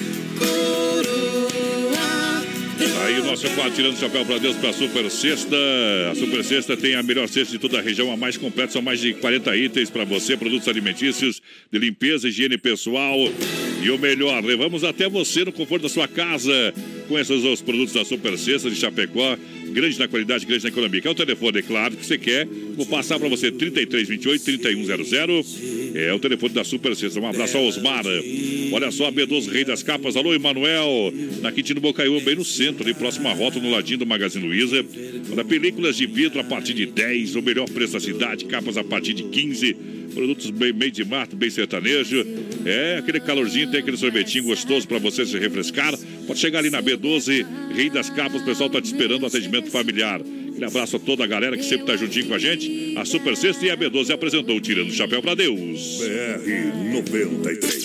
coroa. Aí o nosso quadro tirando o chapéu para Deus para a Super Sexta. A Super Sexta tem a melhor cesta de toda a região, a mais completa. São mais de quarenta itens para você, produtos alimentícios, de limpeza, higiene pessoal. E o melhor, levamos até você no conforto da sua casa. Com esses os produtos da Super Sexta de Chapecó. Grande na qualidade, grande na economia. Que é o telefone, é claro, que você quer. Vou passar para você, trinta e três, vinte e oito, trinta e um zero zero. É o telefone da Super Sexta. Um abraço ao Osmar. Olha só, a B doze Rei das Capas. Alô, Emanuel. Na Quintino Bocaiúva, bem no centro, ali próximo à rota, no ladinho do Magazine Luiza. Olha, películas de vidro a partir de dez. O melhor preço da cidade. Capas a partir de quinze. Produtos bem meio de mato, bem sertanejo. É, aquele calorzinho, tem aquele sorvetinho gostoso para você se refrescar. Pode chegar ali na B doze, Rei das Capas. O pessoal tá te esperando, atendimento familiar. Aquele abraço a toda a galera que sempre tá juntinho com a gente. A Super Sexta e a B doze apresentou Tirando o Chapéu pra Deus. B R noventa e três.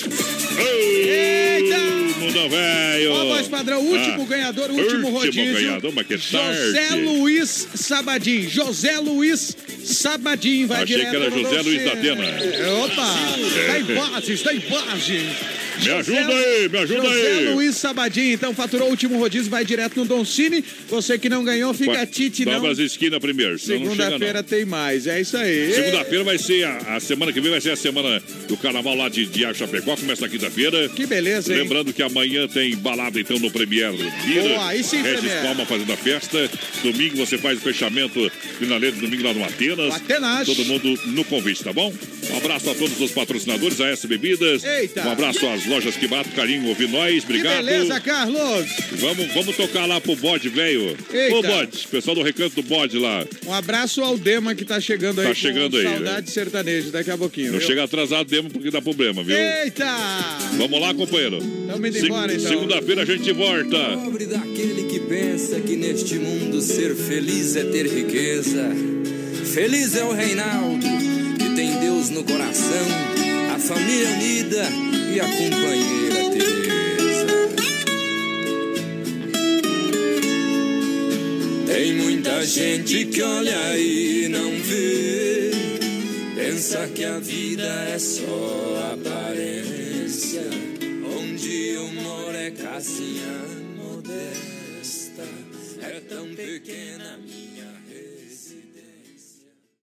Eita! Mundão velho! Ó, voz padrão, último Ah, ganhador, último rodízio. ganhador, mas que José tarde. Luiz Sabadim. José Luiz Sabadim vai Achei direto que era no José doce. Luiz da Atena. É, Opa! É. Tá em bases, tá em base. Me ajuda aí, me ajuda José aí. Luiz Sabadim, então faturou o último rodízio, vai direto no Don Cine. Você que não ganhou, fica Qua- tite, não. Dobra as esquinas primeiro, senão não chega, não. Segunda-feira tem mais, é isso aí. Segunda-feira vai ser, a, a semana que vem vai ser a semana do carnaval lá de Diago Chapecó, começa na quinta-feira. Que beleza, hein? Lembrando que amanhã tem balada então no Premier Bira. Boa, aí sim, Regis Premier. Palma fazendo a festa. Domingo você faz o fechamento finaleiro domingo lá no Atenas. Atenas. Todo mundo no convite, tá bom? Um abraço a todos os patrocinadores, a S Bebidas. Eita. Um abraço às lojas Que Barato Carinho, ouvi nós, obrigado. Que beleza, Carlos. Vamos, vamos tocar lá pro bode, velho. Eita. Ô, bode, pessoal do Recanto do Bode lá. Um abraço ao Dema que tá chegando aí Tá com chegando aí, saudade sertanejo daqui a pouquinho. Não viu? chega atrasado demo porque dá problema, viu? Eita! Vamos lá, companheiro. Tamo indo embora, então. Segunda-feira a gente volta. Pobre daquele que pensa que neste mundo ser feliz é ter riqueza. Feliz é o Reinaldo, que tem Deus no coração, a família unida e a companheira Teresa. Tem muita gente que olha e não vê, pensa que a vida é só aparência. Onde eu moro é casinha modesta, é tão pequena a minha